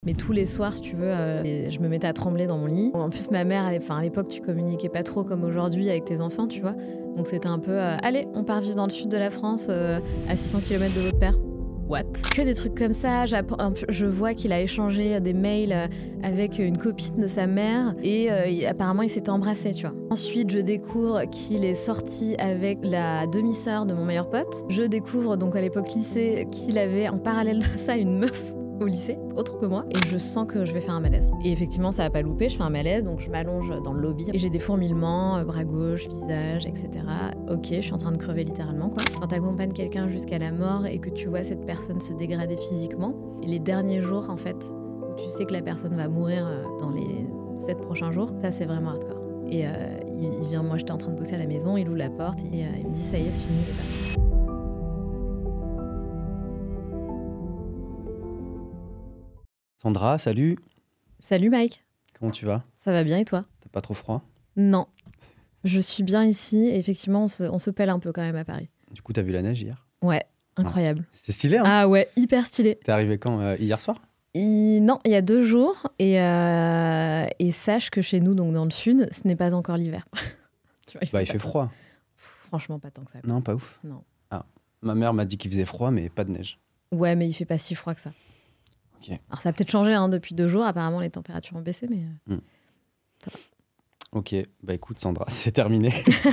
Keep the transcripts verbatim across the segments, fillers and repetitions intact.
Mais tous les soirs, si tu veux, euh, je me mettais à trembler dans mon lit. En plus, ma mère, elle, à l'époque, tu communiquais pas trop comme aujourd'hui avec tes enfants, tu vois. Donc c'était un peu, euh, allez, on part vivre dans le sud de la France, euh, à six cents kilomètres de votre père. What? Que des trucs comme ça. Je vois qu'il a échangé des mails avec une copine de sa mère et euh, apparemment ils s'étaient embrassés, tu vois. Ensuite, je découvre qu'il est sorti avec la demi-sœur de mon meilleur pote. Je découvre donc à l'époque lycée qu'il avait en parallèle de ça une meuf au lycée, autre que moi, et je sens que je vais faire un malaise. Et effectivement, ça va pas louper, je fais un malaise, donc je m'allonge dans le lobby et j'ai des fourmillements, bras gauche, visage, et cetera. Ok, je suis en train de crever littéralement, quoi. Quand t'accompagnes quelqu'un jusqu'à la mort et que tu vois cette personne se dégrader physiquement, et les derniers jours, en fait, où tu sais que la personne va mourir dans les sept prochains jours, ça c'est vraiment hardcore. Et euh, il, il vient, moi j'étais en train de bosser à la maison, il ouvre la porte et euh, il me dit ça y est, c'est fini, il est parti. Sandra, salut. Salut Mike. Comment tu vas? Ça va bien et toi? T'as pas trop froid? Non. Je suis bien ici et effectivement, on se, on se pèle un peu quand même à Paris. Du coup, t'as vu la neige hier? Ouais, incroyable. Ah, c'était stylé, hein? Ah ouais, hyper stylé. T'es arrivé quand? euh, Hier soir? Il... Non, il y a deux jours. Et, euh... et sache que chez nous, donc dans le sud, ce n'est pas encore l'hiver. Tu vois, il bah, fait, il fait froid. Franchement, pas tant que ça. Non, pas ouf. Non. Ah, ma mère m'a dit qu'il faisait froid, mais pas de neige. Ouais, mais il fait pas si froid que ça. Ok. Alors ça a peut-être changé hein, depuis deux jours. Apparemment, les températures ont baissé, mais Mm. ça va. Ok, bah écoute Sandra, c'est terminé.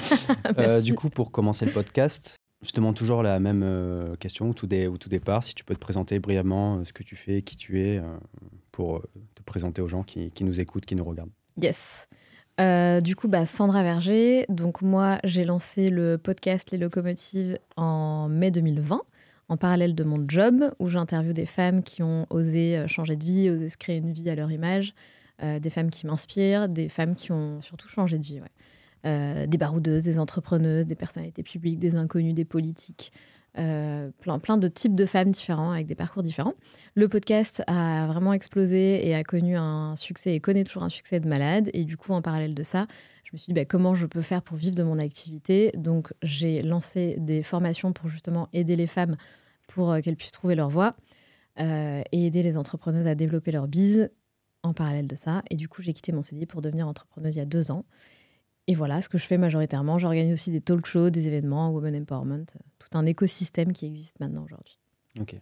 euh, du coup, pour commencer le podcast, je te demande toujours la même euh, question au tout, dé- au tout départ. Si tu peux te présenter brièvement euh, ce que tu fais, qui tu es, euh, pour euh, te présenter aux gens qui, qui nous écoutent, qui nous regardent. Yes. Euh, du coup, bah, Sandra Verger. Donc moi, j'ai lancé le podcast Les Locomotives en mai deux mille vingt, en parallèle de mon job, où j'interviewe des femmes qui ont osé changer de vie, osé se créer une vie à leur image, euh, des femmes qui m'inspirent, des femmes qui ont surtout changé de vie, ouais. Euh, des baroudeuses, des entrepreneuses, des personnalités publiques, des inconnus, des politiques, euh, plein, plein de types de femmes différents, avec des parcours différents. Le podcast a vraiment explosé et a connu un succès, et connaît toujours un succès de malade. Et du coup, en parallèle de ça, je me suis dit bah, comment je peux faire pour vivre de mon activité. Donc, j'ai lancé des formations pour justement aider les femmes pour euh, qu'elles puissent trouver leur voie euh, et aider les entrepreneuses à développer leur bise en parallèle de ça. Et du coup, j'ai quitté mon C D I pour devenir entrepreneuse il y a deux ans. Et voilà ce que je fais majoritairement. J'organise aussi des talk shows, des événements, Women Empowerment, tout un écosystème qui existe maintenant aujourd'hui. Ok.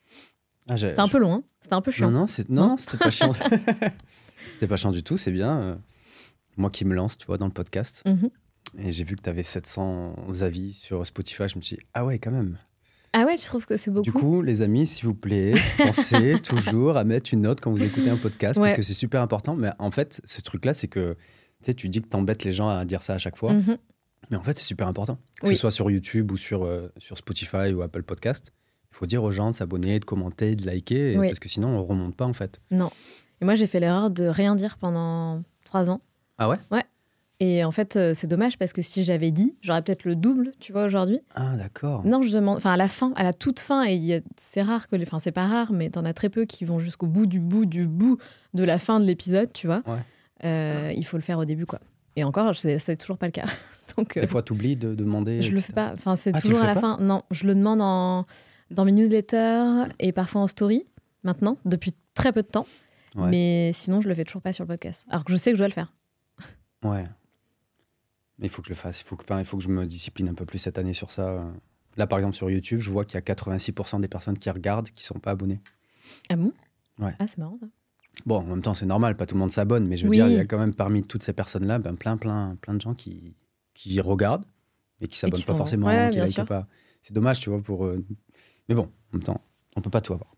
Ah, j'ai- C'était un peu long, hein. C'était un peu chiant. Non, non, c'est... non, c'était pas chiant. C'était pas chiant du tout, c'est bien. Euh, Moi qui me lance, tu vois, dans le podcast. Mhm. Et j'ai vu que tu avais sept cents avis sur Spotify. Je me suis dit, ah ouais, quand même. Ah ouais, tu trouves que c'est beaucoup? Du coup, les amis, s'il vous plaît, pensez toujours à mettre une note quand vous écoutez un podcast, Ouais. parce que c'est super important. Mais en fait, ce truc-là, c'est que tu sais, tu dis que t'embêtes les gens à dire ça à chaque fois. Mhm. Mais en fait, c'est super important. Que Oui. ce soit sur YouTube ou sur, euh, sur Spotify ou Apple Podcast, il faut dire aux gens de s'abonner, de commenter, de liker, et- Oui. parce que sinon, on remonte pas, en fait. Non. Et moi, j'ai fait l'erreur de rien dire pendant trois ans. Ah ouais? Et en fait, euh, c'est dommage parce que si j'avais dit, j'aurais peut-être le double, tu vois, aujourd'hui. Ah, d'accord. Non, je demande, enfin à la fin, à la toute fin, et il y a- c'est rare que les, enfin c'est pas rare, mais t'en as très peu qui vont jusqu'au bout du bout du bout de la fin de l'épisode, tu vois. Ouais. Euh, il faut le faire au début, quoi. Et encore, c'est, c'est toujours pas le cas. Donc, euh, Des fois, tu oublies de demander. je le et fais cetera. pas. Enfin, c'est Ah, tu toujours le à fais la pas fin. Non, je le demande en, dans mes newsletters et parfois en story maintenant, depuis très peu de temps. Ouais. Mais sinon, je le fais toujours pas sur le podcast. Alors que je sais que je dois le faire. Ouais. Mais il faut que je le fasse. Il faut que, enfin, il faut que je me discipline un peu plus cette année sur ça. Là, par exemple, sur YouTube, je vois qu'il y a quatre-vingt-six pour cent des personnes qui regardent qui sont pas abonnées. Ah bon? Ouais. Ah, c'est marrant ça. Bon, en même temps, c'est normal, pas tout le monde s'abonne, mais je veux Oui. dire, il y a quand même parmi toutes ces personnes-là, ben, plein, plein, plein de gens qui, qui regardent et qui s'abonnent qui pas sont- forcément, ouais, qui bien likent sûr. pas. C'est dommage, tu vois, pour. euh, Mais bon, en même temps, on peut pas tout avoir.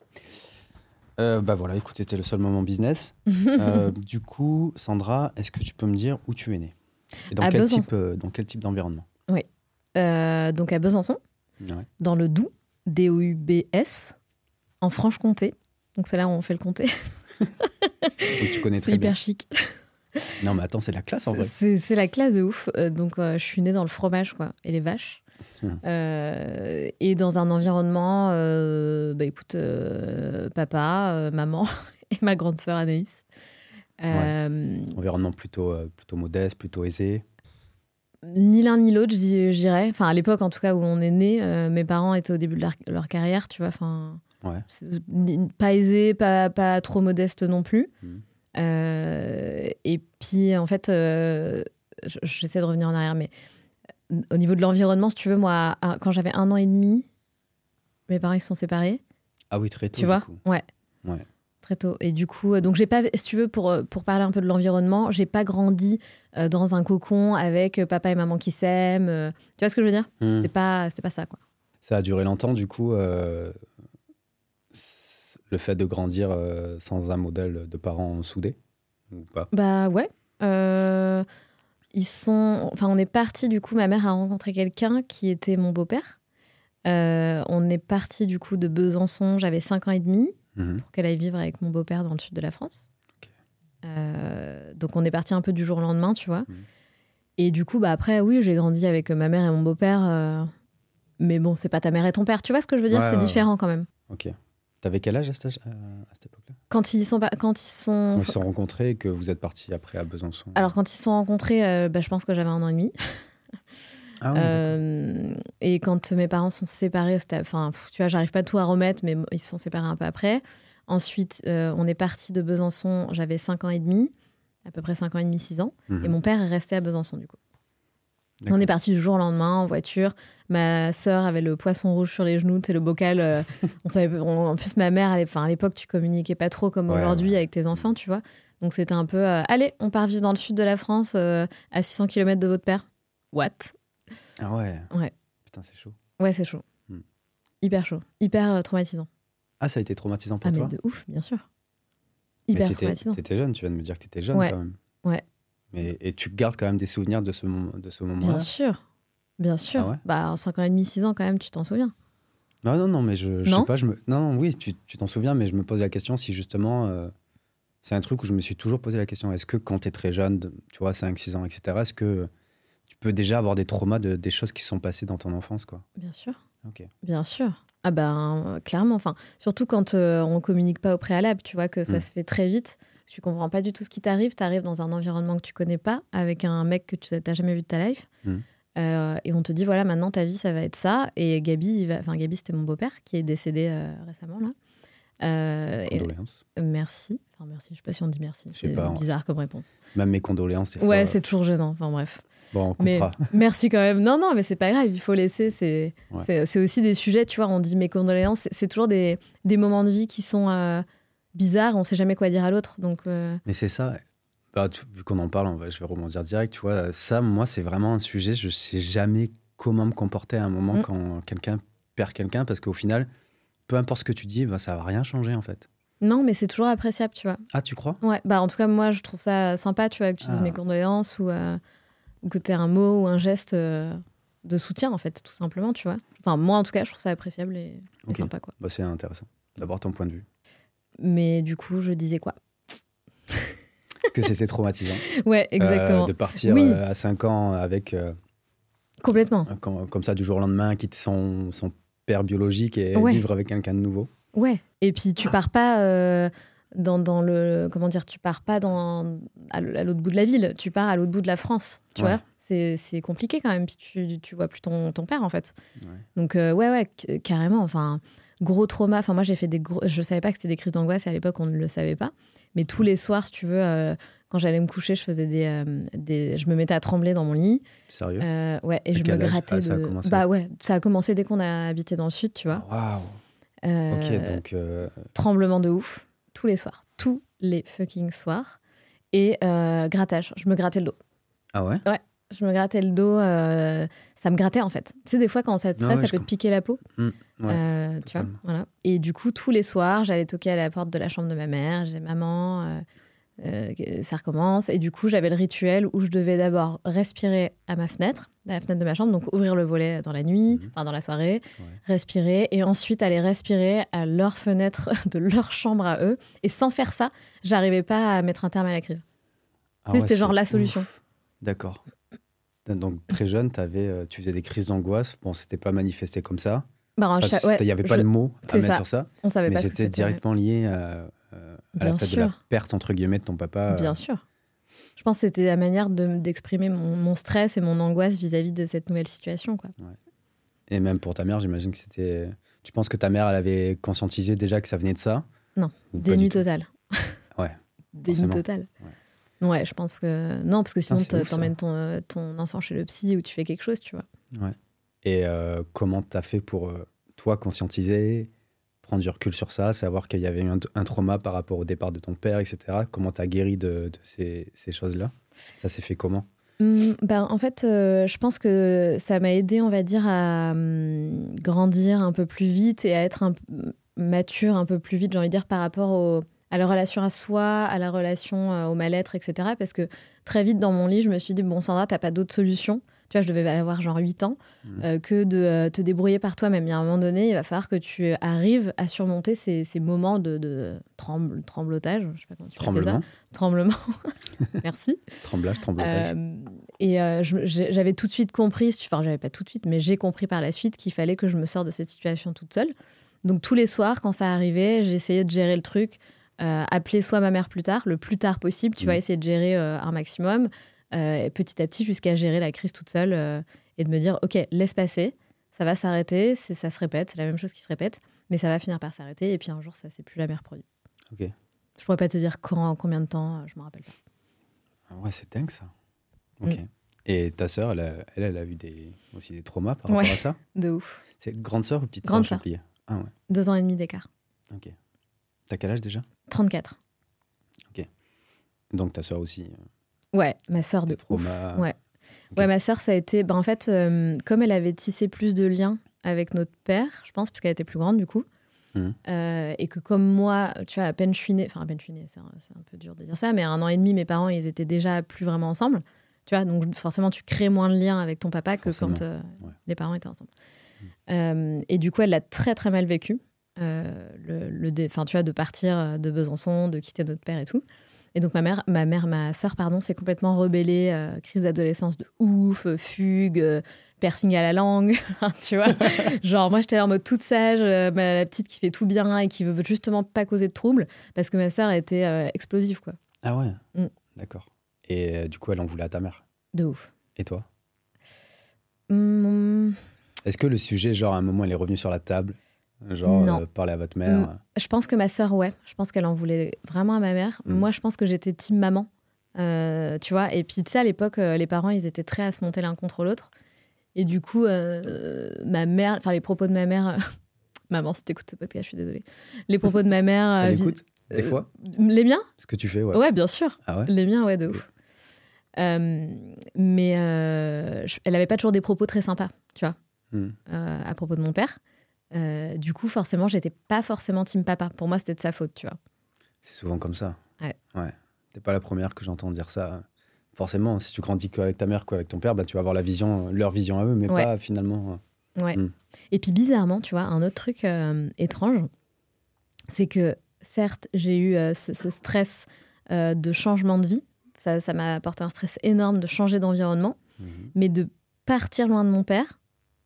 Euh, bah voilà, écoute, c'était le seul moment business. Euh, du coup, Sandra, est-ce que tu peux me dire où tu es née et dans À quel Besançon. type, euh, dans quel type d'environnement? Euh, donc à Besançon, Ouais. dans le Doubs, D O U B S, en Franche-Comté. Donc c'est là où on fait le comté. Donc tu connais C'est très bien. hyper chic. Non, mais attends, c'est la classe en vrai. C'est, c'est la classe de ouf. Euh, donc euh, je suis née dans le fromage quoi, et les vaches. Hum. Euh, et dans un environnement, euh, bah écoute, euh, papa, euh, maman et ma grande sœur Anaïs. Euh, Environnement plutôt, euh, plutôt modeste, plutôt aisé. Ni l'un ni l'autre, je dis- je dirais. Enfin, à l'époque, en tout cas, où on est né, euh, mes parents étaient au début de leur, leur carrière, tu vois. Enfin, Ouais. Pas aisée, pas, pas trop modeste non plus. Mmh. Euh, et puis, en fait, euh, j'essaie de revenir en arrière, mais au niveau de l'environnement, si tu veux, moi, quand j'avais un an et demi, mes parents ils se sont séparés. Ah oui, très tôt. Tu vois, du coup. ouais. Ouais. Très tôt. Et du coup, donc j'ai pas, si tu veux, pour, pour parler un peu de l'environnement, j'ai pas grandi euh, dans un cocon avec papa et maman qui s'aiment. Euh, tu vois ce que je veux dire ? Mmh. C'était pas, c'était pas ça, quoi. Ça a duré longtemps, du coup, euh, le fait de grandir euh, sans un modèle de parents soudés, ou pas ? Bah ouais. Euh, ils sont... Enfin, on est parti, du coup, ma mère a rencontré quelqu'un qui était mon beau-père. Euh, on est parti, du coup, de Besançon, j'avais cinq ans et demi, mmh. pour qu'elle aille vivre avec mon beau-père dans le sud de la France. Okay. Euh, donc, on est parti un peu du jour au lendemain, tu vois. Mmh. Et du coup, bah après, oui, j'ai grandi avec ma mère et mon beau-père... Euh... Mais bon, c'est pas ta mère et ton père. Tu vois ce que je veux dire ? Ouais, C'est ouais, différent ouais. quand même. Ok. T'avais quel âge à cette, à cette époque-là ? Quand ils sont... Quand ils sont... Quand ils se sont rencontrés et que vous êtes partis après à Besançon. Alors, quand ils se sont rencontrés, euh, bah, je pense que j'avais un an et demi. Ah oui, euh, et quand mes parents sont séparés, c'était... Enfin, tu vois, j'arrive pas tout à remettre, mais ils se sont séparés un peu après. Ensuite, euh, on est parti de Besançon, j'avais cinq ans et demi, à peu près cinq ans et demi, six ans. Mmh. Et mon père est resté à Besançon, du coup. D'accord. On est parti du jour au lendemain en voiture. Ma sœur avait le poisson rouge sur les genoux, tu sais, le bocal. Euh, on savait, on, en plus, ma mère, elle, enfin, à l'époque, tu communiquais pas trop comme Ouais, aujourd'hui ouais. avec tes enfants, tu vois. Donc c'était un peu, euh, allez, on part vivre dans le sud de la France, euh, à six cents kilomètres de votre père. What ? Ah ouais. Ouais. Putain, c'est chaud. Ouais, c'est chaud. Hmm. Hyper chaud. Hyper euh, traumatisant. Ah, ça a été traumatisant pour ah, toi ? mais de ouf, bien sûr. Mais Hyper t'étais, traumatisant. t'étais jeune, tu viens de me dire que t'étais jeune Ouais. quand même. Ouais. Mais, et tu gardes quand même des souvenirs de ce, mom- de ce moment-là ? Bien sûr. Bien sûr. Ah ouais ? Bah, en cinq ans et demi, six ans, quand même, tu t'en souviens. Non, non, non, mais je, je Non sais pas. Je me... Non, non, oui, tu, tu t'en souviens, mais je me pose la question si justement. Euh, c'est un truc où je me suis toujours posé la question. Est-ce que quand t'es très jeune, de- tu vois, cinq six ans, et cetera, est-ce que tu peux déjà avoir des traumas de, des choses qui se sont passées dans ton enfance, quoi ? Bien sûr. Ok. Bien sûr. Ah ben, clairement. Enfin, surtout quand euh, on communique pas au préalable, tu vois, que ça Mm. se fait très vite. Tu comprends pas du tout ce qui t'arrive. Tu arrives dans un environnement que tu connais pas, avec un mec que tu n'as jamais vu de ta life. Mm. Euh, et on te dit, voilà, maintenant, ta vie, ça va être ça. Et Gabi, il va... enfin, Gabi, c'était mon beau-père, qui est décédé euh, récemment, là. Euh, et- Condoléances. Merci. Enfin, merci. Je sais pas si on dit merci. Je sais C'est pas, ouais. bizarre comme réponse. Même mes condoléances, des fois. Ouais, euh, c'est toujours gênant. Enfin, bref. Bon, on Mais coupera. merci quand même. Non, non, mais c'est pas grave, il faut laisser. C'est, Ouais. c'est, c'est aussi des sujets, tu vois, on dit mes condoléances. C'est, c'est toujours des, des moments de vie qui sont euh, bizarres, on sait jamais quoi dire à l'autre. Donc, euh, Mais c'est ça. Bah, tu- vu qu'on en parle, on va, je vais rebondir direct. Tu vois, ça, moi, c'est vraiment un sujet. Je sais jamais comment me comporter à un moment Mm. quand quelqu'un perd quelqu'un, parce qu'au final, peu importe ce que tu dis, bah, ça va rien changer en fait. non, mais c'est toujours appréciable, tu vois. Ah, tu crois ? Ouais, bah en tout cas, moi, je trouve ça sympa, tu vois, que tu dises Ah. mes condoléances ou, euh, ou que tu aies un mot ou un geste euh, de soutien, en fait, tout simplement, tu vois. Enfin, moi, en tout cas, je trouve ça appréciable et, et Ok. sympa, quoi. Bah, c'est intéressant d'avoir ton point de vue. Mais du coup, je disais quoi ? Que c'était traumatisant. Ouais, exactement. Euh, de partir Oui. euh, à cinq ans avec, euh, Complètement. com- comme ça, du jour au lendemain, quitter son, son père biologique et Ouais. vivre avec quelqu'un de nouveau. Ouais. Et puis tu pars pas euh, dans, dans le comment dire, tu pars pas dans à l- à l'autre bout de la ville, tu pars à l'autre bout de la France, tu Ouais. vois. C'est, c'est compliqué quand même. Puis tu tu vois plus ton, ton père en fait. Ouais. Donc euh, ouais ouais c- carrément. Enfin gros trauma. Enfin moi j'ai fait des gros. Je savais pas que c'était des crises d'angoisse et à l'époque on ne le savait pas. Mais tous les soirs si tu veux. Euh, quand j'allais me coucher, je faisais des, euh, des, je me mettais à trembler dans mon lit. Sérieux ? Euh, ouais, et À je me quel âge ? grattais Ah, ça a de. commencé. Bah ouais, ça a commencé dès qu'on a habité dans le sud, tu vois. Waouh. Euh, Ok, donc. euh, Tremblement de ouf, tous les soirs, tous les fucking soirs. Et euh, grattage, je me grattais le dos. Ah ouais ? Je me grattais le dos, euh, ça me grattait en fait. Tu sais, des fois quand ça te Ah stresse, ouais, ça je peut te com- piquer la peau. Hmm, ouais, Euh, tu vois, totalement. voilà. Et du coup, tous les soirs, j'allais toquer à la porte de la chambre de ma mère. Je disais maman, euh, euh, ça recommence. Et du coup, j'avais le rituel où je devais d'abord respirer à ma fenêtre, à la fenêtre de ma chambre, donc ouvrir le volet dans la nuit, Mhm. enfin dans la soirée, Ouais. respirer, et ensuite aller respirer à leur fenêtre de leur chambre à eux. Et sans faire ça, j'arrivais pas à mettre un terme à la crise. Ah Tu sais, ouais, c'était genre c'est la solution. ouf. D'accord. Donc très jeune, t'avais, euh, tu faisais des crises d'angoisse. Bon, c'était pas manifesté comme ça. Bah, un Enfin, cha- c'était- ouais, il n'y avait pas je- de mots à c'est mettre ça. sur ça. on savait Mais pas ce que c'était c'était. directement lié à, euh, à la Bien fait de la sûr. perte, entre guillemets, de ton papa. Bien euh, sûr. Je pense que c'était la manière de, d'exprimer mon, mon stress et mon angoisse vis-à-vis de cette nouvelle situation, quoi. Et même pour ta mère, j'imagine que c'était... Tu penses que ta mère, elle avait conscientisé déjà que ça venait de ça? Non, déni total. Ouais. Déni forcément. total. Ouais. ouais, je pense que... Non, parce que sinon, Putain, c'est ouf, t'emmènes ton, ton enfant chez le psy ou tu fais quelque chose, tu vois. Ouais. Et euh, comment t'as fait pour, euh, toi, conscientiser, prendre du recul sur ça, savoir qu'il y avait eu un, un trauma par rapport au départ de ton père, et cetera. Comment t'as guéri de, de ces, ces choses-là? Ça s'est fait comment? Mmh, ben, en fait, euh, je pense que ça m'a aidé, on va dire, à hum, grandir un peu plus vite et à être un, mature un peu plus vite, j'ai envie de dire, par rapport au, à la relation à soi, à la relation euh, au mal-être, et cetera. Parce que très vite, dans mon lit, je me suis dit, bon, Sandra, t'as pas d'autre solution. Tu vois, je devais avoir genre huit ans, Mmh. euh, que de euh, te débrouiller par toi-même. Il y a un moment donné, il va falloir que tu arrives à surmonter ces, ces moments de, de tremble, tremblotage. Je sais pas comment tu appelles ça. Tremblement. Tremblement. Merci. Tremblage, tremblotage. Euh, et euh, je- j'ai- j'avais tout de suite compris, enfin, j'avais pas tout de suite, mais j'ai compris par la suite qu'il fallait que je me sorte de cette situation toute seule. Donc, tous les soirs, quand ça arrivait, j'essayais de gérer le truc, euh, appeler soit ma mère plus tard, le plus tard possible, tu Mmh. vois, essayer de gérer euh, un maximum, euh, et petit à petit, jusqu'à gérer la crise toute seule. Euh, et de me dire, OK, laisse passer, ça va s'arrêter, c'est, ça se répète, c'est la même chose qui se répète, mais ça va finir par s'arrêter, et puis un jour, ça s'est plus jamais reproduit. Ok. Je pourrais pas te dire quand, combien de temps, je me rappelle pas. Ah ouais, c'est dingue ça. Ok. Mm. Et ta sœur, elle, a- elle, elle a eu des, aussi des traumas par rapport Ouais. à ça? De ouf. C'est grande sœur ou petite Grande sœur? sœur. J'ai oublié. Ah ouais, Deux ans et demi d'écart. ok. T'as quel âge déjà? trente-quatre. Donc ta sœur aussi, euh, Ouais, ma sœur de des traumas. ouf. Ouais. Ok. Ouais, ma sœur, ça a été... Ben, en fait, euh, comme elle avait tissé plus de liens avec notre père, je pense, parce qu'elle était plus grande, du coup, Mhm. euh, et que comme moi, tu vois, à peine je suis née... Enfin, à peine je suis née, c'est un, c'est un peu dur de dire ça, mais à un an et demi, mes parents, ils étaient déjà plus vraiment ensemble. Tu vois, donc forcément, tu crées moins de liens avec ton papa que Forcément. quand euh, Ouais. les parents étaient ensemble. Euh, et du coup, elle l'a très, très mal vécu. Euh, le, le dé- 'fin, tu vois, de partir de Besançon, de quitter notre père et tout. Et donc ma mère, ma mère, ma sœur, pardon, s'est complètement rebellée, euh, crise d'adolescence de ouf, euh, fugue, euh, piercing à la langue, tu vois. Genre moi j'étais là en mode toute sage, euh, ma- la petite qui fait tout bien et qui veut justement pas causer de troubles, parce que ma sœur était euh, explosive, quoi. Ah ouais, Mm. d'accord. Et euh, du coup, elle en voulait à ta mère. De ouf. Et toi? Hum, Est-ce que le sujet, genre, à un moment, il est revenu sur la table? Genre, Non. euh, parler à votre mère? Mm. Je pense que ma sœur, ouais. Je pense qu'elle en voulait vraiment à ma mère. Mm. Moi, je pense que j'étais team maman. Euh, tu vois, et puis tu sais, à l'époque, euh, les parents, ils étaient très à se monter l'un contre l'autre. Et du coup, euh, ma mère, enfin, les propos de ma mère. euh, Maman, si t'écoutes ce podcast, je suis désolée. Les propos de ma mère. euh, Elle vi- écoute, des euh, fois? Les miens? Ce que tu fais, ouais. Ouais, bien sûr. Ah ouais? Les miens, ouais, de Ok. ouf. Euh, mais euh, je- elle avait pas toujours des propos très sympas, tu vois, Mm. euh, à propos de mon père. Euh, du coup, forcément, j'étais pas forcément team papa. Pour moi, c'était de sa faute, tu vois. C'est souvent comme ça. Ouais. Ouais. T'es pas la première que j'entends dire ça. Forcément, si tu grandis qu'avec ta mère, qu'avec ton père, bah, tu vas avoir la vision, leur vision à eux, mais Ouais. pas finalement. Ouais. Mm. Et puis bizarrement, tu vois, un autre truc euh, étrange, c'est que certes, j'ai eu euh, ce, ce stress euh, de changement de vie. Ça, ça m'a apporté un stress énorme de changer d'environnement, Mhm. mais de partir loin de mon père.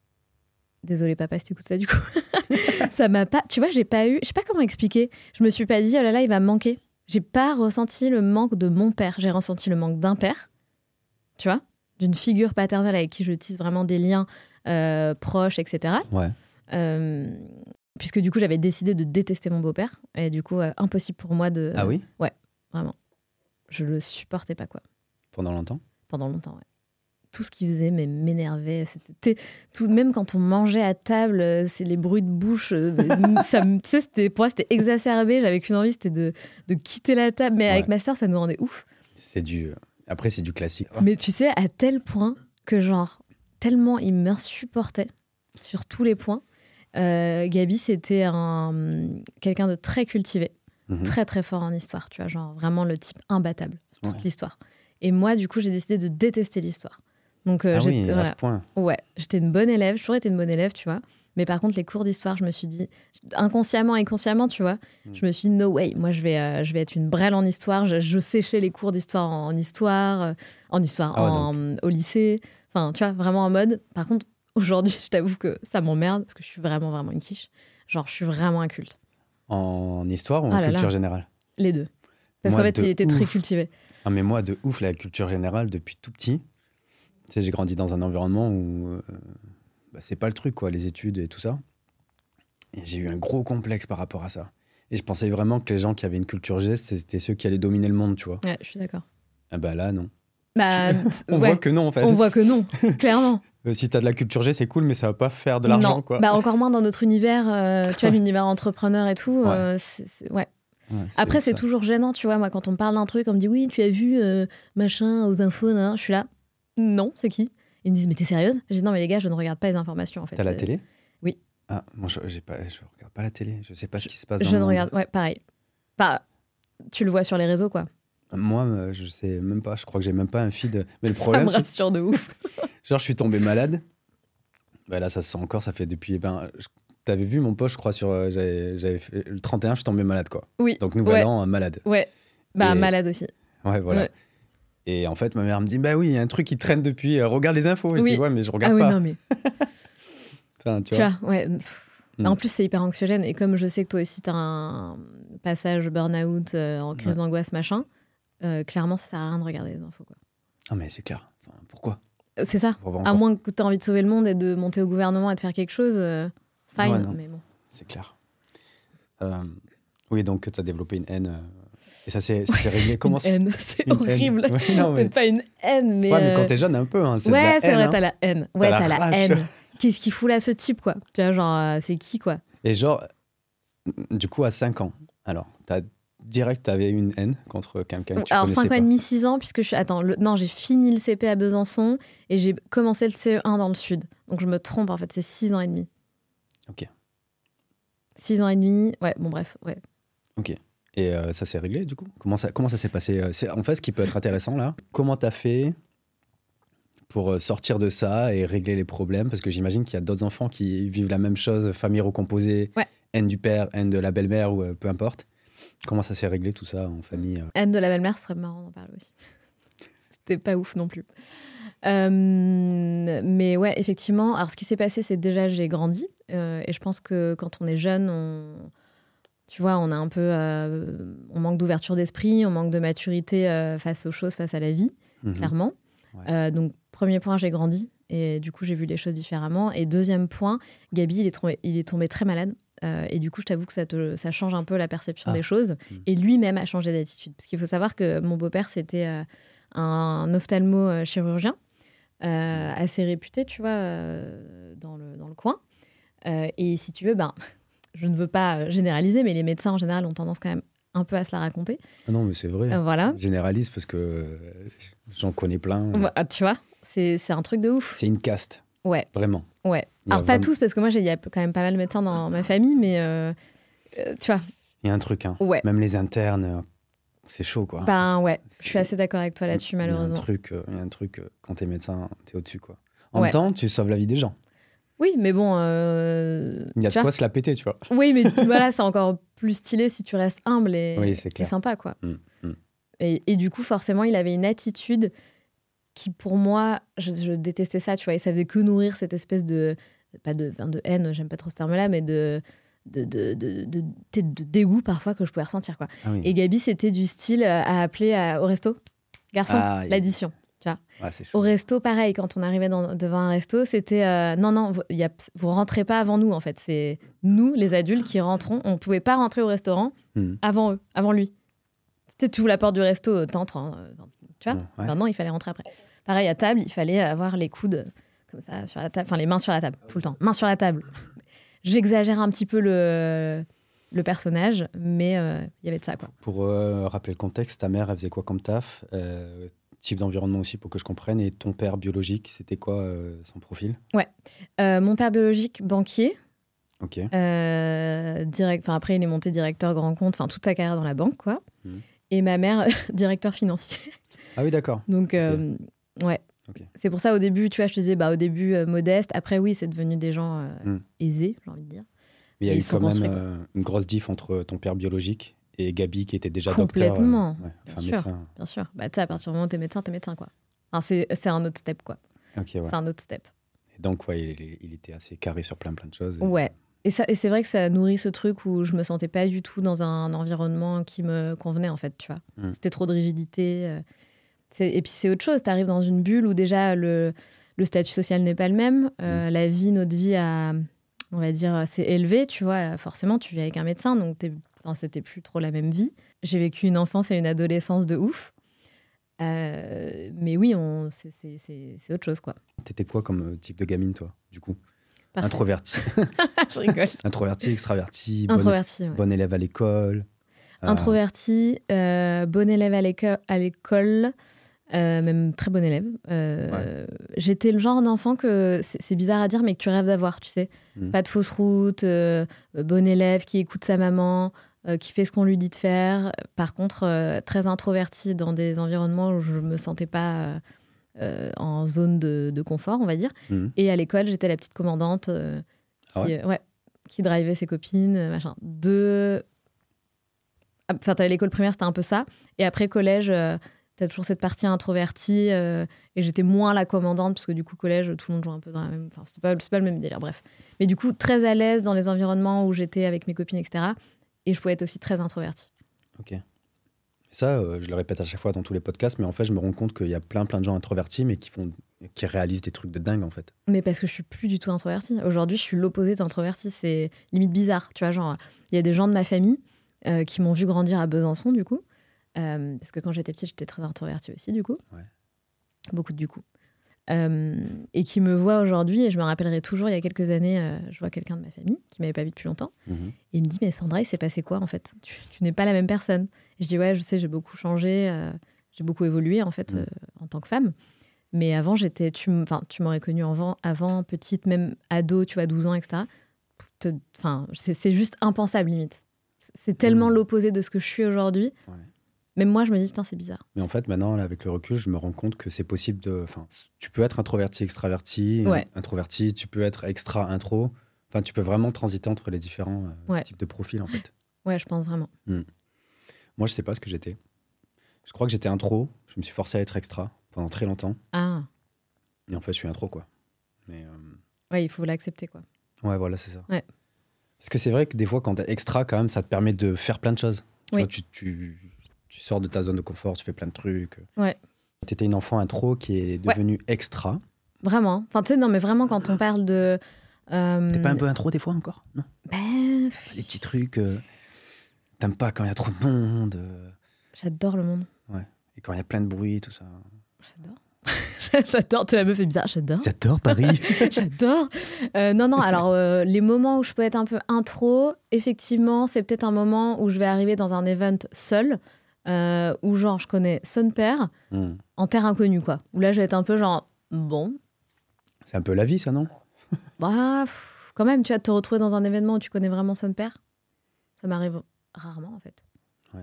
Désolée papa si t'écoutes ça du coup. Ça m'a pas, tu vois, j'ai pas eu, je sais pas comment expliquer. Je me suis pas dit oh là là, il va me manquer. J'ai pas ressenti le manque de mon père. J'ai ressenti le manque d'un père, tu vois, d'une figure paternelle avec qui je tisse vraiment des liens euh, proches, et cetera. Ouais. Euh, puisque du coup, j'avais décidé de détester mon beau-père. Et du coup, euh, impossible pour moi de... Ah oui? Vraiment. Je le supportais pas, quoi. Pendant longtemps? Pendant longtemps, ouais. Tout ce qu'il faisait mais m'énervait. C'était tout, même quand on mangeait à table, euh, c'est les bruits de bouche. euh, ça, me- tu sais, c'était, pour moi, c'était exacerbé. J'avais qu'une envie, c'était de, de quitter la table. Mais Ouais. avec ma sœur, ça nous rendait ouf. C'est du. Après, c'est du classique. Mais tu sais, à tel point que, genre, tellement il m'insupportait sur tous les points. Euh, Gabi, c'était un, quelqu'un de très cultivé, Mhm. très très fort en histoire, tu vois, genre vraiment le type imbattable, sur toute Ouais. l'histoire. Et moi, du coup, j'ai décidé de détester l'histoire. Donc, euh, Ah j'étais- oui, à voilà. ce point. Ouais, j'étais une bonne élève, j'ai toujours été une bonne élève, tu vois. Mais par contre, les cours d'histoire, je me suis dit, inconsciemment et consciemment, tu vois, Mm. je me suis dit, no way, moi, je vais, euh, je vais être une brêle en histoire. Je, je séchais les cours d'histoire en, en histoire, euh, en histoire Ah ouais, en- au lycée. Enfin, tu vois, vraiment en mode. Par contre, aujourd'hui, je t'avoue que ça m'emmerde parce que je suis vraiment, vraiment une quiche. Genre, je suis vraiment inculte. En histoire ou en Ah là culture là. générale? Les deux. Parce Moi, qu'en fait, de il était très ouf. cultivé. Ah, mais moi, de ouf, la culture générale, depuis tout petit. Tu sais, j'ai grandi dans un environnement où euh, bah, c'est pas le truc, quoi, les études et tout ça. Et j'ai eu un gros complexe par rapport à ça. Et je pensais vraiment que les gens qui avaient une culture G, c'était ceux qui allaient dominer le monde, tu vois. Ouais, je suis d'accord. Ah bah là, non. Bah, on ouais. voit que non, en fait. On voit que non, clairement. Euh, si t'as de la culture G, c'est cool, mais ça va pas faire de l'argent, non. quoi. Bah, encore moins dans notre univers, euh, tu vois, l'univers entrepreneur et tout. Ouais. Euh, c'est, c'est, ouais. Ouais, c'est Après, c'est ça. toujours gênant, tu vois. Moi, quand on me parle d'un truc, on me dit oui, tu as vu euh, machin aux infos, nan. Je suis là. Non, c'est qui? Ils me disent, mais t'es sérieuse? J'ai dit, non, mais les gars, je ne regarde pas les informations, en fait. T'as la Euh, télé? Oui. Ah, moi, je, j'ai pas, je regarde pas la télé. Je sais pas ce qui se passe. Je dans ne le monde. regarde. Ouais, pareil. Bah, tu le vois sur les réseaux, quoi. Moi, euh, je sais même pas. Je crois que j'ai même pas un feed. Mais le Ça problème, me c'est rassure de ouf. genre, je suis tombé malade. Bah là, ça se sent encore. Ça fait depuis. Ben, je- t'avais vu mon post, je crois, sur. euh, J'avais, j'avais fait le trente et un, je suis tombé malade, quoi. Oui. Donc, nouvel Ouais. an, euh, malade. Ouais. Bah, Et- malade aussi. Ouais, voilà. Ouais. Et en fait, ma mère me dit, bah oui, il y a un truc qui traîne depuis. euh, regarde les infos. Je Oui. dis, ouais, mais je regarde Ah oui, pas. non, mais. Enfin, tu Tu vois. vois, ouais. Pff. Mm. En plus, c'est hyper anxiogène. Et comme je sais que toi aussi, t'as un passage burn-out, euh, en crise Ouais. d'angoisse, machin, euh, clairement, ça sert à rien de regarder les infos, quoi. Ah, mais c'est clair. Enfin, pourquoi Euh, C'est ça. Pour avoir À encore- moins que t'aies envie de sauver le monde et de monter au gouvernement et de faire quelque chose, euh, fine. Ouais, non. mais bon. C'est clair. Euh, oui, donc tu as développé une haine. euh, et ça s'est ça s'est réglé. Comment Une ça- haine, c'est une haine. horrible. Ouais, non, mais... Peut-être pas une haine, mais. Ouais, mais quand euh, t'es jeune, un peu. Hein, c'est de Ouais, la c'est haine, vrai, hein. t'as la haine. Ouais, la t'as la rage. haine. Qu'est-ce qu'il fout là, ce type, quoi? Tu vois, genre, euh, c'est qui, quoi? Et genre, du coup, à cinq ans, alors, t'as direct, t'avais une haine contre quelqu'un que tu Alors, connaissais cinq ans pas. et demi, six ans, puisque je suis. Attends, le... non, j'ai fini le C P à Besançon et j'ai commencé le C E un dans le Sud. Donc, je me trompe, en fait, c'est six ans et demi. Ok. six ans et demi, ouais, bon, bref, ouais. Ok. Et euh, ça s'est réglé, du coup Comment ça, comment ça s'est passé euh, c'est, En fait, ce qui peut être intéressant, là, comment t'as fait pour euh, sortir de ça et régler les problèmes? Parce que j'imagine qu'il y a d'autres enfants qui vivent la même chose, famille recomposée, Ouais. haine du père, haine de la belle-mère, ou euh, peu importe. Comment ça s'est réglé, tout ça, en famille euh Haine de la belle-mère, ce serait marrant d'en parler aussi. C'était pas ouf non plus. Euh, mais ouais, effectivement, alors ce qui s'est passé, c'est déjà j'ai grandi. euh, et je pense que quand on est jeune, on, tu vois, on a un peu, euh, on manque d'ouverture d'esprit, on manque de maturité euh, face aux choses, face à la vie, Mhm. clairement. Ouais. Euh, donc, premier point, j'ai grandi. Et du coup, j'ai vu les choses différemment. Et deuxième point, Gabi, il est tombé, il est tombé très malade. Euh, et du coup, je t'avoue que ça, te, ça change un peu la perception Ah. des choses. Mm. Et lui-même a changé d'attitude. Parce qu'il faut savoir que mon beau-père, c'était euh, un ophtalmo-chirurgien euh, assez réputé, tu vois, euh, dans, le, dans le coin. Euh, et si tu veux, ben, je ne veux pas généraliser, mais les médecins, en général, ont tendance quand même un peu à se la raconter. Ah non, mais c'est vrai. Euh, voilà. Je généralise parce que euh, j'en connais plein. Voilà, tu vois, c'est, c'est un truc de ouf. C'est une caste, Ouais, vraiment. ouais. Il y a Alors, pas vraiment- tous, parce que moi, j'ai- il y a quand même pas mal de médecins dans ma famille, mais euh, euh, tu vois, Il y a un truc, hein. ouais. Même les internes, euh, c'est chaud, quoi. Ben ouais, je suis C'est- assez d'accord avec toi là-dessus, Il y a un malheureusement. truc, euh, il y a un truc euh, quand t'es médecin, t'es au-dessus, quoi. En Ouais. même temps, tu sauves la vie des gens. Oui, mais bon. Euh, Il y a tu de vois, quoi se la péter, tu vois. oui, mais voilà, c'est encore plus stylé si tu restes humble et, Oui, c'est et clair. sympa, quoi. Mm, mm. Et, et du coup, forcément, il avait une attitude qui, pour moi, je, je détestais ça, tu vois, et ça faisait que nourrir cette espèce de, pas de, enfin, de haine, j'aime pas trop ce terme-là, mais de, de, de, de, de, de- de dégoût parfois que je pouvais ressentir, quoi. Ah oui. Et Gabi, c'était du style euh, à appeler à- au resto. Garçon, Ah, il- l'addition. Ouais, c'est Au chaud. resto, pareil, quand on arrivait dans- devant un resto, c'était euh, non, non, vous, y a, vous rentrez pas avant nous, en fait. C'est nous, les adultes, qui rentrons. On pouvait pas rentrer au restaurant Hmm. avant eux, avant lui. C'était tu ouvres la porte du resto, t'entres. hein, euh, tu vois, Bon, ouais. maintenant, il fallait rentrer après. Pareil, à table, il fallait avoir les coudes comme ça sur la table, enfin les mains sur la table, tout le temps. Mains sur la table. J'exagère un petit peu le, le personnage, mais euh, il y avait de ça, quoi. Pour euh, rappeler le contexte, ta mère, elle faisait quoi comme taf Euh, Type d'environnement aussi, pour que je comprenne. Et ton père biologique, c'était quoi euh, son profil? Euh, mon père biologique, banquier. Ok. Euh, direct, enfin après, il est monté directeur grand compte, enfin toute sa carrière dans la banque, quoi. Mhm. Et ma mère, directeur financier. Ah oui, d'accord. Donc, euh, ouais. Ok. C'est pour ça, au début, tu vois, je te disais, bah, au début, euh, modeste. Après, oui, c'est devenu des gens euh, Mhm. aisés, j'ai envie de dire. Mais il y a Ils eu sont quand même construits, quoi. euh, une grosse diff entre ton père biologique et Gabi, qui était déjà docteur. Complètement. euh, ouais, enfin, Bien sûr. médecin. Bien sûr. Bah, tu sais, à partir du moment où t'es médecin, t'es médecin, quoi. Enfin, c'est, c'est un autre step, quoi. Ok, ouais. C'est un autre step. Et donc, ouais, il, il était assez carré sur plein, plein de choses. et- Ouais. Et, ça, et c'est vrai que ça nourrit ce truc où je me sentais pas du tout dans un environnement qui me convenait, en fait, tu vois. Mm. C'était trop de rigidité. euh. C'est- Et puis c'est autre chose. Tu arrives dans une bulle où déjà le, le statut social n'est pas le même. Euh, mmh. La vie, notre vie, a, on va dire, c'est élevé, tu vois. Forcément, tu vis avec un médecin, donc t'es, enfin, c'était plus trop la même vie. J'ai vécu une enfance et une adolescence de ouf. Euh, mais oui, on, c'est, c'est, c'est, c'est autre chose, quoi. T'étais quoi comme type de gamine, toi, du coup? Parfait. Introverti. Je rigole. Introverti, extraverti, Introverti, bon, ouais. bon élève à l'école. Introverti, euh, bon élève à l'école, à l'école euh, même très bon élève. Euh, ouais. J'étais le genre d'enfant que, c'est, c'est bizarre à dire, mais que tu rêves d'avoir, tu sais. Mmh. Pas de fausse route, euh, bon élève qui écoute sa maman, euh, qui fait ce qu'on lui dit de faire. Par contre, euh, très introverti dans des environnements où je ne me sentais pas euh, euh, en zone de, de confort, on va dire. Mmh. Et à l'école, j'étais la petite commandante euh, qui, ah ouais, euh, ouais, qui drivait ses copines, machin. De... Enfin, t'avais l'école primaire, c'était un peu ça. Et après, collège, euh, t'as toujours cette partie introvertie. Euh, et j'étais moins la commandante, parce que du coup, collège, tout le monde jouait un peu dans la même... Enfin, c'était pas, c'est pas le même délire, bref. Mais du coup, très à l'aise dans les environnements où j'étais avec mes copines, et cetera. Et je pouvais être aussi très introvertie. Ok. Ça, euh, je le répète à chaque fois dans tous les podcasts, mais en fait, je me rends compte qu'il y a plein, plein de gens introvertis, mais qui, font, qui réalisent des trucs de dingue, en fait. Mais parce que je suis plus du tout introvertie. Aujourd'hui, je suis l'opposé d'introvertie. C'est limite bizarre, tu vois. Genre, il y a des gens de ma famille euh, qui m'ont vu grandir à Besançon, du coup. Euh, parce que quand j'étais petite, j'étais très introvertie aussi, du coup. Ouais. Beaucoup de du coup. Euh, et qui me voit aujourd'hui, et je me rappellerai toujours, il y a quelques années, euh, je vois quelqu'un de ma famille qui ne m'avait pas vu depuis longtemps, mmh. et il me dit, mais Sandra, il s'est passé quoi en fait? tu, tu n'es pas la même personne. Et je dis, ouais, je sais, j'ai beaucoup changé, euh, j'ai beaucoup évolué en fait, mmh. euh, en tant que femme. Mais avant, j'étais, tu, tu m'aurais connue avant, avant, petite, même ado, tu vois, douze ans, et cetera. Te, c'est, c'est juste impensable limite. C'est tellement mmh. l'opposé de ce que je suis aujourd'hui. Ouais. Même moi, je me dis, putain, c'est bizarre. Mais en fait, maintenant, là, avec le recul, je me rends compte que c'est possible de... Enfin, tu peux être introverti, extraverti, ouais. introverti, tu peux être extra-intro. Enfin, tu peux vraiment transiter entre les différents euh, ouais. types de profils, en fait. Ouais, je pense vraiment. Mmh. Moi, je sais pas ce que j'étais. Je crois que j'étais intro. Je me suis forcé à être extra pendant très longtemps. Ah. Et en fait, je suis intro, quoi. Mais, euh... ouais, il faut l'accepter, quoi. Ouais, voilà, c'est ça. Ouais. Parce que c'est vrai que des fois, quand t'es extra, quand même, ça te permet de faire plein de choses. Tu oui. vois, tu... tu... Tu sors de ta zone de confort, tu fais plein de trucs. Ouais. Tu étais une enfant intro qui est devenue ouais. extra. Vraiment. Enfin, tu sais, non, mais vraiment, quand on parle de... Euh... T'es pas un peu intro des fois encore? Non. Ben... Les petits trucs... Euh... T'aimes pas quand il y a trop de monde euh... J'adore le monde. Ouais. Et quand il y a plein de bruit, tout ça. J'adore. J'adore. Tu sais, la meuf est bizarre. J'adore. J'adore Paris. J'adore. Euh, non, non. Alors, euh, les moments où je peux être un peu intro, effectivement, c'est peut-être un moment où je vais arriver dans un event seule. Euh, où genre je connais son père mmh. en terre inconnue, quoi. Où là je vais être un peu genre bon. C'est un peu la vie, ça, non? Bah pff, quand même, tu vas te retrouver dans un événement où tu connais vraiment son père. Ça m'arrive rarement en fait. Ouais.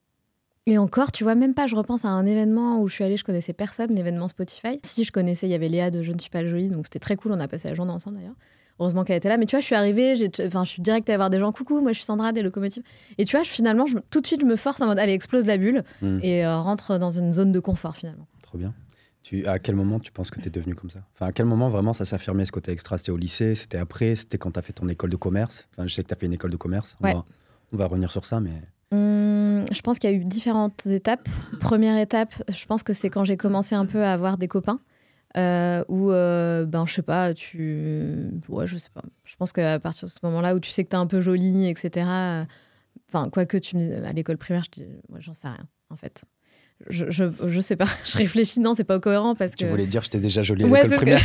Et encore, tu vois, même pas, je repense à un événement où je suis allée, je connaissais personne, l'événement Spotify. Si je connaissais, il y avait Léa de Je ne suis pas jolie, donc c'était très cool, on a passé la journée ensemble d'ailleurs. Heureusement qu'elle était là. Mais tu vois, je suis arrivée, j'ai, enfin, je suis direct à voir des gens. Coucou, moi je suis Sandra des Locomotives. Et tu vois, je, finalement, je, tout de suite, je me force en mode, allez, explose la bulle mmh. et euh, rentre dans une zone de confort finalement. Trop bien. Tu, à quel moment tu penses que tu es devenue comme ça? Enfin, à quel moment vraiment ça s'est affirmé ce côté extra? C'était au lycée? C'était après? C'était quand tu as fait ton école de commerce? Enfin, je sais que tu as fait une école de commerce. On, ouais. va, on va revenir sur ça, mais. Hum, je pense qu'il y a eu différentes étapes. Première étape, je pense que c'est quand j'ai commencé un peu à avoir des copains. Euh, où, euh, ben, je sais pas, tu... Ouais, je sais pas. Je pense qu'à partir de ce moment-là où tu sais que t'es un peu jolie, et cetera. Enfin, quoi que tu me... À l'école primaire, je dis... ouais, j'en sais rien, en fait. Je, je, je sais pas. Je réfléchis, non, c'est pas cohérent parce que... Tu voulais dire que j'étais déjà jolie à ouais, l'école primaire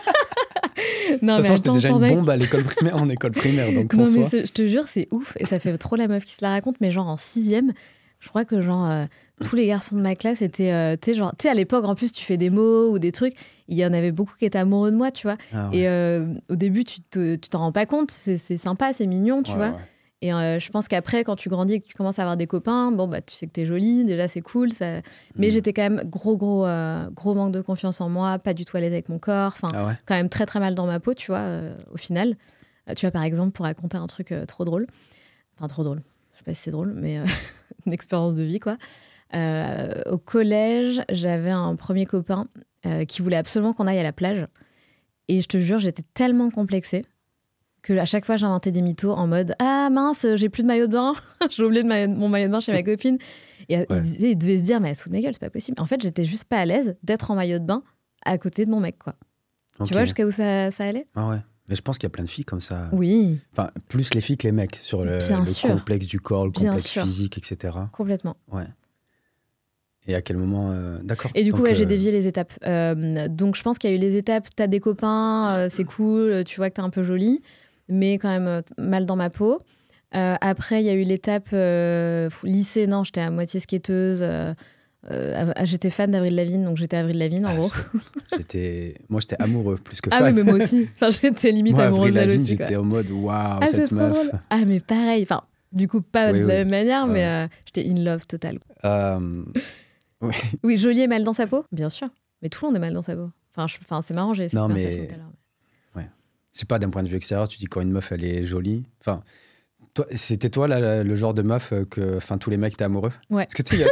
que... non, de toute façon, j'étais déjà une bombe à l'école primaire, en école primaire, donc non, en mais soi... je te jure, c'est ouf. Et ça fait trop la meuf qui se la raconte, mais genre en sixième, je crois que genre... Euh... tous les garçons de ma classe étaient, euh, tu sais, genre, tu sais, à l'époque, en plus, tu fais des mots ou des trucs. Il y en avait beaucoup qui étaient amoureux de moi, tu vois. Ah ouais. Et euh, au début, tu, te, tu t'en rends pas compte. C'est, c'est sympa, c'est mignon, tu ouais, vois. Ouais. Et euh, je pense qu'après, quand tu grandis et que tu commences à avoir des copains, bon, bah, tu sais que t'es jolie, déjà, c'est cool. Ça... Mais mmh. j'étais quand même gros, gros, euh, gros manque de confiance en moi, pas du tout à l'aise avec mon corps. Enfin, ah ouais. quand même très, très mal dans ma peau, tu vois, euh, au final. Euh, tu vois, par exemple, pour raconter un truc euh, trop drôle. Enfin, trop drôle. Je sais pas si c'est drôle, mais euh, une expérience de vie, quoi. Euh, au collège, j'avais un premier copain euh, qui voulait absolument qu'on aille à la plage. Et je te jure, j'étais tellement complexée que à chaque fois, j'inventais des mythos en mode « Ah mince, j'ai plus de maillot de bain, j'ai oublié de maillot, mon maillot de bain chez ma copine. » Et ouais. il, il devait se dire « Mais elle se fout de ma gueule, c'est pas possible. » En fait, j'étais juste pas à l'aise d'être en maillot de bain à côté de mon mec, quoi. Okay. Tu vois jusqu'à où ça, ça allait? Ah ouais. Mais je pense qu'il y a plein de filles comme ça. Oui. Enfin, plus les filles que les mecs, sur le, le complexe du corps, le Bien complexe sûr. physique, et cetera. Complètement. Ouais. Et à quel moment... Euh... D'accord. Et du coup, donc, ouais, euh... j'ai dévié les étapes. Euh, donc, je pense qu'il y a eu les étapes, t'as des copains, euh, c'est cool, tu vois que t'es un peu jolie, mais quand même euh, mal dans ma peau. Euh, après, il y a eu l'étape euh, lycée, non, j'étais à moitié skateuse. Euh, euh, j'étais fan d'Avril Lavigne, donc j'étais Avril Lavigne, en ah, gros. J'étais... Moi, j'étais amoureux plus que fan. Ah oui, mais moi aussi. Enfin, j'étais limite moi, amoureuse d'elle aussi. J'étais en mode, waouh, ah, cette c'est meuf. Trop drôle. Ah, mais pareil. Enfin, du coup, pas oui, de oui. la même manière, ouais. mais euh, j'étais in love total. Euh... Oui. oui, jolie et mal dans sa peau, bien sûr. Mais tout le monde est mal dans sa peau. Enfin, je... enfin c'est marrant, j'ai eu cette non, conversation mais... tout à l'heure. Ouais. C'est pas d'un point de vue extérieur, tu dis quand une meuf, elle est jolie. Enfin, toi, c'était toi, là, le genre de meuf que enfin, tous les mecs étaient amoureux? Ouais. Parce que tu sais,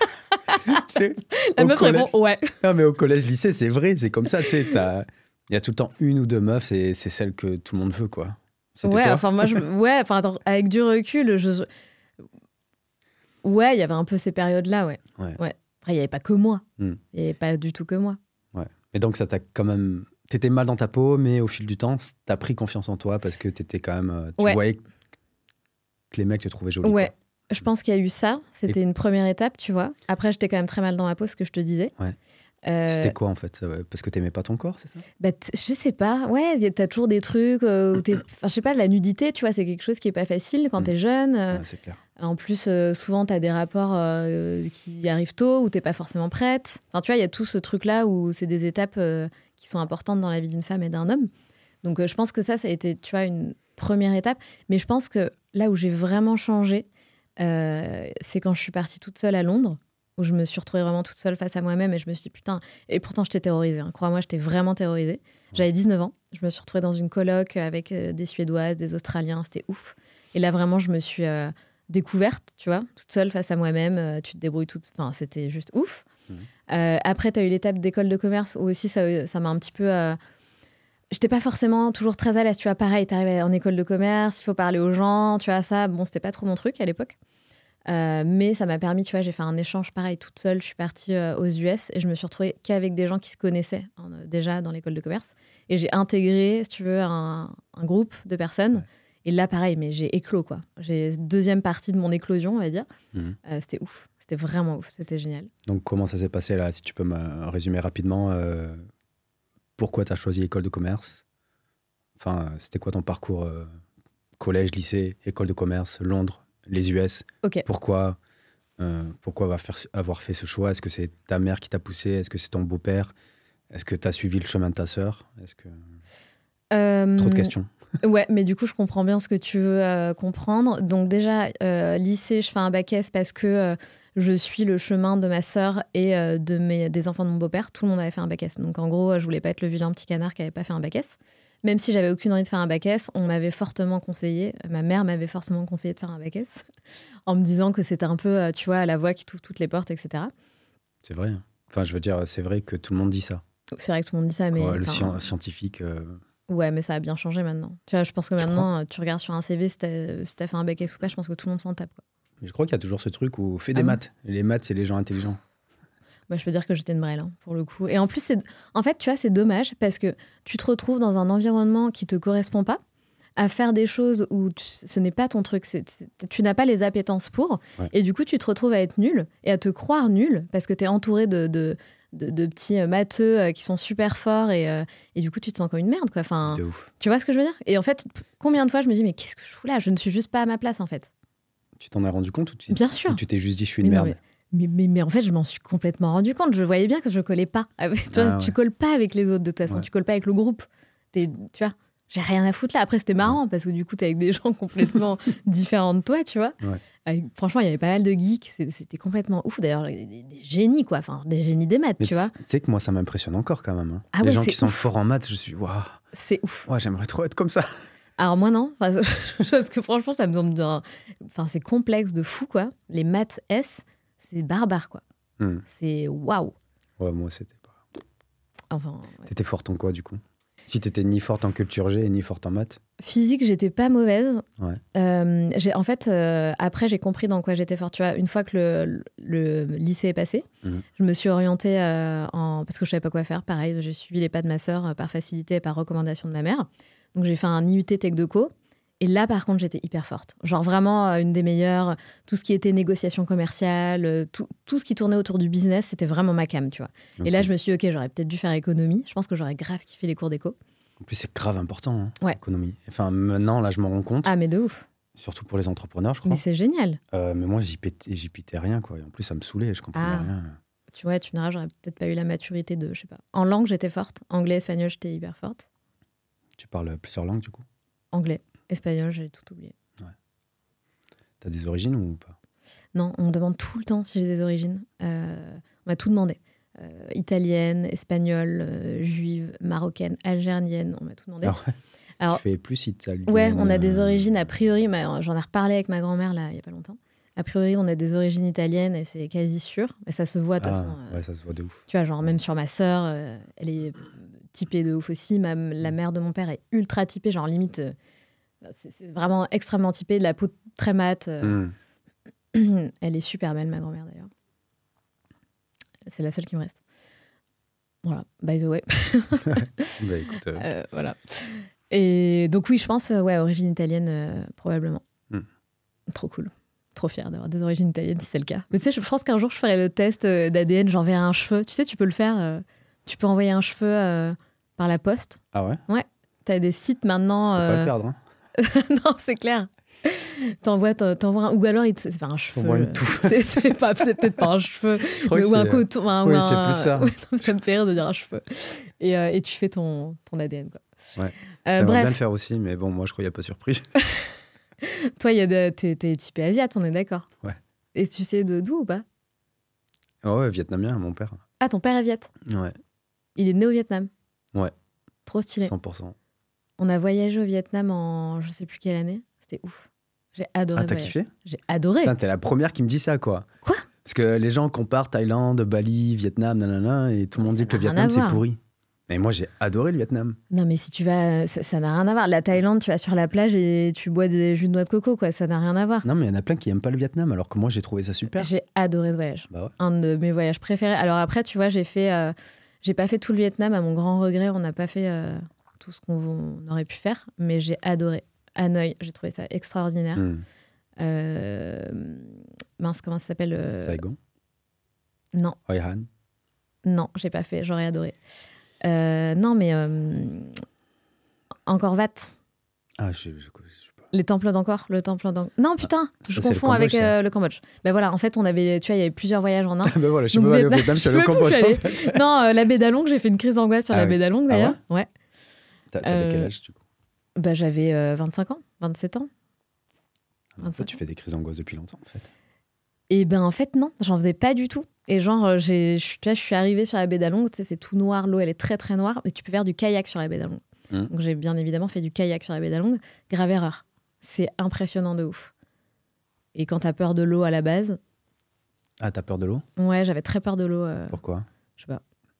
la meuf collège... répond ouais. Non, mais au collège, lycée, c'est vrai, c'est comme ça, tu sais. Il y a tout le temps une ou deux meufs et c'est celle que tout le monde veut, quoi. C'était ouais, toi enfin, moi, je... ouais, enfin, attends, avec du recul, je... ouais, il y avait un peu ces périodes-là, ouais. Ouais. ouais. Après, il n'y avait pas que moi. Mm. Il n'y avait pas du tout que moi. Ouais. Et donc, ça t'a quand même... T'étais mal dans ta peau, mais au fil du temps, t'as pris confiance en toi parce que t'étais quand même... Tu ouais. voyais que les mecs te trouvaient jolie. Ouais. Quoi. Je pense qu'il y a eu ça. C'était Et... une première étape, tu vois. Après, j'étais quand même très mal dans ma peau, ce que je te disais. Ouais. Euh... C'était quoi, en fait? Parce que t'aimais pas ton corps, c'est ça? Bah, je sais pas. Ouais, t'as toujours des trucs euh, où t'es... Enfin, je sais pas, la nudité, tu vois, c'est quelque chose qui est pas facile quand mmh. t'es jeune. Euh... Ouais, c'est clair. En plus, euh, souvent, t'as des rapports euh, qui arrivent tôt, où t'es pas forcément prête. Enfin, tu vois, il y a tout ce truc-là où c'est des étapes euh, qui sont importantes dans la vie d'une femme et d'un homme. Donc, euh, je pense que ça, ça a été, tu vois, une première étape. Mais je pense que là où j'ai vraiment changé, euh, c'est quand je suis partie toute seule à Londres, où je me suis retrouvée vraiment toute seule face à moi-même et je me suis dit, putain... Et pourtant, j'étais terrorisée. Hein. Crois-moi, j'étais vraiment terrorisée. J'avais dix-neuf ans. Je me suis retrouvée dans une coloc avec euh, des Suédoises, des Australiens. C'était ouf. Et là, vraiment, je me suis... Euh, découverte, tu vois, toute seule face à moi-même, euh, tu te débrouilles toute... Enfin, c'était juste ouf. Mmh. Euh, après, tu as eu l'étape d'école de commerce où aussi ça, ça m'a un petit peu... Euh... J'étais pas forcément toujours très à l'aise, tu vois, pareil, t'arrives en école de commerce, il faut parler aux gens, tu vois, ça, bon, c'était pas trop mon truc à l'époque. Euh, mais ça m'a permis, tu vois, j'ai fait un échange pareil toute seule, je suis partie euh, aux U S et je me suis retrouvée qu'avec des gens qui se connaissaient hein, déjà dans l'école de commerce. Et j'ai intégré, si tu veux, un, un groupe de personnes. Ouais. Et là, pareil, mais j'ai éclos, quoi. J'ai deuxième partie de mon éclosion, on va dire. Mmh. Euh, c'était ouf. C'était vraiment ouf. C'était génial. Donc, comment ça s'est passé, là? Si tu peux me résumer rapidement, euh, pourquoi tu as choisi l'école de commerce? Enfin, c'était quoi ton parcours euh, collège, lycée, école de commerce, Londres, les U S? Okay. Pourquoi, euh, pourquoi avoir, faire, avoir fait ce choix? Est-ce que c'est ta mère qui t'a poussé? Est-ce que c'est ton beau-père? Est-ce que tu as suivi le chemin de ta sœur? Est-ce que... Euh... Trop de questions. Ouais, mais du coup, je comprends bien ce que tu veux euh, comprendre. Donc déjà, euh, lycée, je fais un bac S parce que euh, je suis le chemin de ma sœur et euh, de mes, des enfants de mon beau-père. Tout le monde avait fait un bac S. Donc en gros, je voulais pas être le vilain petit canard qui avait pas fait un bac S. Même si j'avais aucune envie de faire un bac S, on m'avait fortement conseillé, ma mère m'avait fortement conseillé de faire un bac S, en me disant que c'était un peu, tu vois, la voie qui t'ouvre toutes les portes, et cetera. C'est vrai. Enfin, je veux dire, c'est vrai que tout le monde dit ça. C'est vrai que tout le monde dit ça, mais... Ouais, le sci- scientifique... Euh... Ouais, mais ça a bien changé maintenant. Tu vois, je pense que maintenant, tu regardes sur un C V si t'as, si t'as fait un bac S ou pas, je pense que tout le monde s'en tape, quoi. Mais je crois qu'il y a toujours ce truc où fais des ah maths. Et les maths, c'est les gens intelligents. Bah, je peux dire que j'étais une brêle, hein, pour le coup. Et en plus, c'est... en fait, tu vois, c'est dommage parce que tu te retrouves dans un environnement qui te correspond pas, à faire des choses où tu... ce n'est pas ton truc. C'est... C'est... Tu n'as pas les appétences pour. Ouais. Et du coup, tu te retrouves à être nul et à te croire nul parce que tu es entouré de... de... De, de petits matheux euh, qui sont super forts et, euh, et du coup tu te sens comme une merde quoi. Enfin, de ouf. Tu vois ce que je veux dire? Et en fait, combien de fois je me dis mais qu'est-ce que je fous là? Je ne suis juste pas à ma place en fait. Tu t'en as rendu compte ou tu, Bien sûr. Ou tu t'es juste dit je suis une mais merde? Non, mais, mais, mais, mais en fait je m'en suis complètement rendu compte. Je voyais bien que je collais pas. Avec, tu, vois, ah, ouais. tu colles pas avec les autres de toute façon. Ouais. Tu colles pas avec le groupe. T'es, tu vois, j'ai rien à foutre là. Après c'était marrant ouais. parce que du coup t'es avec des gens complètement différents de toi, tu vois. Ouais. Avec, franchement, il y avait pas mal de geeks, c'était complètement ouf. D'ailleurs, des, des génies, quoi. Enfin, des génies des maths, mais tu vois. Tu sais que moi, ça m'impressionne encore quand même. Hein. Ah Les ouais, gens qui ouf. sont forts en maths, je suis waouh. C'est ouf. Ouais, j'aimerais trop être comme ça. Alors moi, non. Enfin, parce que franchement, ça me donne d'un... Enfin, c'est complexe de fou, quoi. Les maths S, c'est barbare, quoi. Hmm. C'est waouh. Ouais, moi, c'était pas... Enfin... Ouais. T'étais forte en quoi, du coup? Si t'étais ni forte en culture G et ni forte en maths. Physique, j'étais pas mauvaise. Ouais. Euh, j'ai, en fait, euh, après, j'ai compris dans quoi j'étais forte. Tu vois, une fois que le, le, le lycée est passé, mmh. je me suis orientée euh, en... parce que je savais pas quoi faire. Pareil, j'ai suivi les pas de ma sœur euh, par facilité et par recommandation de ma mère. Donc, j'ai fait un I U T Tech Deco. Et là, par contre, j'étais hyper forte. Genre vraiment euh, une des meilleures. Tout ce qui était négociation commerciale, euh, tout, tout ce qui tournait autour du business, c'était vraiment ma cam, tu vois. Okay. Et là, je me suis dit, OK, j'aurais peut-être dû faire économie. Je pense que j'aurais grave kiffé les cours d'éco. En plus, c'est grave important, hein, ouais. l'économie. Enfin, maintenant, là, je m'en rends compte. Ah, mais de ouf. Surtout pour les entrepreneurs, je crois. Mais c'est génial. Euh, mais moi, j'y pétais, j'y pétais rien, quoi. Et en plus, ça me saoulait, je comprenais ah. rien. Tu vois, tu me diras, j'aurais peut-être pas eu la maturité de, je sais pas. En langue, j'étais forte. Anglais, espagnol, j'étais hyper forte. Tu parles plusieurs langues, du coup ? Anglais, espagnol, j'ai tout oublié. Ouais. T'as des origines ou pas ? Non, on me demande tout le temps si j'ai des origines. Euh, on m'a tout demandé. Euh, italienne, espagnole, euh, juive, marocaine, algérienne, on m'a tout demandé. Ah ouais. Alors, tu fais plus italienne. Ouais, on a des origines, a priori, mais j'en ai reparlé avec ma grand-mère là, il n'y a pas longtemps. A priori, on a des origines italiennes et c'est quasi sûr, mais ça se voit de toute ah, façon. Euh, ouais, ça se voit de ouf. Tu vois, genre même sur ma sœur, euh, elle est typée de ouf aussi. Ma, la mère de mon père est ultra typée, genre limite, euh, c'est, c'est vraiment extrêmement typée, de la peau très mate. Euh, mm. Elle est super belle, ma grand-mère d'ailleurs. C'est la seule qui me reste. Voilà, by the way. bah, écoute, euh... Euh, voilà. Et donc oui, je pense, euh, ouais, origine italienne, euh, probablement. Mm. Trop cool. Trop fière d'avoir des origines italiennes, si c'est le cas. Mais tu sais, je pense qu'un jour, je ferai le test euh, d'A D N, j'enverrai un cheveu. Tu sais, tu peux le faire. Euh, tu peux envoyer un cheveu euh, par la poste. Ah ouais ? Ouais. T'as des sites maintenant... Faut euh... pas le perdre, hein. Non, c'est clair. T'envoies, t'envoies un... Ou alors, il te... c'est pas un cheveu. T'envoies une touffe. C'est, c'est, pas... c'est peut-être pas un cheveu. Mais, ou un coton. Hein, oui, ou un... c'est plus ça. Ouais, non, ça me fait rire de dire un cheveu. Et, euh, et tu fais ton, ton A D N, quoi. Ouais. Euh, J'aimerais bref. bien le faire aussi, mais bon, moi, je crois qu'il n'y a pas de surprise. Toi, y a de... t'es, t'es typé asiate, on est d'accord. Ouais. Et tu sais de d'où ou pas ? Oh ouais, vietnamien, mon père. Ah, ton père est viet ? Ouais. Il est né au Vietnam ? Ouais. Trop stylé. cent pour cent. On a voyagé au Vietnam en je sais plus quelle année. C'était ouf. J'ai adoré. Ah, t'as voyage. kiffé ? J'ai adoré. Putain, t'es la première qui me dit ça, quoi. Quoi ? Parce que les gens comparent Thaïlande, Bali, Vietnam, nanana, et tout le monde ça dit que le rien Vietnam, à c'est voir. pourri. Mais moi, j'ai adoré le Vietnam. Non, mais si tu vas... Ça, ça n'a rien à voir. La Thaïlande, tu vas sur la plage et tu bois des jus de noix de coco, quoi. Ça n'a rien à voir. Non, mais il y en a plein qui aiment pas le Vietnam, alors que moi, j'ai trouvé ça super. J'ai adoré ce voyage. Bah ouais. Un de mes voyages préférés. Alors après, tu vois, j'ai fait... Euh... J'ai pas fait tout le Vietnam. À mon grand regret, on n'a pas fait euh, tout ce qu'on on aurait pu faire. Mais j'ai adoré. Hanoï, j'ai trouvé ça extraordinaire. Mmh. Euh... Mince, comment ça s'appelle euh... Saigon ? Non. Hoi Han ? Non, j'ai pas fait. J'aurais adoré. Euh, non, mais euh, Angkor Wat. Ah, je, je, je, je sais pas. Les temples d'Angkor, le temple d'Angkor. Non, putain, ah, je ça, confonds le avec Cambodge, euh, le Cambodge. Ben voilà, en fait, on avait, tu vois, il y avait plusieurs voyages en un. ben voilà, je suis Donc, pas allé au Vietnam, Vietnam, c'est le Cambodge. En fait. Non, euh, la baie d'Along, j'ai fait une crise d'angoisse sur ah, la oui. baie d'Along d'ailleurs. Ah ouais. ouais. T'as, t'avais euh, quel âge du coup ? Bah, j'avais euh, vingt-cinq ans, vingt-sept ans. En fait, tu fais des crises d'angoisse depuis longtemps, en fait. Et ben en fait, non, j'en faisais pas du tout. Et genre, j'ai, je, tu vois, je suis arrivée sur la baie d'Along, tu sais, c'est tout noir, l'eau, elle est très très noire, et tu peux faire du kayak sur la baie d'Along. Mmh. Donc j'ai bien évidemment fait du kayak sur la baie d'Along. Grave erreur. C'est impressionnant de ouf. Et quand t'as peur de l'eau à la base... Ah, t'as peur de l'eau ? Ouais, j'avais très peur de l'eau. Euh... Pourquoi ? Je sais pas.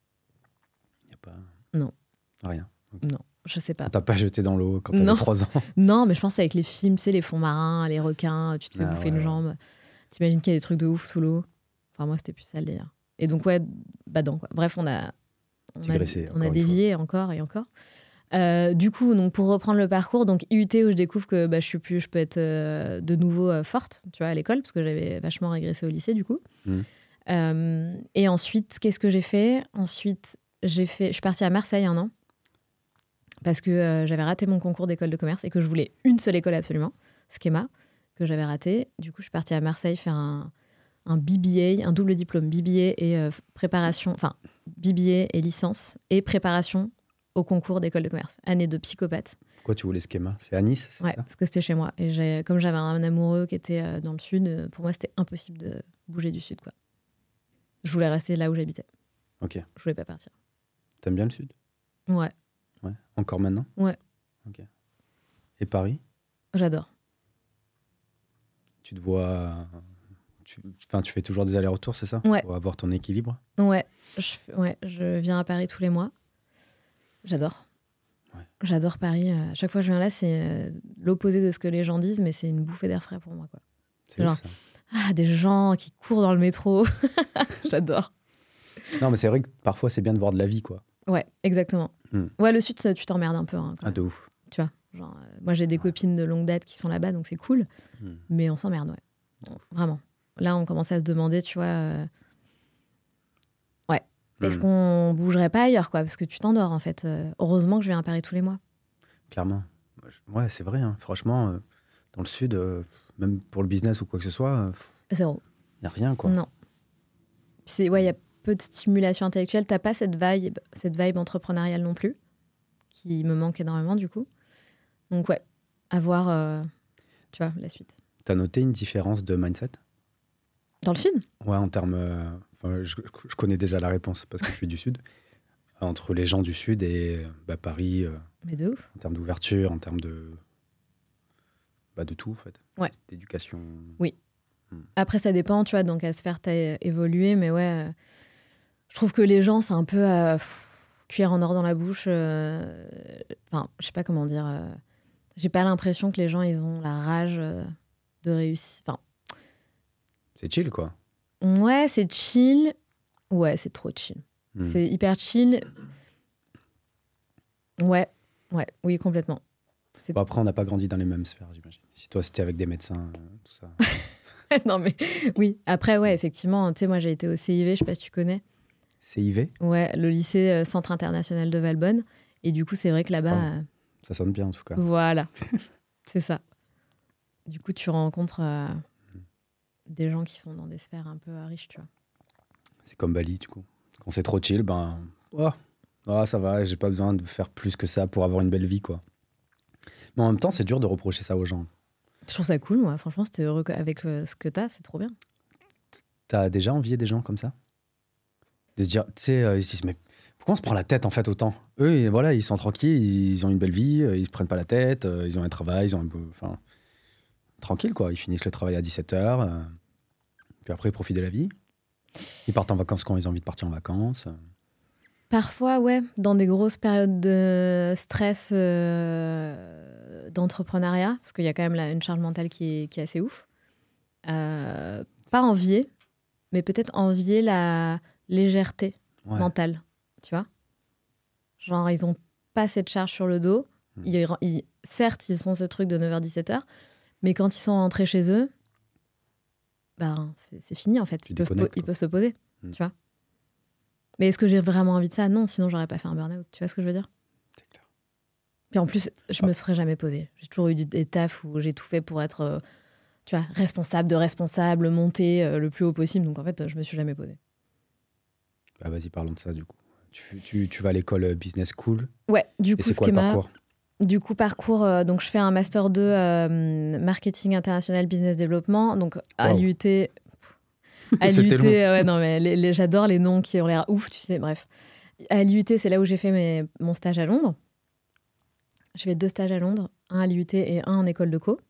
Y a pas... Non. Rien. Okay. Non, je sais pas. On t'a pas jeté dans l'eau quand t'avais trois ans ? Non, mais je pense avec les films, tu sais, les fonds marins, les requins, tu te fais ah, bouffer ouais, une jambe. T'imagines qu'il y a des trucs de ouf sous l'eau. Enfin, moi, c'était plus ça le délire. Et donc, ouais, badant, quoi. Bref, on a, on a, on a dévié encore et encore. Euh, du coup, donc, pour reprendre le parcours, donc I U T où je découvre que bah, je, suis plus, je peux être euh, de nouveau euh, forte, tu vois, à l'école, parce que j'avais vachement régressé au lycée, du coup. Mmh. Euh, et ensuite, qu'est-ce que j'ai fait ? Ensuite, j'ai fait, je suis partie à Marseille un an, parce que euh, j'avais raté mon concours d'école de commerce et que je voulais une seule école absolument, Schema, que j'avais raté. Du coup, je suis partie à Marseille faire un... un B B A, un double diplôme B B A et euh, préparation, enfin B B A et licence et préparation au concours d'école de commerce. Année de psychopathe. Pourquoi tu voulais Schema ? C'est à Nice, c'est ouais, ça ? parce que c'était chez moi. Et j'ai, comme j'avais un amoureux qui était euh, dans le sud, euh, pour moi, c'était impossible de bouger du sud, quoi. Je voulais rester là où j'habitais. Ok. Je voulais pas partir. T'aimes bien le sud ? Ouais. Ouais. Encore maintenant ? Ouais. Ok. Et Paris ? J'adore. Tu te vois... Tu, enfin, tu fais toujours des allers-retours, c'est ça ? Ouais. Pour avoir ton équilibre ? Ouais je, ouais. je viens à Paris tous les mois. J'adore. Ouais. J'adore Paris. À chaque fois que je viens là, c'est l'opposé de ce que les gens disent, mais c'est une bouffée d'air frais pour moi, quoi. C'est genre ouf, ça. Ah, des gens qui courent dans le métro. J'adore. Non, mais c'est vrai que parfois, c'est bien de voir de la vie, quoi. Ouais, exactement. Mm. Ouais, le sud, ça, tu t'emmerdes un peu. Hein, ah, de ouf. Tu vois, genre, euh, moi, j'ai des ouais. copines de longue date qui sont là-bas, donc c'est cool. Mm. Mais on s'emmerde, ouais. Bon, vraiment. Là, on commence à se demander, tu vois... Euh... Ouais. Mm. Est-ce qu'on bougerait pas ailleurs, quoi? Parce que tu t'endors, en fait. Euh, heureusement que je viens à Paris tous les mois. Clairement. Ouais, c'est vrai. Hein. Franchement, euh, dans le sud, euh, même pour le business ou quoi que ce soit... Euh, Zéro. Il n'y a rien, quoi. Non. Il ouais, y a peu de stimulation intellectuelle. Tu n'as pas cette vibe, cette vibe entrepreneuriale non plus, qui me manque énormément, du coup. Donc, ouais, à voir, euh, tu vois, la suite. Tu as noté une différence de mindset? Dans le sud? Ouais, en termes... Euh, je, je connais déjà la réponse, parce que je suis du sud. Entre les gens du sud et bah, Paris. Euh, Mais de ouf. En termes d'ouverture, en termes de... Bah, de tout, en fait. Ouais. D'éducation. Oui. Après, ça dépend, tu vois, dans quelle sphère tu as évolué. Mais ouais, euh, je trouve que les gens, c'est un peu euh, pff, cuillère en or dans la bouche. Euh, enfin, je sais pas comment dire. Euh, j'ai pas l'impression que les gens, ils ont la rage euh, de réussir. Enfin, c'est chill, quoi. Ouais, c'est chill. Ouais, c'est trop chill. Mm. C'est hyper chill. Ouais, ouais, oui, complètement. Bon, après, on n'a pas grandi dans les mêmes sphères, j'imagine. Si toi, c'était avec des médecins, euh, tout ça... Non, mais oui. Après, ouais, effectivement, tu sais, moi, j'ai été au C I V, je sais pas si tu connais. C I V? Ouais, le lycée euh, Centre International de Valbonne. Et du coup, c'est vrai que là-bas... Oh, euh... ça sonne bien, en tout cas. Voilà, c'est ça. Du coup, tu rencontres euh, mm. des gens qui sont dans des sphères un peu euh, riches, tu vois. C'est comme Bali, du coup. Quand c'est trop chill, ben... Oh, oh, ça va, j'ai pas besoin de faire plus que ça pour avoir une belle vie, quoi. Mais en même temps, c'est dur de reprocher ça aux gens. Je trouve ça cool, moi. Franchement, c'était heureux avec euh, ce que t'as, c'est trop bien. T'as déjà envié des gens comme ça? De se dire, tu sais, euh, ils se disent, mais pourquoi on se prend la tête en fait autant? Eux, voilà, ils sont tranquilles, ils ont une belle vie, ils se prennent pas la tête, euh, ils ont un travail, ils ont un peu. Enfin, tranquille, quoi. Ils finissent le travail à dix-sept heures, euh, puis après, ils profitent de la vie. Ils partent en vacances quand ils ont envie de partir en vacances. Parfois, ouais, dans des grosses périodes de stress. Euh... d'entrepreneuriat, parce qu'il y a quand même là une charge mentale qui est, qui est assez ouf. Euh, pas envier, mais peut-être envier la légèreté ouais. mentale, tu vois. Genre, ils ont pas cette charge sur le dos. Mmh. Ils, ils, certes, ils ont ce truc de neuf heures dix-sept heures, mais quand ils sont rentrés chez eux, ben, c'est, c'est fini, en fait. Ils peuvent, po- ils peuvent se poser, mmh. tu vois. Mais est-ce que j'ai vraiment envie de ça? Non, sinon, j'aurais pas fait un burn-out. Tu vois ce que je veux dire? Puis en plus, je me serais jamais posée. J'ai toujours eu des tafs où j'ai tout fait pour être, euh, tu vois, responsable de responsable, monter euh, le plus haut possible. Donc en fait, je me suis jamais posée. Bah vas-y, parlons de ça du coup. Tu, tu, tu vas à l'école Business School. Ouais, du Et coup, c'est quoi le parcours? Du coup, parcours, euh, donc je fais un master deux euh, marketing international business développement. Donc à wow. l'U T, à l'U T, ouais, non mais les, les, j'adore les noms qui ont l'air ouf, tu sais. Bref, à l'U T, c'est là où j'ai fait mes, mon stage à Londres. J'ai fait deux stages à Londres, un à l'I U T et un en école de co.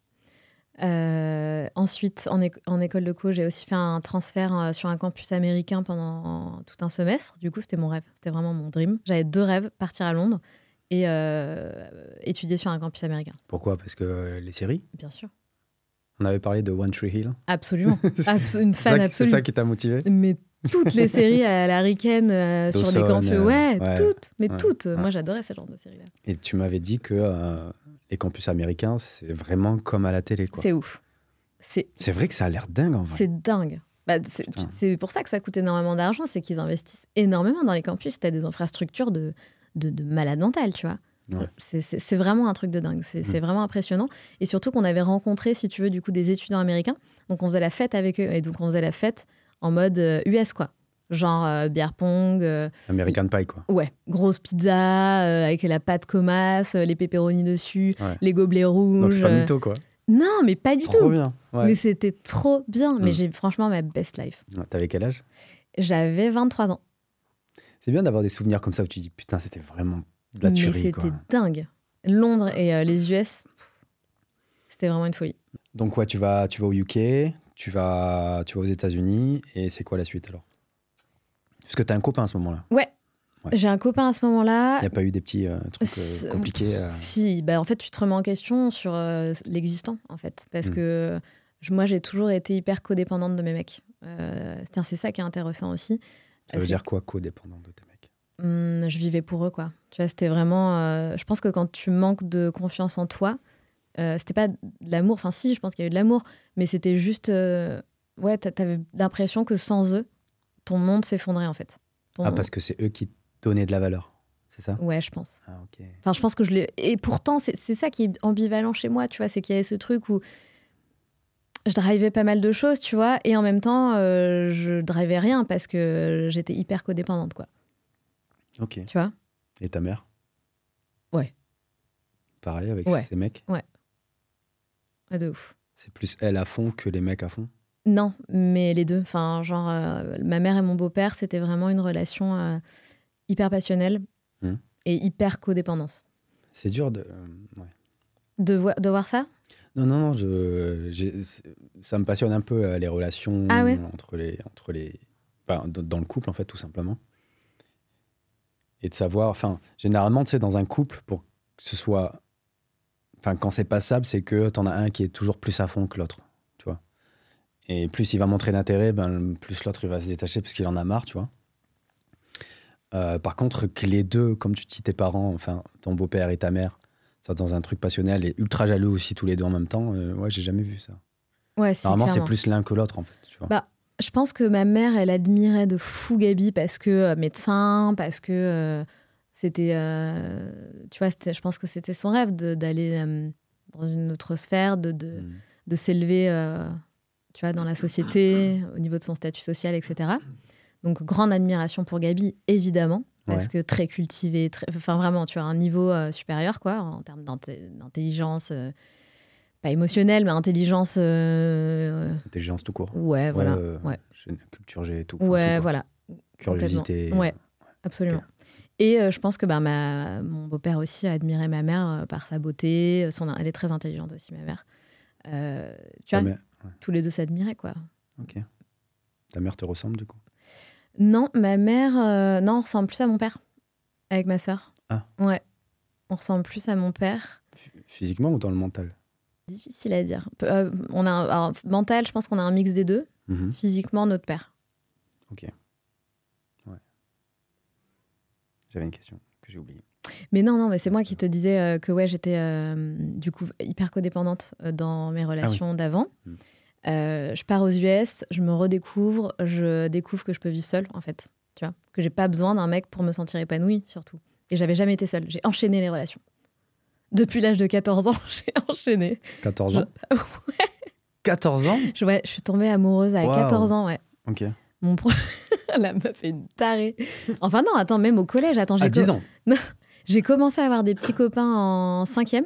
Euh, ensuite, en, é- en école de co, j'ai aussi fait un transfert euh, sur un campus américain pendant tout un semestre. Du coup, c'était mon rêve. C'était vraiment mon dream. J'avais deux rêves, partir à Londres et euh, étudier sur un campus américain. Pourquoi? Parce que euh, les séries? Bien sûr. On avait parlé de One Tree Hill. Absolument. Abso- une fan c'est absolue. C'est ça qui t'a motivé? Mais toutes les séries à la ricaine euh, sur des campus. Euh, ouais, ouais, toutes. Mais ouais, toutes. Ouais. Moi, j'adorais ce genre de séries-là. Et tu m'avais dit que euh, les campus américains, c'est vraiment comme à la télé, quoi. C'est ouf. C'est, c'est vrai que ça a l'air dingue, en vrai. C'est dingue. Bah, c'est, tu, c'est pour ça que ça coûte énormément d'argent. C'est qu'ils investissent énormément dans les campus. Tu as des infrastructures de, de, de malade mental, tu vois. Ouais. C'est, c'est, c'est vraiment un truc de dingue. C'est, mmh. c'est vraiment impressionnant. Et surtout qu'on avait rencontré, si tu veux, du coup, des étudiants américains. Donc, on faisait la fête avec eux. Et donc, on faisait la fête en mode euh, U S, quoi. Genre euh, bière pong. Euh, American Pie, quoi. Ouais. Grosse pizza euh, avec la pâte comasse, les pepperonis dessus, ouais. les gobelets rouges. Donc, c'est pas mytho, quoi. Non, mais pas c'est du trop tout. Bien. Ouais. Mais c'était trop bien. Mmh. Mais j'ai franchement ma best life. T'avais quel âge? J'avais vingt-trois ans. C'est bien d'avoir des souvenirs comme ça où tu dis putain, c'était vraiment de la tuerie. Mais c'était quoi. dingue. Londres et euh, les U S, c'était vraiment une folie. Donc, ouais, tu vas, tu vas au U K, tu vas, tu vas aux États-Unis, et c'est quoi la suite alors? Parce que t'as un copain à ce moment-là. Ouais. Ouais. J'ai un copain à ce moment-là. Il n'y a pas eu des petits euh, trucs euh, compliqués euh... Si, bah, en fait, tu te remets en question sur euh, l'existant, en fait. Parce mmh. que je, moi, j'ai toujours été hyper codépendante de mes mecs. Euh, c'est ça qui est intéressant aussi. Ça veut c'est... dire quoi, codépendante de tes mecs? Hum, je vivais pour eux, quoi. Tu vois, c'était vraiment... Euh, je pense que quand tu manques de confiance en toi, euh, c'était pas de l'amour. Enfin, si, je pense qu'il y a eu de l'amour. Mais c'était juste... Euh, ouais, t'avais l'impression que sans eux, ton monde s'effondrait, en fait. Ton... Ah, parce que c'est eux qui donnaient de la valeur, c'est ça? Ouais, je pense. Ah, ok. Enfin, je pense que je l'ai... Et pourtant, c'est, c'est ça qui est ambivalent chez moi, tu vois. C'est qu'il y avait ce truc où je drivais pas mal de choses, tu vois. Et en même temps, euh, je drivais rien parce que j'étais hyper codépendante, quoi. Ok. Tu vois? Et ta mère? Ouais. Pareil avec ouais. ces mecs? Ouais. Ouais, de ouf. C'est plus elle à fond que les mecs à fond? Non, mais les deux. Enfin, genre, euh, ma mère et mon beau-père, c'était vraiment une relation euh, hyper passionnelle mmh. et hyper codépendance. C'est dur de... Euh, ouais. De, vo- de voir ça? Non, non, non. Je, j'ai, ça me passionne un peu, euh, les relations ah ouais entre les... Entre les enfin, dans le couple, en fait, tout simplement. Et de savoir... Enfin, généralement, tu sais, dans un couple, pour que ce soit... Enfin, quand c'est passable, c'est que t'en as un qui est toujours plus à fond que l'autre. Et plus il va montrer d'intérêt, ben, plus l'autre il va se détacher parce qu'il en a marre, tu vois. Euh, par contre, que les deux, comme tu dis, tes parents, enfin ton beau-père et ta mère, soient dans un truc passionnel et ultra jaloux aussi tous les deux en même temps, euh, ouais, j'ai jamais vu ça. Ouais, si, normalement, clairement. C'est plus l'un que l'autre, en fait. Tu vois. Bah, je pense que ma mère, elle admirait de fou Gabi parce que euh, médecin, parce que euh, c'était, euh, tu vois, c'était, je pense que c'était son rêve de, d'aller euh, dans une autre sphère, de, de, mmh. de s'élever. Euh, tu vois, dans la société, au niveau de son statut social, et cetera. Donc, grande admiration pour Gabi, évidemment, parce ouais. que très cultivée, très... enfin vraiment, tu as un niveau euh, supérieur, quoi, en termes d'inté- d'intelligence, euh, pas émotionnelle, mais intelligence... Euh... Intelligence tout court. Ouais, voilà. Euh, ouais. Culture, j'ai tout. Ouais, tout voilà. Curiosité. Ouais, absolument. Okay. Et euh, je pense que bah, ma... mon beau-père aussi a admiré ma mère euh, par sa beauté. Son... Elle est très intelligente aussi, ma mère. Euh, tu vois, ouais. Tous les deux s'admiraient, quoi. Ok. Ta mère te ressemble, du coup? Non, ma mère... Euh, non, on ressemble plus à mon père, avec ma sœur. Ah. Ouais. On ressemble plus à mon père. F- physiquement ou dans le mental? Difficile à dire. Euh, on a un, alors, mental, je pense qu'on a un mix des deux. Mm-hmm. Physiquement, notre père. Ok. Ouais. J'avais une question que j'ai oubliée. Mais non, non, mais c'est moi qui te disais euh, que ouais, j'étais euh, du coup hyper codépendante dans mes relations ah oui. d'avant. Mm. Euh, je pars aux U S, je me redécouvre, je découvre que je peux vivre seule, en fait. Tu vois, que j'ai pas besoin d'un mec pour me sentir épanouie, surtout. Et j'avais jamais été seule. J'ai enchaîné les relations. Depuis l'âge de quatorze ans, j'ai enchaîné. quatorze ans je... Ouais. quatorze ans je, Ouais, je suis tombée amoureuse à wow. quatorze ans, ouais. Ok. Mon pro... La meuf est une tarée. Enfin non, attends, même au collège, attends, j'ai... À dix ans Non. J'ai commencé à avoir des petits copains en cinquième.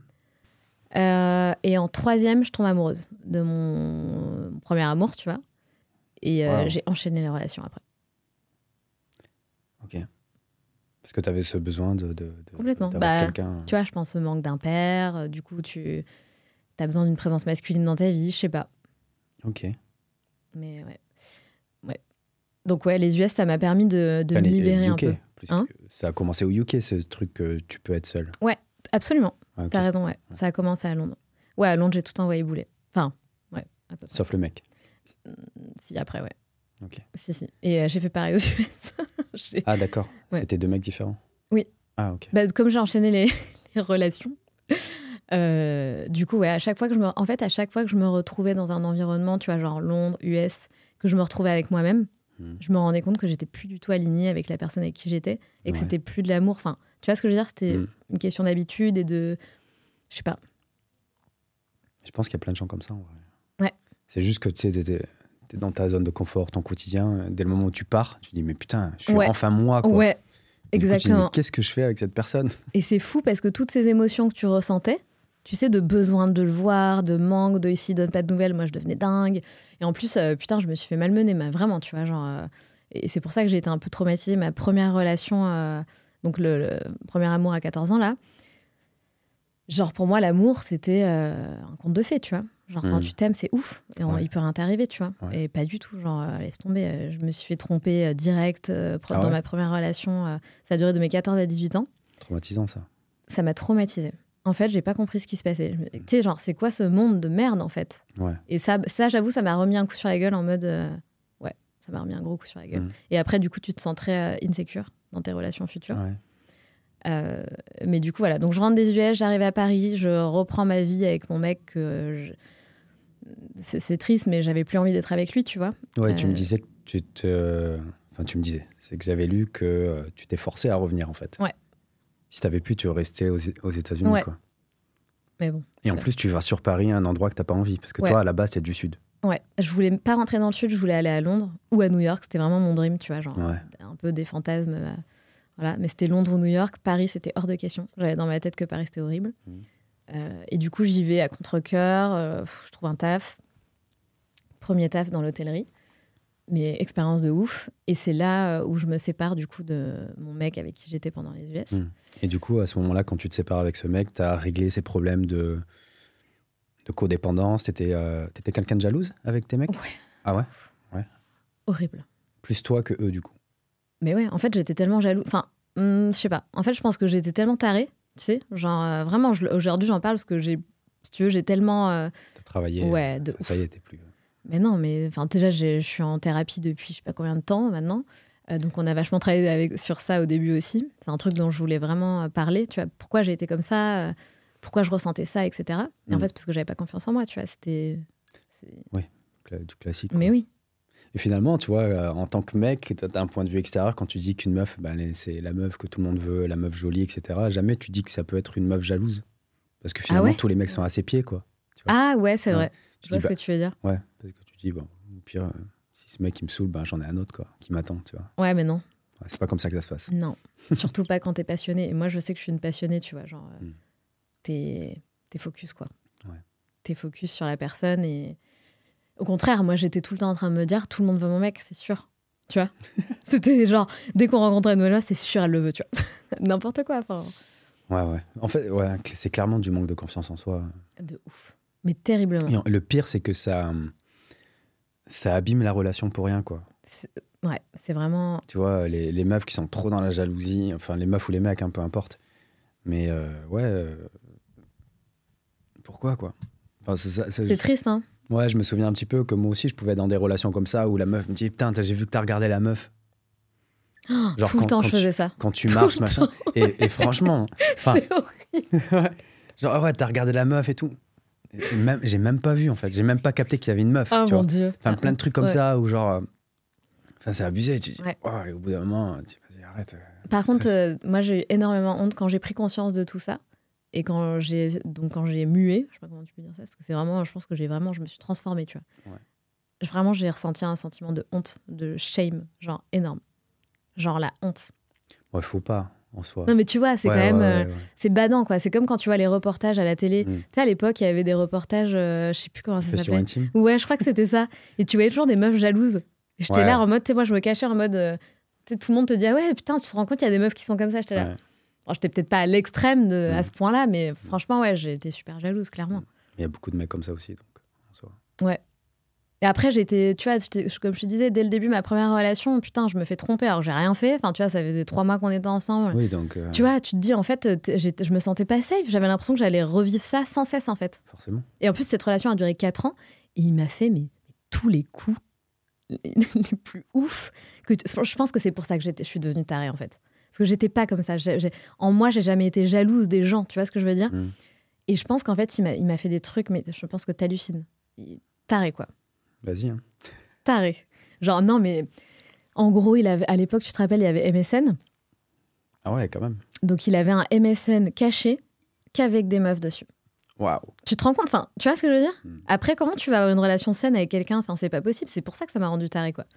Euh, et en troisième, je tombe amoureuse de mon, mon premier amour, tu vois. Et euh, wow. j'ai enchaîné les relations après. Ok. Parce que tu avais ce besoin de, de, de, Complètement. d'avoir bah, quelqu'un... Tu vois, je pense au manque d'un père. Euh, du coup, tu as besoin d'une présence masculine dans ta vie, je sais pas. Ok. Mais ouais. ouais. Donc ouais, les U S, ça m'a permis de, de enfin, me libérer U K, un peu. Plus hein que ça a commencé au U K, ce truc que tu peux être seule. Ouais, absolument. Ah, okay. T'as raison, ouais. ouais. Ça a commencé à Londres. Ouais, à Londres, j'ai tout envoyé bouler. Enfin, ouais. À peu près. Sauf le mec. Mmh, si, après, ouais. Ok. Si, si. Et euh, j'ai fait pareil aux U S. j'ai... Ah, d'accord. Ouais. C'était deux mecs différents? Oui. Ah, ok. Bah, comme j'ai enchaîné les, les relations, euh, du coup, ouais, à chaque fois que je me... En fait, à chaque fois que je me retrouvais dans un environnement, tu vois, genre Londres, U S, que je me retrouvais avec moi-même, je me rendais compte que j'étais plus du tout alignée avec la personne avec qui j'étais et que ouais. c'était plus de l'amour. Enfin, tu vois ce que je veux dire? C'était mm. une question d'habitude et de... Je sais pas. Je pense qu'il y a plein de gens comme ça, en vrai. Ouais. C'est juste que tu sais, t'es, t'es dans ta zone de confort, ton quotidien. Dès le moment où tu pars, tu te dis, mais putain, je suis ouais. enfin moi, quoi. Ouais, et exactement. Coup, dis, mais qu'est-ce que je fais avec cette personne? Et c'est fou parce que toutes ces émotions que tu ressentais, tu sais, de besoin de le voir, de manque, de ici, donne pas de nouvelles, moi je devenais dingue. Et en plus, euh, putain, je me suis fait malmener, mais vraiment, tu vois, genre... Euh, et c'est pour ça que j'ai été un peu traumatisée. Ma première relation, euh, donc le, le premier amour à quatorze ans, là, genre pour moi, l'amour, c'était euh, un conte de fées, tu vois. Genre, mmh. quand tu t'aimes, c'est ouf. Et on, ouais. il peut rien t'arriver, tu vois. Ouais. Et pas du tout. Genre, euh, laisse tomber. Euh, je me suis fait tromper euh, direct euh, pro- Ah dans ouais ma première relation. Euh, ça a duré de mes quatorze à dix-huit ans. Traumatisant, ça. Ça m'a traumatisée. En fait, j'ai pas compris ce qui se passait. Je me- Tu sais, genre, c'est quoi ce monde de merde, en fait? Ouais. Et ça, ça j'avoue, ça m'a remis un coup sur la gueule en mode... euh, ouais, ça m'a remis un gros coup sur la gueule. Mmh. Et après, du coup, tu te sens très euh, insecure dans tes relations futures. Ouais. Euh, mais du coup, voilà. Donc, je rentre des U S, j'arrive à Paris, je reprends ma vie avec mon mec. Que je... c'est, c'est triste, mais j'avais plus envie d'être avec lui, tu vois. Ouais, Euh, tu me disais que tu te... Enfin, tu me disais. C'est que j'avais lu que euh, tu t'es forcé à revenir, en fait. Ouais. Si t'avais pu, tu restais aux, aux États-Unis, Ouais. quoi. Mais bon. Et en voilà. plus, tu vas sur Paris, un endroit que t'as pas envie. Parce que Ouais. toi, à la base, t'es du Sud. Ouais, je voulais pas rentrer dans le sud, je voulais aller à Londres ou à New York. C'était vraiment mon dream, tu vois, genre Ouais. un peu des fantasmes. euh, voilà. Mais c'était Londres ou New York. Paris, c'était hors de question. J'avais dans ma tête que Paris, c'était horrible. Mmh. Euh, et du coup, j'y vais à contre-cœur. euh, pff, je trouve un taf. Premier taf dans l'hôtellerie. Mais expérience de ouf. Et c'est là euh, où je me sépare du coup de mon mec avec qui j'étais pendant les U S. Mmh. Et du coup, à ce moment-là, quand tu te sépares avec ce mec, t'as réglé ces problèmes de, de codépendance. T'étais, euh, t'étais quelqu'un de jalouse avec tes mecs? Ouais. Ah ouais? Horrible. Plus toi que eux, du coup. Mais ouais, en fait, j'étais tellement jalouse. Enfin, hum, je sais pas. En fait, je pense que j'étais tellement tarée, tu sais. Genre, euh, vraiment, je- aujourd'hui, j'en parle parce que j'ai, si tu veux, j'ai tellement. euh, T'as travaillé. ouais, de Ça y est, t'es plus. Mais non, mais enfin, déjà, j'ai- je suis en thérapie depuis je sais pas combien de temps maintenant. Euh, donc, on a vachement travaillé avec, sur ça au début aussi. C'est un truc dont je voulais vraiment euh, parler. Tu vois, pourquoi j'ai été comme ça, euh, pourquoi je ressentais ça, et cetera. Et en Mm. fait, c'est parce que j'avais pas confiance en moi, tu vois. C'était. c'est- Cla- Du classique. Mais quoi. oui. Et finalement, tu vois, euh, en tant que mec, t'as un point de vue extérieur quand tu dis qu'une meuf, bah, elle est- c'est la meuf que tout le monde veut, la meuf jolie, et cetera. Jamais tu dis que ça peut être une meuf jalouse. Parce que finalement, ouais tous les mecs sont à ses pieds, quoi. Ah ouais, c'est Ouais. vrai. Tu Je vois dis, ce bah, que tu veux dire. ouais, parce que tu dis, bon, au pire, euh, si ce mec il me saoule, bah, j'en ai un autre, quoi, qui m'attend, tu vois. Ouais, mais non. Ouais, c'est pas comme ça que ça se passe. Non. Surtout pas quand t'es passionné. Et moi, je sais que je suis une passionnée, tu vois. Genre, euh, Mm. t'es, t'es focus, quoi. Ouais. T'es focus sur la personne. Et au contraire, moi, j'étais tout le temps en train de me dire, tout le monde veut mon mec, c'est sûr. Tu vois. C'était genre, dès qu'on rencontrait une nouvelle meuf, c'est sûr, elle le veut, tu vois. N'importe quoi. Enfin, Ouais, ouais. En fait, ouais, c'est clairement du manque de confiance en soi. de ouf. Mais terriblement. Et en- le pire, c'est que ça, ça abîme la relation pour rien, quoi. C'est- Ouais, c'est vraiment. Tu vois, les, les meufs qui sont trop dans la jalousie, enfin les meufs ou les mecs, hein, peu importe. Mais euh, ouais, euh, pourquoi quoi? Enfin, c'est, ça- c'est- C'est triste, hein. Ouais, je me souviens un petit peu que moi aussi, je pouvais être dans des relations comme ça où la meuf me dit putain, t'as- j'ai vu que t'as regardé la meuf. Oh, Genre tout le quand- temps, quand je faisais tu- ça. Quand tu Tout marches, le machin. temps. Et, et franchement, enfin, C'est horrible. ouais, genre ah ouais, t'as regardé la meuf et tout. Et même, j'ai même pas vu en fait, j'ai même pas capté qu'il y avait une meuf. Oh tu mon vois. Dieu. Enfin, plein de trucs comme Ouais. ça où genre. euh, Enfin, c'est abusé. Tu dis, Ouais. oh, et au bout d'un moment, tu dis, vas-y, arrête. Par contre, Stress. euh, moi, j'ai eu énormément honte quand j'ai pris conscience de tout ça. Et quand j'ai, donc, quand j'ai mué, je sais pas comment tu peux dire ça, parce que c'est vraiment, je pense que j'ai vraiment, je me suis transformée, tu vois. Ouais. Vraiment, j'ai ressenti un sentiment de honte, de shame, genre énorme. Genre la honte. Ouais, faut pas, en soi. Non, mais tu vois, c'est Ouais, quand même, ouais, euh, ouais, ouais. c'est badant, quoi. C'est comme quand tu vois les reportages à la télé. Mm. Tu sais, à l'époque, il y avait des reportages, euh, je sais plus comment ça Confession s'appelait. intime. Ouais, je crois que c'était ça. Et tu voyais toujours des meufs jalouses. Et j'étais Ouais. là en mode, tu sais, moi, je me cachais en mode, euh, tu sais, tout le monde te dit, ah ouais, putain, tu te rends compte, il y a des meufs qui sont comme ça. J'étais là. Ouais. Alors, j'étais peut-être pas à l'extrême de, Mm. à ce point-là, mais franchement, ouais, j'ai été super jalouse, clairement. Il y a beaucoup de mecs comme ça aussi, donc, en soi. Ouais. Et après, j'étais, tu vois, j'étais- comme je te disais, dès le début, ma première relation, putain, je me fais tromper alors que j'ai rien fait. Enfin, tu vois, ça faisait trois mois qu'on était ensemble. Oui, donc. euh, Tu vois, tu te dis, en fait, t'es- j'étais- je me sentais pas safe. J'avais l'impression que j'allais revivre ça sans cesse, en fait. Forcément. Et en plus, cette relation a duré quatre ans. Et il m'a fait mais, tous les coups les, les plus ouf. Que, je pense que c'est pour ça que j'étais, je suis devenue tarée, en fait. Parce que j'étais pas comme ça. J'ai- j'ai- en moi, j'ai jamais été jalouse des gens. Tu vois ce que je veux dire? Mm. Et je pense qu'en fait, il m'a, il m'a fait des trucs, mais je pense que t'hallucines. Il- Taré, quoi. Vas-y. Hein. Taré. Genre, non, mais en gros, il avait, à l'époque, tu te rappelles, il y avait M S N. Ah ouais, quand même. Donc, il avait un M S N caché qu'avec des meufs dessus. Waouh. Tu te rends compte? Enfin, tu vois ce que je veux dire? Mm. Après, comment tu vas avoir une relation saine avec quelqu'un? Enfin, c'est pas possible. C'est pour ça que ça m'a rendu taré, quoi.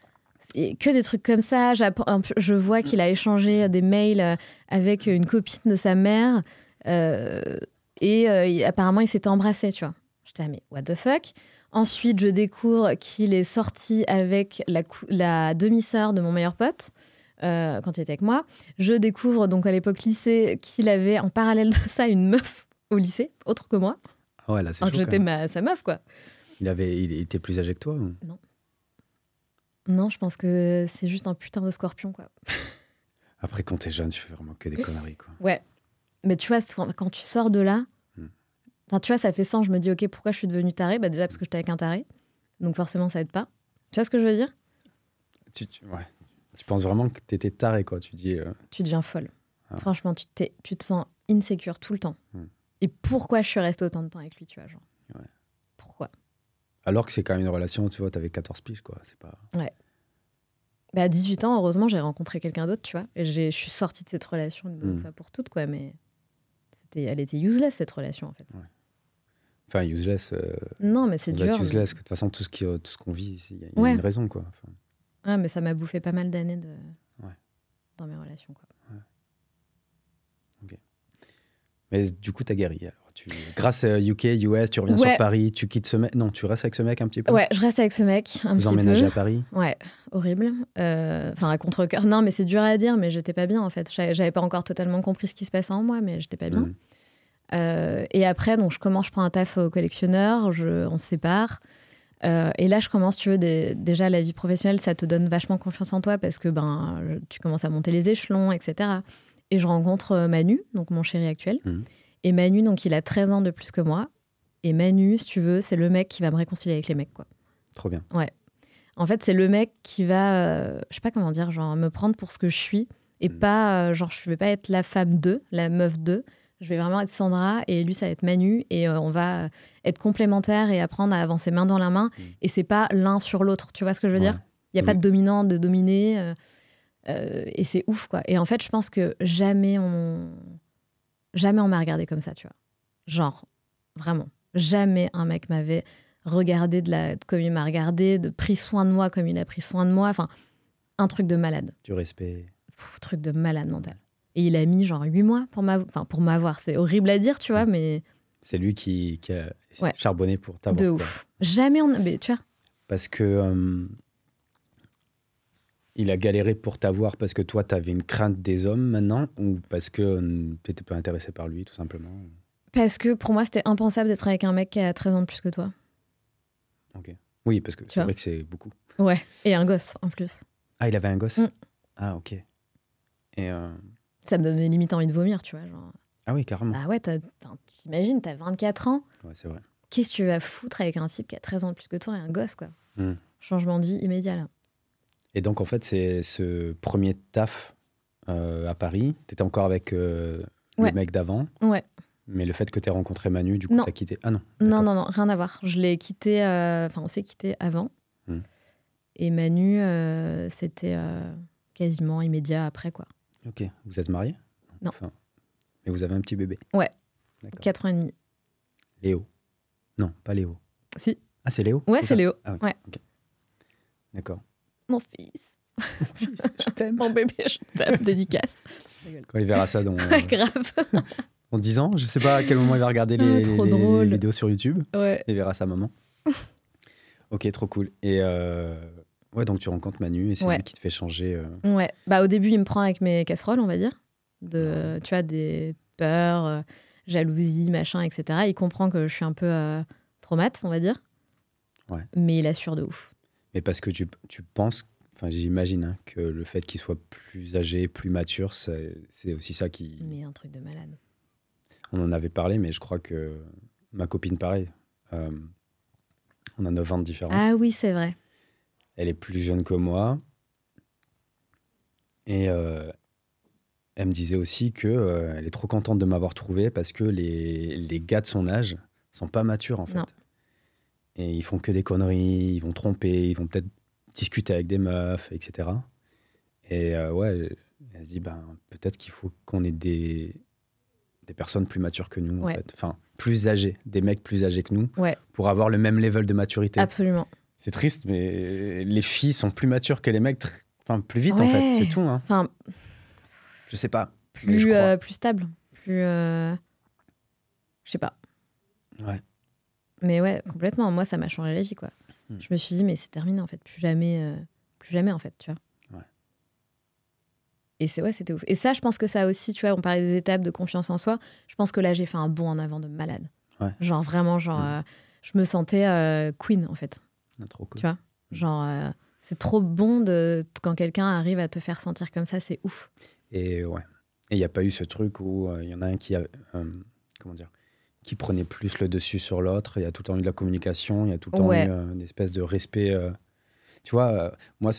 Et que des trucs comme ça. J'app- un peu- Je vois qu'il a échangé des mails euh, avec une copine de sa mère. euh, et euh, il- apparemment, ils s'étaient embrassés, tu vois. J'étais là, mais what the fuck? Ensuite, je découvre qu'il est sorti avec la, cou- la demi-sœur de mon meilleur pote. euh, quand il était avec moi. Je découvre donc à l'époque lycée qu'il avait en parallèle de ça une meuf au lycée, autre que moi. Ouais, là, c'est Alors chaud, que quand j'étais même. ma, sa meuf, quoi. Il, avait, il était plus âgé que toi ou... Non. Non, je pense que c'est juste un putain de scorpion, quoi. Après, quand t'es jeune, tu fais vraiment que des conneries, quoi. Ouais. Mais tu vois, quand tu sors de là, Hmm. enfin, tu vois, ça fait sens. Je me dis, OK, pourquoi je suis devenue tarée? Bah, déjà, parce que j'étais avec un taré. Donc, forcément, ça aide pas. Tu vois ce que je veux dire? Tu, tu, ouais. tu penses vraiment que t'étais taré, quoi. Tu dis... euh, Tu deviens folle. Ah. Franchement, tu, t'es, tu te sens insécure tout le temps. Hmm. Et pourquoi je suis restée autant de temps avec lui, tu vois, genre. Ouais. Pourquoi? Alors que c'est quand même une relation, tu vois, t'avais quatorze piges, quoi. C'est pas... Ouais. Bah, à dix-huit ans, heureusement, j'ai rencontré quelqu'un d'autre, tu vois. Et j'ai, je suis sortie de cette relation une bonne Mm. fois pour toutes, quoi. Mais c'était, elle était useless, cette relation, en fait. Ouais. Enfin, useless... Euh, Non, mais c'est ça doit dur. être mais- useless. De toute façon, tout ce, qui, tout ce qu'on vit ici, il y a, y a Ouais. une raison, quoi. Enfin, Ouais, mais ça m'a bouffé pas mal d'années de... Ouais. dans mes relations, quoi. mais du coup, t'as guéri. Alors, tu... Grâce à U K, U S, tu reviens Ouais. sur Paris, tu quittes ce mec... Non, tu restes avec ce mec un petit peu. Ouais, je reste avec ce mec un Vous petit emménagez peu. à Paris. Ouais, horrible. Euh, Enfin, à contre-cœur. Non, mais c'est dur à dire, mais j'étais pas bien, en fait. J'avais j'avais pas encore totalement compris ce qui se passait en moi, mais j'étais pas bien. Mm. Euh, et après, donc, je commence, je prends un taf au collectionneur, je, on se sépare. Euh, et là, je commence, tu veux, des, déjà, la vie professionnelle, ça te donne vachement confiance en toi parce que ben, tu commences à monter les échelons, et cetera. Et je rencontre euh, Manu, donc mon chéri actuel. Mm. Et Manu, donc, il a treize ans de plus que moi. Et Manu, si tu veux, c'est le mec qui va me réconcilier avec les mecs, quoi. Trop bien. En fait, c'est le mec qui va, euh, je sais pas comment dire, genre me prendre pour ce que je suis et Mm. pas, euh, genre, je vais pas être la femme d'eux, la meuf d'eux. Je vais vraiment être Sandra et lui, ça va être Manu et euh, on va être complémentaires et apprendre à avancer main dans la main. Mm. Et c'est pas l'un sur l'autre. Tu vois ce que je veux Ouais. dire? Il y a Oui. pas de dominant, de dominé. euh, euh, et c'est ouf, quoi. Et en fait, je pense que jamais on, jamais on m'a regardé comme ça, tu vois. Genre, vraiment. Jamais un mec m'avait regardé de la, comme il m'a regardé, de pris soin de moi comme il a pris soin de moi. Enfin, un truc de malade. Du respect. Pff, truc de malade mental. Et il a mis genre huit mois pour m'avoir. Enfin, pour m'avoir. C'est horrible à dire, tu vois, mais C'est lui qui, qui a Ouais. charbonné pour t'avoir. de quoi. ouf. Jamais on. Mais tu vois. Parce que euh, il a galéré pour t'avoir parce que toi, t'avais une crainte des hommes maintenant ou parce que euh, t'étais pas intéressé par lui, tout simplement. Parce que pour moi, c'était impensable d'être avec un mec qui a treize ans de plus que toi. Ok. Oui, parce que Tu c'est vois. vrai que c'est beaucoup. Ouais. Et un gosse, en plus. Ah, il avait un gosse. Mm. Ah, ok. Et euh, Ça me donnait limite envie de vomir, tu vois. Genre, ah oui, carrément. bah ouais, t'as- t'as- t'imagines, t'as vingt-quatre ans. Ouais, c'est vrai. Qu'est-ce que tu vas foutre avec un type qui a treize ans de plus que toi et un gosse, quoi. Mm. Changement de vie immédiat, là. Et donc, en fait, c'est ce premier taf euh, à Paris. T'étais encore avec euh, Ouais. le mec d'avant. Ouais. Mais le fait que t'aies rencontré Manu, du coup, Non. t'as quitté. Ah non. Non, d'accord. non, non, rien à voir. Je l'ai quitté, euh, enfin, on s'est quitté avant. Hmm. Et Manu, euh, c'était euh, quasiment immédiat après, quoi. Ok. Vous êtes mariés? Non. Enfin, mais vous avez un petit bébé? Ouais. D'accord. Quatre ans et demi. Léo? Non, pas Léo. Si. Ah, c'est Léo? Ouais, ça c'est Léo. Ah oui. Ouais. Ok. D'accord. Mon fils. Mon fils, je t'aime. Mon bébé, je t'aime. Dédicace. Quand il verra ça dans, Ouais, grave. dans dix ans, je sais pas à quel moment il va regarder Ah, les, trop les- drôle. les vidéos sur YouTube. Ouais. Il verra sa maman. Ok, trop cool. Et euh, ouais, donc tu rencontres Manu et c'est Ouais. lui qui te fait changer. euh, Ouais. Bah, au début, il me prend avec mes casseroles, on va dire. De, tu vois, des peurs, euh, jalousie, machin, et cetera. Il comprend que je suis un peu euh, traumate, on va dire. Ouais. Mais il assure de ouf. Mais parce que tu, tu penses, enfin j'imagine hein, que le fait qu'il soit plus âgé, plus mature, c'est c'est aussi ça qui... Mais un truc de malade. On en avait parlé, mais je crois que ma copine, pareil, euh, on a neuf ans de différence. Ah oui, c'est vrai. Elle est plus jeune que moi. Et euh, elle me disait aussi qu'elle euh, elle est trop contente de m'avoir trouvé parce que les, les gars de son âge sont pas matures, en fait. Non. Et ils font que des conneries, ils vont tromper, ils vont peut-être discuter avec des meufs, et cetera. Et euh, ouais, elle se dit, ben, peut-être qu'il faut qu'on ait des, des personnes plus matures que nous, Ouais. en fait. Enfin, plus âgés, des mecs plus âgés que nous, Ouais. pour avoir le même level de maturité. Absolument. C'est triste, mais les filles sont plus matures que les mecs, tr- enfin, plus vite, en Ouais. fait, c'est tout. Hein. Enfin, Je sais pas, mais je plus, crois. euh, plus stable. Plus. euh, Je sais pas. Ouais. Mais ouais, complètement. Moi, ça m'a changé la vie, quoi. Hmm. Je me suis dit, mais c'est terminé, en fait. Plus jamais, euh, plus jamais, en fait, tu vois. Ouais. Et c'est ouais, c'était ouf. Et ça, je pense que ça aussi, tu vois, on parlait des étapes de confiance en soi. Je pense que là, j'ai fait un bond en avant de malade. Ouais. Genre vraiment, genre, mmh. euh, je me sentais euh, queen, en fait. Ah, trop cool. Tu vois, genre, euh, c'est trop bon de, quand quelqu'un arrive à te faire sentir comme ça, c'est ouf. Et ouais. Et il n'y a pas eu ce truc où il euh, y en a un qui a, euh, comment dire, qui prenait plus le dessus sur l'autre. Il y a tout le temps eu de la communication, il y a tout le temps ouais. eu euh, une espèce de respect. Euh, tu vois, euh, moi,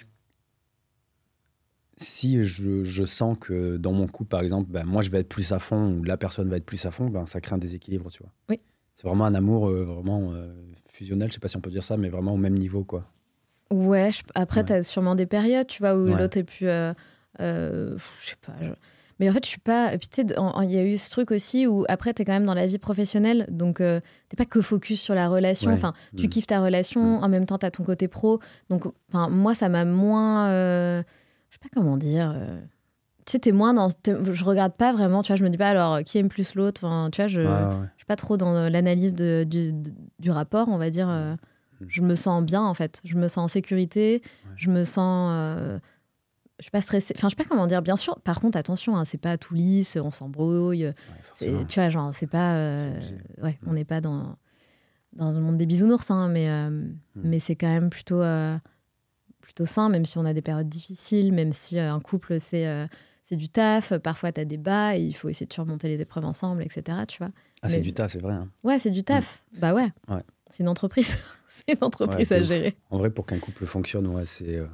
si je, je sens que dans mon couple, par exemple, ben, moi, je vais être plus à fond ou la personne va être plus à fond, ben, ça crée un déséquilibre, tu vois. Oui. C'est vraiment un amour euh, vraiment euh, fusionnel, je sais pas si on peut dire ça, mais vraiment au même niveau, quoi. Ouais, je, après, ouais. tu as sûrement des périodes, tu vois, où ouais. l'autre est plus... Euh, euh, je sais pas... Je... Mais en fait, je suis pas... Puis tu sais, il y a eu ce truc aussi où après, tu es quand même dans la vie professionnelle, donc euh, t'es pas que focus sur la relation. Enfin, ouais. tu mmh. kiffes ta relation, mmh. en même temps, tu as ton côté pro. Donc, moi, ça m'a moins... Euh... Je sais pas comment dire... Euh... Tu sais, t'es moins dans... T'es... Je regarde pas vraiment, tu vois, je me dis pas, alors, qui aime plus l'autre, enfin, tu vois, je... Ah, ouais. je suis pas trop dans l'analyse de, du, du rapport, on va dire... Euh... Je me sens bien, en fait. Je me sens en sécurité. Ouais. Je me sens... Euh... Je suis pas stressée. Enfin, je sais pas comment dire. Bien sûr, par contre, attention, hein, c'est pas tout lisse, on s'embrouille. Ouais, c'est, tu vois, genre, c'est pas... Euh... C'est ouais, on n'est pas dans, dans le monde des bisounours, hein, mais, euh... mm. mais c'est quand même plutôt, euh... plutôt sain, même si on a des périodes difficiles, même si euh, un couple, c'est, euh... c'est du taf. Parfois, t'as des bas et il faut essayer de surmonter les épreuves ensemble, et cetera. Tu vois. Ah, mais... c'est du taf, c'est vrai. Hein. Ouais, c'est du taf. Mm. Bah ouais. ouais. C'est une entreprise. C'est une entreprise ouais, à gérer. En vrai, pour qu'un couple fonctionne, ouais, c'est... Euh...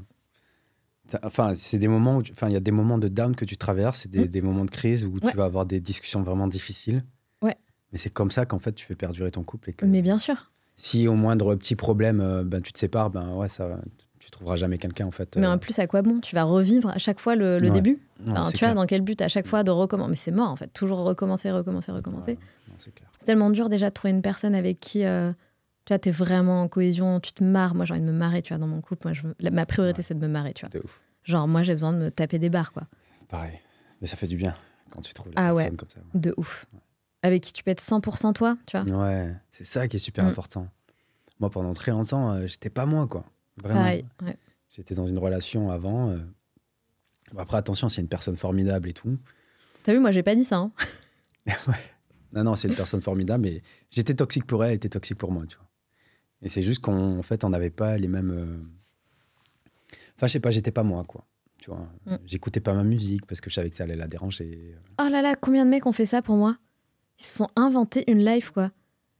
Enfin, c'est des moments où... Tu... Enfin, il y a des moments de down que tu traverses, des, mmh. des moments de crise où ouais. tu vas avoir des discussions vraiment difficiles. Ouais. Mais c'est comme ça qu'en fait, tu fais perdurer ton couple. Et que... Mais bien sûr. Si au moindre petit problème, euh, ben, tu te sépares, ben ouais, ça... tu trouveras jamais quelqu'un, en fait. Mais euh... en plus, à quoi bon ? Tu vas revivre à chaque fois le, le ouais. début non, enfin, Tu clair. vois, dans quel but ? À chaque fois de recommencer. Mais c'est mort, en fait. Toujours recommencer, recommencer, recommencer. Ouais. Non, c'est clair. C'est tellement dur déjà de trouver une personne avec qui... Euh... Tu vois, t'es vraiment en cohésion, tu te marres. Moi, j'ai envie de me marrer, tu vois, dans mon couple. Moi, je veux... Ma priorité, ouais. c'est de me marrer, tu vois. C'est ouf. Genre, moi, j'ai besoin de me taper des barres, quoi. Pareil. Mais ça fait du bien quand tu trouves la ah personne ouais. comme ça. Ouais. De ouf. Ouais. Avec qui tu peux être cent pour cent toi, tu vois. Ouais, c'est ça qui est super mmh. important. Moi, pendant très longtemps, euh, j'étais pas moi, quoi. Vraiment. Pareil, ouais. J'étais dans une relation avant. Euh... Bon, après, attention, c'est une personne formidable et tout. T'as vu, moi, j'ai pas dit ça. Hein. ouais. Non, non, c'est une personne formidable, mais j'étais toxique pour elle, elle était toxique pour moi, tu vois. Et c'est juste qu'en fait, on n'avait pas les mêmes... Euh... Enfin, je sais pas, j'étais pas moi, quoi. Tu vois, mm. j'écoutais pas ma musique parce que je savais que ça allait la déranger. Oh là là, combien de mecs ont fait ça pour moi ? Ils se sont inventés une life, quoi. C'est-à-dire ?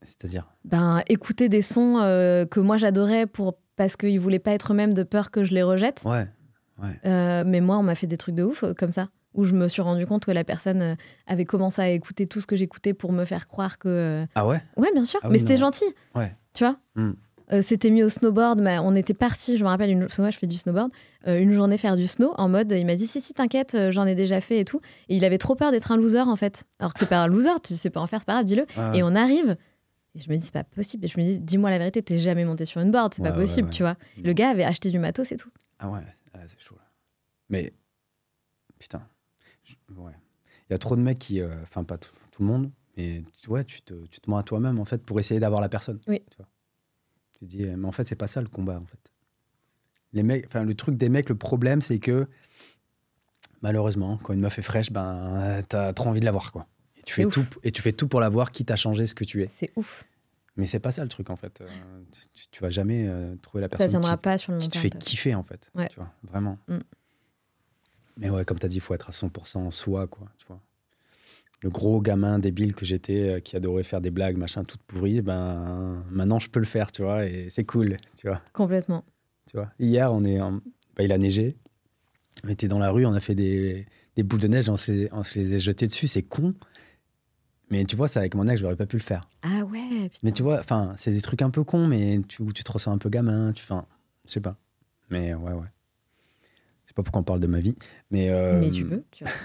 Ben, écouter des sons euh, que moi, j'adorais pour... parce qu'ils voulaient pas être eux-mêmes de peur que je les rejette. Ouais, ouais. Euh, mais moi, on m'a fait des trucs de ouf, comme ça. Où je me suis rendu compte que la personne avait commencé à écouter tout ce que j'écoutais pour me faire croire que... Ah ouais ? Ouais, bien sûr. Ah oui, mais c'était non. gentil. Ouais. Tu vois ? mm. euh, C'était mis au snowboard. Mais on était partis, je me rappelle, une... parce que moi, je fais du snowboard, euh, une journée faire du snow, en mode, il m'a dit, si, si, t'inquiète, j'en ai déjà fait et tout. Et il avait trop peur d'être un loser, en fait. Alors que c'est pas un loser, tu sais pas en faire, c'est pas grave, dis-le. Ah ouais. Et on arrive... Et je me dis, c'est pas possible. Et je me dis, dis-moi la vérité, t'es jamais monté sur une board, c'est ouais, pas possible, ouais, ouais. tu vois. Le gars avait acheté du matos et tout. Ah ouais, ah, c'est chaud, là. Mais, putain... Ouais. Il y a trop de mecs qui, enfin euh, pas tout, tout le monde, mais ouais, tu te, tu te mens à toi-même en fait pour essayer d'avoir la personne. Oui. Tu vois. Tu dis, mais en fait c'est pas ça le combat en fait. Les mecs, enfin le truc des mecs, le problème c'est que malheureusement quand une meuf est fraîche, ben t'as trop envie de la voir quoi. Et tu c'est fais ouf. tout et tu fais tout pour la voir, quitte à changer ce que tu es. C'est ouf. Mais c'est pas ça le truc en fait. Euh, tu, tu vas jamais euh, trouver la personne ça tiendra qui, pas sur le qui te fait kiffer en fait. Ouais. Tu vois, vraiment. Mm. Mais ouais, comme tu as dit, il faut être à cent pour cent soi, quoi, tu vois. Le gros gamin débile que j'étais, euh, qui adorait faire des blagues, machin, toutes pourries, ben, maintenant, je peux le faire, tu vois, et c'est cool, tu vois. Complètement. Tu vois. Hier, on est en... ben, il a neigé, on était dans la rue, on a fait des, des boules de neige, on se, on se les a jetées dessus, c'est con. Mais tu vois, c'est avec mon ex, je n'aurais pas pu le faire. Ah ouais, putain. Mais tu vois, c'est des trucs un peu cons, mais tu, où tu te ressens un peu gamin, tu fais, je sais pas. Mais ouais, ouais. Pas pourquoi on parle de ma vie, mais euh... mais tu peux. Tu vois.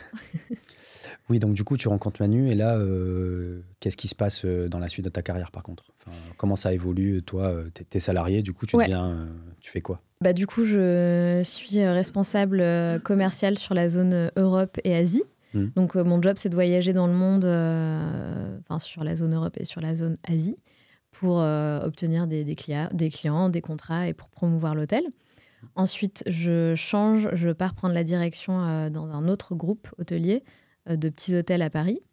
Oui, donc du coup, tu rencontres Manu et là, euh, qu'est-ce qui se passe dans la suite de ta carrière, par contre enfin, comment ça évolue, toi, t'es, t'es salarié, du coup, tu ouais. deviens, euh, tu fais quoi ? Bah du coup, je suis responsable commercial sur la zone Europe et Asie. Mmh. Donc euh, mon job, c'est de voyager dans le monde, euh, enfin sur la zone Europe et sur la zone Asie, pour euh, obtenir des, des, clia- des clients, des contrats et pour promouvoir l'hôtel. Ensuite, je change, je pars prendre la direction euh, dans un autre groupe hôtelier euh, de petits hôtels à Paris.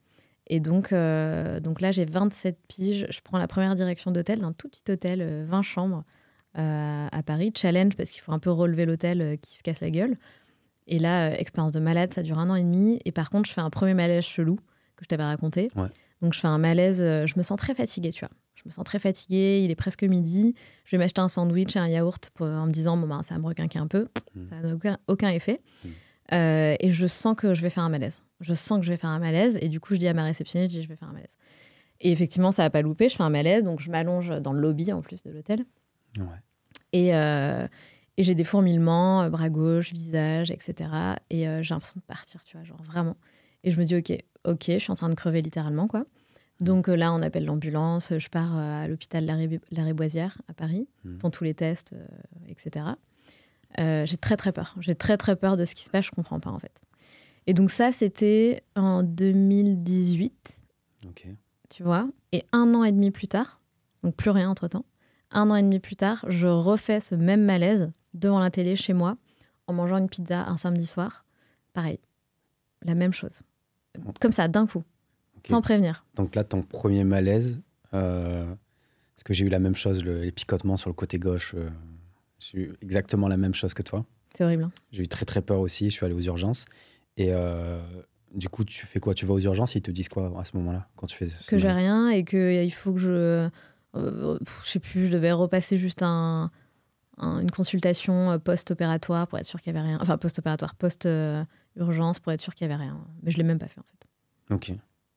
Et donc, euh, donc là, j'ai vingt-sept piges. Je prends la première direction d'hôtel d'un tout petit hôtel, euh, vingt chambres, euh, à Paris. Challenge, parce qu'il faut un peu relever l'hôtel euh, qui se casse la gueule. Et là, euh, expérience de malade, ça dure un an et demi. Et par contre, je fais un premier malaise chelou que je t'avais raconté. Ouais. Donc, je fais un malaise. Euh, je me sens très fatiguée, tu vois. Je me sens très fatiguée. Il est presque midi. Je vais m'acheter un sandwich et un yaourt pour, en me disant, bon, ben, ça va me requinquer un peu. Mmh. Ça n'a aucun, aucun effet. Mmh. Euh, et je sens que je vais faire un malaise. Je sens que je vais faire un malaise. Et du coup, je dis à ma réceptionniste, je dis, je vais faire un malaise. Et effectivement, ça n'a pas loupé. Je fais un malaise. Donc, je m'allonge dans le lobby, en plus de l'hôtel. Ouais. Et, euh, et j'ai des fourmillements, euh, bras gauche, visage, et cetera. Et euh, j'ai l'impression de partir, tu vois, genre vraiment. Et je me dis, OK, OK, je suis en train de crever littéralement, quoi. Donc euh, là, on appelle l'ambulance. Je pars euh, à l'hôpital Lariboisière, à Paris. Ils mmh. font tous les tests, euh, et cetera. Euh, j'ai très, très peur. J'ai très, très peur de ce qui se passe. Je ne comprends pas, en fait. Et donc ça, c'était en deux mille dix-huit. OK. Tu vois. Et un an et demi plus tard, donc plus rien entre-temps, un an et demi plus tard, je refais ce même malaise devant la télé, chez moi, en mangeant une pizza un samedi soir. Pareil. La même chose. Comme ça, d'un coup. Okay. Sans prévenir. Donc là, ton premier malaise, euh, parce que j'ai eu la même chose, le, les picotements sur le côté gauche, euh, j'ai eu exactement la même chose que toi. C'est horrible. Hein. J'ai eu très très peur aussi, je suis allé aux urgences. Et euh, du coup, tu fais quoi? Tu vas aux urgences et ils te disent quoi à ce moment-là quand tu fais ce Que malaise? J'ai rien et qu'il faut que je... Euh, je sais plus, je devais repasser juste un, un, une consultation post-opératoire pour être sûr qu'il n'y avait rien. Enfin, post-opératoire, post-urgence pour être sûr qu'il n'y avait rien. Mais je ne l'ai même pas fait, en fait. Ok.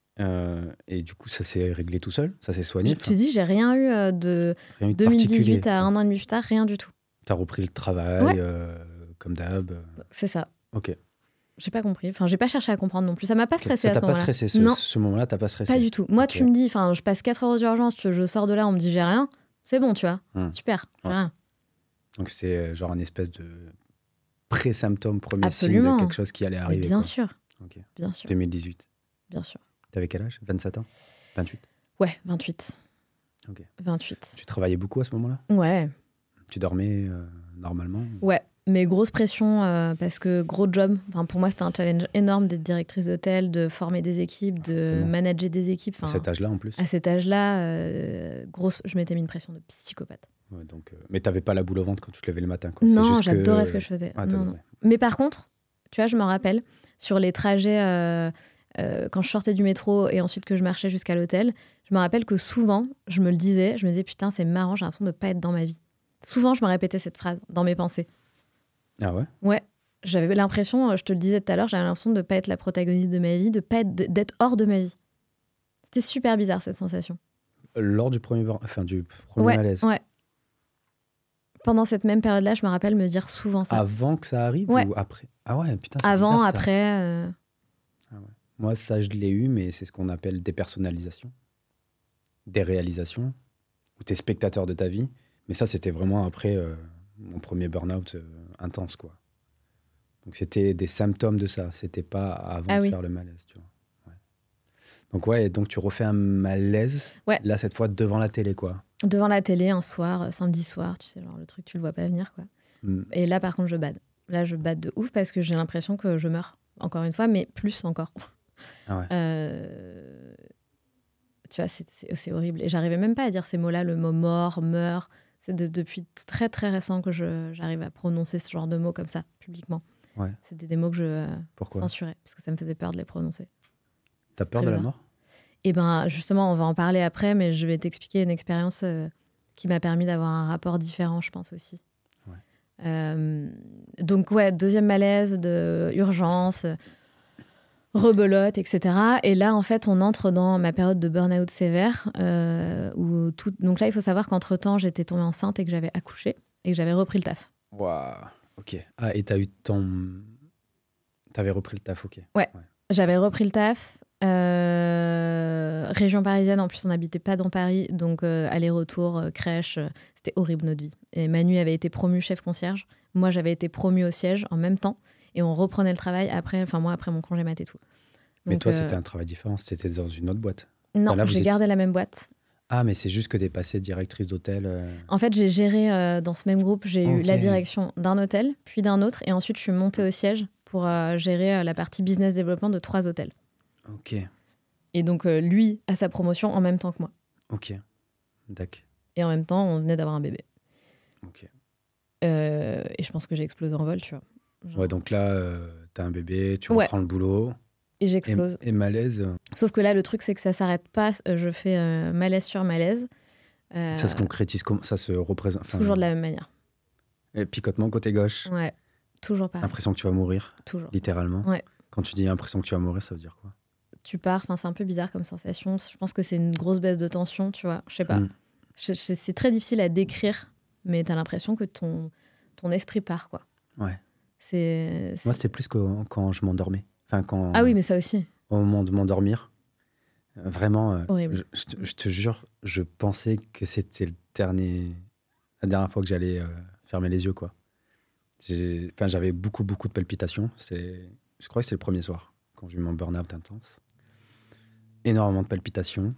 Euh, et du coup, ça s'est réglé tout seul? Ça s'est soigné? Je t'ai dit, j'ai rien eu euh, de, rien eu de deux mille dix-huit à un an et demi plus tard, rien du tout. T'as repris le travail, ouais. euh, comme d'hab? C'est ça. Ok. J'ai pas compris. Enfin, j'ai pas cherché à comprendre non plus. Ça m'a pas stressé okay. à ce moment-là. Ça t'a pas stressé ce, non. ce moment-là, t'as pas stressé? Pas du tout. Moi, okay. tu me dis, enfin, je passe quatre heures aux urgences, je sors de là, on me dit j'ai rien. C'est bon, tu vois. Hum. Super. J'ai ouais. rien. Donc c'était genre un espèce de pré-symptôme, premier Absolument. signe de quelque chose qui allait arriver. Mais bien quoi. sûr. Okay. Bien sûr. deux mille dix-huit. Bien sûr. T'avais quel âge? vingt-sept ans? vingt-huit? Ouais, vingt-huit. Ok. vingt-huit. Tu travaillais beaucoup à ce moment-là? Ouais. Tu dormais euh, normalement? Ouais, mais grosse pression euh, parce que gros job. Enfin, pour moi, c'était un challenge énorme d'être directrice d'hôtel, de former des équipes, de manager des équipes. À cet âge-là, en plus? À cet âge-là, euh, grosse, je m'étais mis une pression de psychopathe. Ouais, donc, euh, mais t'avais pas la boule au ventre quand tu te levais le matin, quoi. Non, juste j'adorais que... ce que je faisais. Ah, non, non. Mais par contre, tu vois, je me rappelle, sur les trajets... Euh, Euh, quand je sortais du métro et ensuite que je marchais jusqu'à l'hôtel, je me rappelle que souvent, je me le disais, je me disais, putain, c'est marrant, j'ai l'impression de ne pas être dans ma vie. Souvent, je me répétais cette phrase dans mes pensées. Ah ouais? Ouais. J'avais l'impression, je te le disais tout à l'heure, j'avais l'impression de ne pas être la protagoniste de ma vie, de pas être, d'être hors de ma vie. C'était super bizarre, cette sensation. Lors du premier, enfin, du premier ouais, malaise? Ouais. Pendant cette même période-là, je me rappelle me dire souvent ça. Avant que ça arrive ouais. ou après? Ah ouais, putain, c'est Avant, bizarre, après... Euh... Ah ouais. Moi, ça, je l'ai eu, mais c'est ce qu'on appelle dépersonnalisation, déréalisation, où tu es spectateur de ta vie. Mais ça, c'était vraiment après euh, mon premier burn-out euh, intense, quoi. Donc, c'était des symptômes de ça. C'était pas avant ah de oui. faire le malaise, tu vois. Ouais. Donc, ouais, donc tu refais un malaise, ouais. là, cette fois, devant la télé, quoi. Devant la télé, un soir, samedi soir, tu sais, genre le truc, tu le vois pas venir, quoi. Mm. Et là, par contre, je bade. Là, je bade de ouf parce que j'ai l'impression que je meurs, encore une fois, mais plus encore. Ah ouais. euh, tu vois, c'est, c'est, c'est horrible. Et j'arrivais même pas à dire ces mots-là, le mot mort, meurt. C'est de, depuis très très récent que je, j'arrive à prononcer ce genre de mots comme ça, publiquement. Ouais. C'était des mots que je euh, Pourquoi censurais, parce que ça me faisait peur de les prononcer. T'as peur de la mort? Eh bien, justement, on va en parler après, mais je vais t'expliquer une expérience euh, qui m'a permis d'avoir un rapport différent, je pense aussi. Ouais. Euh, donc, ouais, deuxième malaise, de urgence... rebelote, et cetera. Et là, en fait, on entre dans ma période de burn-out sévère. Euh, où tout... Donc là, il faut savoir qu'entre-temps, j'étais tombée enceinte et que j'avais accouché et que j'avais repris le taf. Waouh, ok. Ah, et t'as eu ton... T'avais repris le taf, ok. Ouais, ouais. J'avais repris le taf. Euh... Région parisienne, en plus, on n'habitait pas dans Paris. Donc, euh, aller-retour, euh, crèche, euh, c'était horrible, notre vie. Et Manu avait été promu chef concierge. Moi, j'avais été promue au siège en même temps. Et on reprenait le travail après, enfin moi après mon congé mat et tout. Donc, mais toi, euh... c'était un travail différent, c'était dans une autre boîte? Non, enfin, là, j'ai êtes... gardé la même boîte. Ah, mais c'est juste que t'es passée directrice d'hôtel euh... En fait, j'ai géré euh, dans ce même groupe, j'ai okay. eu la direction d'un hôtel, puis d'un autre, et ensuite je suis montée au siège pour euh, gérer euh, la partie business développement de trois hôtels. Ok. Et donc, euh, lui a sa promotion en même temps que moi. Ok, d'accord. Et en même temps, on venait d'avoir un bébé. Ok. Euh, et je pense que j'ai explosé en vol, tu vois. Genre... Ouais, donc là, euh, t'as un bébé, tu ouais. reprends le boulot. Et j'explose. Et, et malaise. Sauf que là, le truc, c'est que ça s'arrête pas. Je fais euh, malaise sur malaise. Euh, ça se concrétise, comment ça se représente enfin, toujours de la même manière. Et picotement côté gauche. Ouais, toujours pareil. L'impression que tu vas mourir. Toujours. Littéralement. Ouais. Quand tu dis l'impression que tu vas mourir, ça veut dire quoi? Tu pars, enfin c'est un peu bizarre comme sensation. Je pense que c'est une grosse baisse de tension, tu vois. Je sais pas. Mm. Je, je, c'est très difficile à décrire, mais t'as l'impression que ton, ton esprit part, quoi. Ouais. C'est, c'est... Moi, c'était plus quand, quand je m'endormais. Enfin, quand, ah oui, mais ça aussi. Au moment de m'endormir. Vraiment, horrible. Je, je, te, je te jure, je pensais que c'était le dernier, la dernière fois que j'allais euh, fermer les yeux, quoi. J'ai, enfin, j'avais beaucoup, beaucoup de palpitations. C'est, je crois que c'est le premier soir, quand j'ai eu mon burn-out intense. Énormément de palpitations.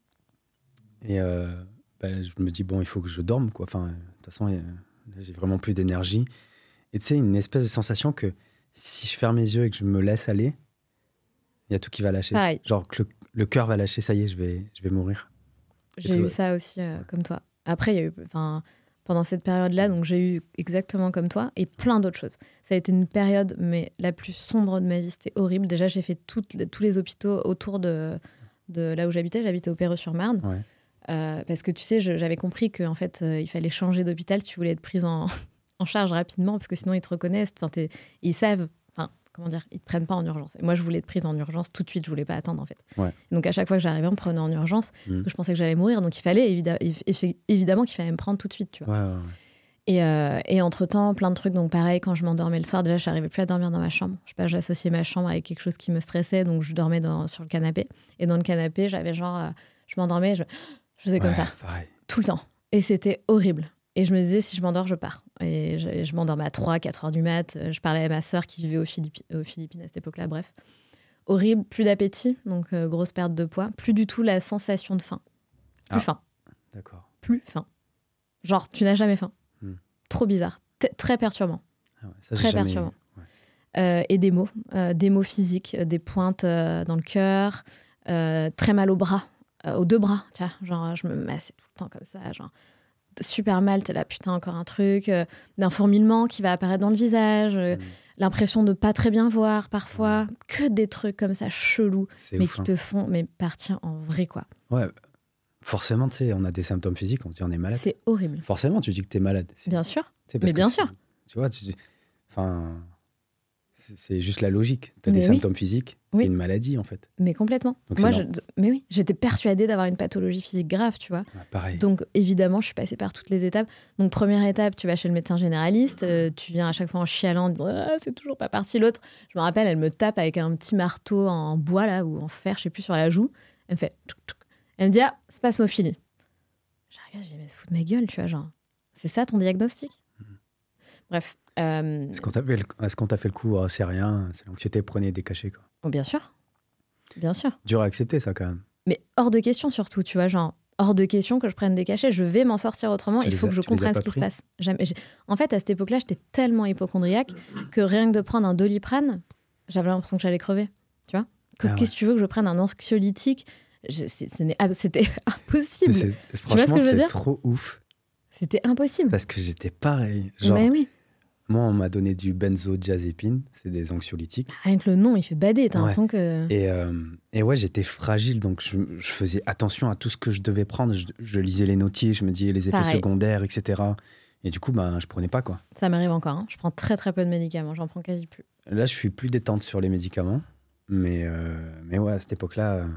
Et euh, ben, je me dis, bon, il faut que je dorme, quoi. Enfin, de toute façon, là, j'ai vraiment plus d'énergie. Et tu sais, une espèce de sensation que si je ferme les yeux et que je me laisse aller, il y a tout qui va lâcher. Pareil. Genre que le, le cœur va lâcher, ça y est, je vais, je vais mourir. J'ai eu ouais. ça aussi, euh, comme toi. Après, il y a eu... pendant cette période-là, donc j'ai eu exactement comme toi, et plein d'autres choses. Ça a été une période, mais la plus sombre de ma vie, c'était horrible. Déjà, j'ai fait toutes, tous les hôpitaux autour de, de là où j'habitais. J'habitais au Perreux-sur-Marne. Ouais. Euh, parce que tu sais, je, j'avais compris qu'en fait, euh, il fallait changer d'hôpital si tu voulais être prise en, en charge rapidement, parce que sinon, ils te reconnaissent. Ils savent... Comment dire, ils te prennent pas en urgence. Et moi, je voulais être prise en urgence tout de suite, je voulais pas attendre en fait. Ouais. Donc à chaque fois que j'arrivais, on me prenait en urgence mmh. parce que je pensais que j'allais mourir. Donc il fallait évi- évidemment qu'il fallait me prendre tout de suite, tu vois. Ouais, ouais, ouais. Et, euh, et entre temps, plein de trucs. Donc pareil, quand je m'endormais le soir, déjà, je n'arrivais plus à dormir dans ma chambre. Je sais pas, j'associais ma chambre avec quelque chose qui me stressait, donc je dormais dans, sur le canapé. Et dans le canapé, j'avais genre, euh, je m'endormais, je, je faisais ouais, comme ça, pareil. Tout le temps. Et c'était horrible. Et je me disais, si je m'endors, je pars. Et je, je m'endormais à trois, quatre heures du mat. Je parlais à ma sœur qui vivait aux, Philippi- aux Philippines à cette époque-là. Bref. Horrible, plus d'appétit, donc euh, grosse perte de poids. Plus du tout la sensation de faim. Plus ah, faim. D'accord. Plus faim. Genre, tu n'as jamais faim. Hmm. Trop bizarre. T- très perturbant. Ah ouais, ça, très jamais... perturbant. Ouais. Euh, et des maux. Euh, des maux physiques, des pointes euh, dans le cœur. Euh, très mal aux bras. Euh, aux deux bras. Tu vois, genre, je me massais tout le temps comme ça. Genre... super mal, t'es là, putain, encore un truc, euh, d'un fourmillement qui va apparaître dans le visage, euh, mmh. l'impression de pas très bien voir parfois, mmh. que des trucs comme ça chelous, c'est mais ouf, qui hein. te font mais partir en vrai, quoi. Ouais, forcément, tu sais, on a des symptômes physiques, on se dit on est malade. C'est horrible. Forcément, tu dis que t'es malade. C'est... Bien sûr, parce mais bien que sûr. Tu vois, tu... enfin... c'est juste la logique. Tu as des oui. symptômes physiques, oui. c'est une maladie en fait. Mais complètement. Donc, Moi, je... mais oui, j'étais persuadée d'avoir une pathologie physique grave, tu vois. Ah, pareil. Donc évidemment, je suis passée par toutes les étapes. Donc première étape, tu vas chez le médecin généraliste, euh, tu viens à chaque fois en chialant, en disant ah, c'est toujours pas parti. L'autre, je me rappelle, elle me tape avec un petit marteau en bois là ou en fer, je sais plus, sur la joue. Elle me fait, tchouk, tchouk. Elle me dit ah, spasmophilie. Je regarde, je dis mais fous de ma gueule, tu vois, genre, c'est ça ton diagnostic. mmh. Bref. Euh... Est-ce qu'on t'a fait le, est-ce qu'on t'a fait le coup oh, c'est rien, c'est l'anxiété, prenez des cachets quoi. Oh, bien sûr, bien sûr. Dur à accepter ça quand même. Mais hors de question surtout, tu vois, genre hors de question que je prenne des cachets, je vais m'en sortir autrement. Tu Il faut as, que je comprenne ce qui pris. se passe. Jamais, en fait, à cette époque-là, j'étais tellement hypochondriaque que rien que de prendre un Doliprane, j'avais l'impression que j'allais crever. Tu vois, que, ah, Qu'est-ce que ouais. tu veux que je prenne un anxiolytique je, c'est, ce n'est, C'était impossible. C'est, tu franchement, vois ce que je veux c'est dire trop ouf. C'était impossible. Parce que j'étais pareil. Genre, mais oui. Moi, on m'a donné du benzodiazépine, c'est des anxiolytiques. Rien que le nom, il fait bader, t'as ouais. l'impression que... Et, euh, et ouais, j'étais fragile, donc je, je faisais attention à tout ce que je devais prendre. Je, je lisais les notices, je me disais les effets Pareil. secondaires, et cetera. Et du coup, ben, je prenais pas, quoi. Ça m'arrive encore, hein. Je prends très très peu de médicaments, j'en prends quasi plus. Là, je suis plus détente sur les médicaments, mais, euh, mais ouais, à cette époque-là, euh,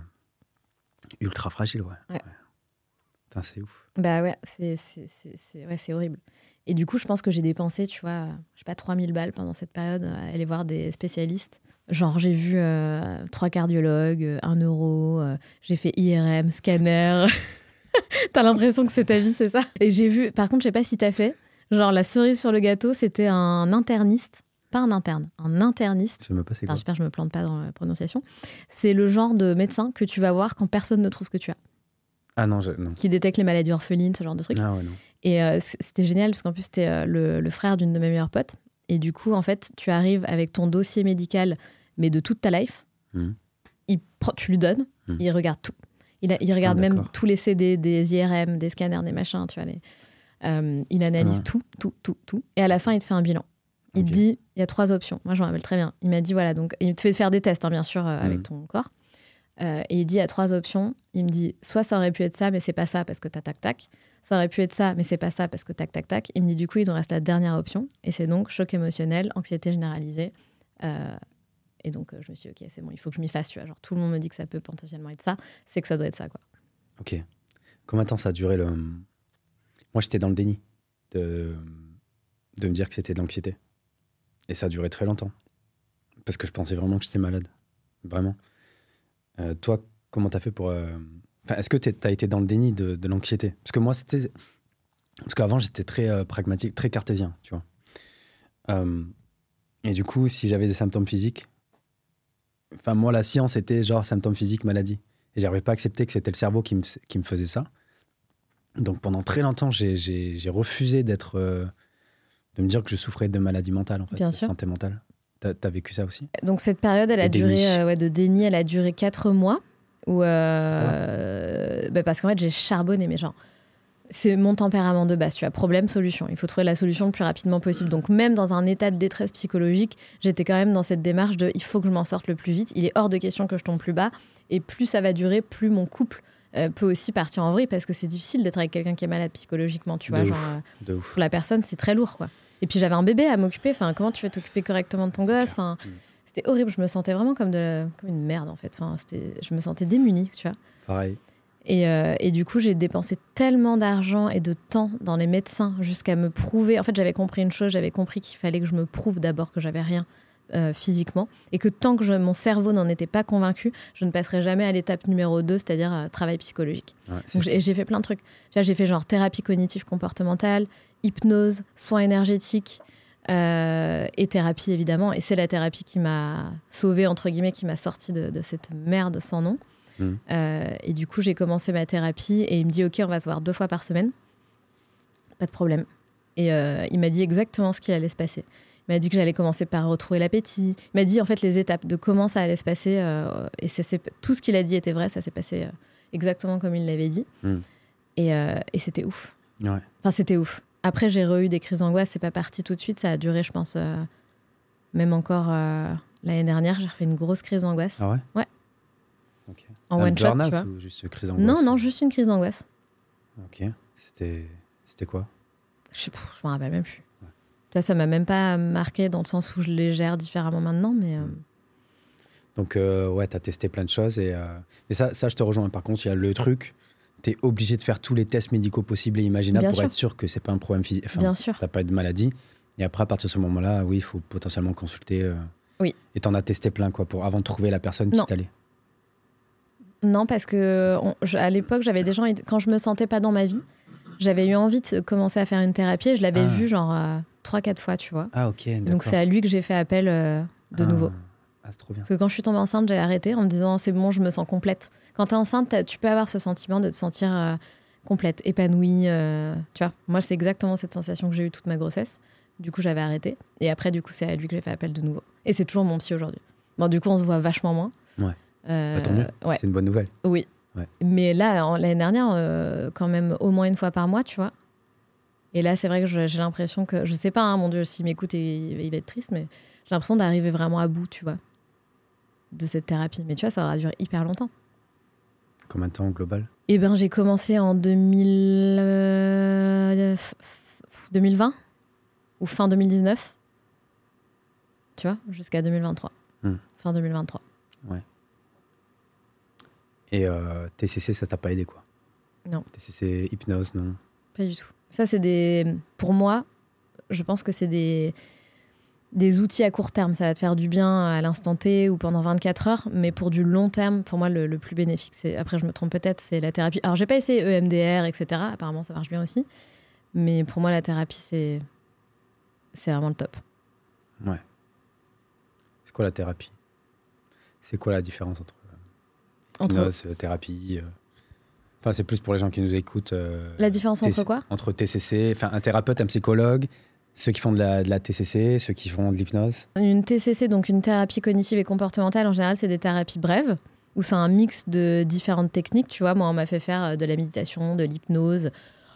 ultra fragile, ouais. ouais. ouais. Putain, c'est ouf. Bah ouais, c'est, c'est, c'est, c'est, ouais, c'est horrible. Et du coup, je pense que j'ai dépensé, tu vois, je sais pas, trois mille balles pendant cette période à aller voir des spécialistes. Genre, j'ai vu euh, trois cardiologues, un euro, euh, j'ai fait I R M, scanner. T'as l'impression que c'est ta vie, c'est ça? Et j'ai vu, par contre, je sais pas si t'as fait, genre la cerise sur le gâteau, c'était un interniste, pas un interne, un interniste. Je sais même pas c'est quoi. Enfin, j'espère que je me plante pas dans la prononciation. C'est le genre de médecin que tu vas voir quand personne ne trouve ce que tu as. Ah non, je, non. Qui détecte les maladies orphelines, ce genre de trucs. Ah ouais, non. Et euh, c'était génial parce qu'en plus, c'était euh, le, le frère d'une de mes meilleures potes. Et du coup, en fait, tu arrives avec ton dossier médical, mais de toute ta life. Mmh. Il prend tu lui donnes, mmh. il regarde tout. Il, a, il regarde ah, même tous les C D, des I R M, des scanners, des machins, tu vois. Les, euh, il analyse ouais. tout, tout, tout, tout. Et à la fin, il te fait un bilan. Il okay. te dit, il y a trois options. Moi, je me rappelle très bien. Il m'a dit, voilà, donc il te fait faire des tests, hein, bien sûr, euh, mmh. avec ton corps. Euh, et il dit, il y a trois options. Il me dit, soit ça aurait pu être ça, mais c'est pas ça parce que tac, tac, tac. Ça aurait pu être ça, mais c'est pas ça parce que tac, tac, tac. Il me dit, du coup, il nous reste la dernière option. Et c'est donc choc émotionnel, anxiété généralisée. Euh, et donc, euh, je me suis dit, ok, c'est bon, il faut que je m'y fasse. Tu vois. Genre, tout le monde me dit que ça peut potentiellement être ça. C'est que ça doit être ça, quoi. Ok. Combien de temps ça a duré le... Moi, j'étais dans le déni de, de me dire que c'était de l'anxiété. Et ça a duré très longtemps. Parce que je pensais vraiment que j'étais malade. Vraiment. Euh, toi, comment t'as fait pour... Euh... Enfin, est-ce que t'as été dans le déni de, de l'anxiété ? Parce que moi, c'était... Parce qu'avant, j'étais très euh, pragmatique, très cartésien, tu vois. Euh... Et du coup, si j'avais des symptômes physiques... Enfin, moi, la science était genre symptômes physiques, maladie. Et j'arrivais pas à accepter que c'était le cerveau qui me, qui me faisait ça. Donc, pendant très longtemps, j'ai, j'ai, j'ai refusé d'être... Euh... de me dire que je souffrais de maladie mentale, en fait. Bien de sûr. Santé mentale. T'as, t'as vécu ça aussi ? Donc, cette période, elle a duré... Euh, ouais, de déni, elle a duré quatre mois. Où, euh, bah parce qu'en fait, j'ai charbonné, mais genre, c'est mon tempérament de base, tu vois, problème, solution. Il faut trouver la solution le plus rapidement possible. Donc, même dans un état de détresse psychologique, j'étais quand même dans cette démarche de il faut que je m'en sorte le plus vite. Il est hors de question que je tombe plus bas. Et plus ça va durer, plus mon couple euh, peut aussi partir en vrille, parce que c'est difficile d'être avec quelqu'un qui est malade psychologiquement, tu vois. De genre, ouf, euh, de ouf. Pour la personne, c'est très lourd, quoi. Et puis, j'avais un bébé à m'occuper. Enfin, comment tu vas t'occuper correctement de ton c'est gosse enfin, mmh. C'était horrible. Je me sentais vraiment comme, de, comme une merde, en fait. Enfin, c'était, je me sentais démunie, tu vois. Pareil. Et, euh, et du coup, j'ai dépensé tellement d'argent et de temps dans les médecins jusqu'à me prouver. En fait, j'avais compris une chose, j'avais compris qu'il fallait que je me prouve d'abord que j'avais rien euh, physiquement et que tant que je, mon cerveau n'en était pas convaincu, je ne passerais jamais à l'étape numéro deux, c'est-à-dire euh, travail psychologique. Ouais, Donc, j'ai, j'ai fait plein de trucs. Tu vois, j'ai fait genre thérapie cognitive comportementale, hypnose, soins énergétiques euh, et thérapie, évidemment. Et c'est la thérapie qui m'a sauvée, entre guillemets, qui m'a sortie de, de cette merde sans nom. Mmh. Euh, et du coup, j'ai commencé ma thérapie et il me dit « Ok, on va se voir deux fois par semaine. » Pas de problème. Et euh, il m'a dit exactement ce qu'il allait se passer. Il m'a dit que j'allais commencer par retrouver l'appétit. Il m'a dit en fait les étapes de comment ça allait se passer. Euh, et c'est, c'est, tout ce qu'il a dit était vrai. Ça s'est passé euh, exactement comme il l'avait dit. Mmh. Et, euh, et c'était ouf. Ouais. Enfin, c'était ouf. Après, j'ai re-eu des crises d'angoisse. C'est pas parti tout de suite. Ça a duré, je pense, euh, même encore euh, l'année dernière. J'ai refait une grosse crise d'angoisse. Ah ouais ? Ouais. Okay. En one shot, tu vois. Ou juste une crise d'angoisse ? Non, non, juste une crise d'angoisse. Ok. C'était, c'était quoi ? Je sais pas, je m'en rappelle même plus. Ouais. Ça, ça m'a même pas marqué dans le sens où je les gère différemment maintenant, mais. Euh... Donc euh, ouais, t'as testé plein de choses et. Euh... Mais ça, ça, je te rejoins. Par contre, il y a le truc. T'es obligé de faire tous les tests médicaux possibles et imaginables Bien pour sûr. être sûr que c'est pas un problème physique. Enfin, Bien sûr. T'as pas de maladie. Et après, à partir de ce moment-là, oui, il faut potentiellement consulter. Euh... Oui. Et t'en as testé plein, quoi, pour avant de trouver la personne qui non. t'allait. Non, parce que on, je, à l'époque, j'avais des gens, quand je me sentais pas dans ma vie, j'avais eu envie de commencer à faire une thérapie et je l'avais ah. vu genre euh, trois, quatre fois, tu vois. Ah, ok. D'accord. Donc c'est à lui que j'ai fait appel euh, de ah. nouveau. Ah, c'est trop bien. Parce que quand je suis tombée enceinte, j'ai arrêté en me disant c'est bon, je me sens complète. Quand t'es enceinte, tu peux avoir ce sentiment de te sentir euh, complète, épanouie. Euh, tu vois, moi, c'est exactement cette sensation que j'ai eue toute ma grossesse. Du coup, j'avais arrêté. Et après, du coup, c'est à lui que j'ai fait appel de nouveau. Et c'est toujours mon psy aujourd'hui. Bon, du coup, on se voit vachement moins. Ouais. Euh, bah, tant mieux, ouais. C'est une bonne nouvelle. Oui, ouais. Mais là, en, l'année dernière, euh, quand même au moins une fois par mois, tu vois. Et là, c'est vrai que je, j'ai l'impression que... Je sais pas, hein, mon Dieu, s'il m'écoute, il, il va être triste, mais j'ai l'impression d'arriver vraiment à bout, tu vois, de cette thérapie. Mais tu vois, ça aura duré hyper longtemps. Combien de temps au global ? Eh bien, j'ai commencé en deux mille, euh, deux mille vingt ou fin deux mille dix-neuf, tu vois, jusqu'à deux mille vingt-trois. Hmm. Fin deux mille vingt-trois. Ouais. Et euh, T C C, ça t'a pas aidé, quoi ? Non. T C C, hypnose, non ? Pas du tout. Ça, c'est des... Pour moi, je pense que c'est des... des outils à court terme. Ça va te faire du bien à l'instant T ou pendant vingt-quatre heures. Mais pour du long terme, pour moi, le, le plus bénéfique, c'est... Après, je me trompe peut-être, c'est la thérapie. Alors, j'ai pas essayé E M D R, et cetera. Apparemment, ça marche bien aussi. Mais pour moi, la thérapie, c'est... c'est vraiment le top. Ouais. C'est quoi la thérapie ? C'est quoi la différence entre hypnose, entre... thérapie euh... Enfin, c'est plus pour les gens qui nous écoutent. Euh... La différence T C... entre quoi ? Entre T C C, enfin un thérapeute, un psychologue, ceux qui font de la, de la T C C, ceux qui font de l'hypnose. Une T C C, donc une thérapie cognitive et comportementale, en général, c'est des thérapies brèves. où c'est un mix de différentes techniques. Tu vois, moi, on m'a fait faire de la méditation, de l'hypnose.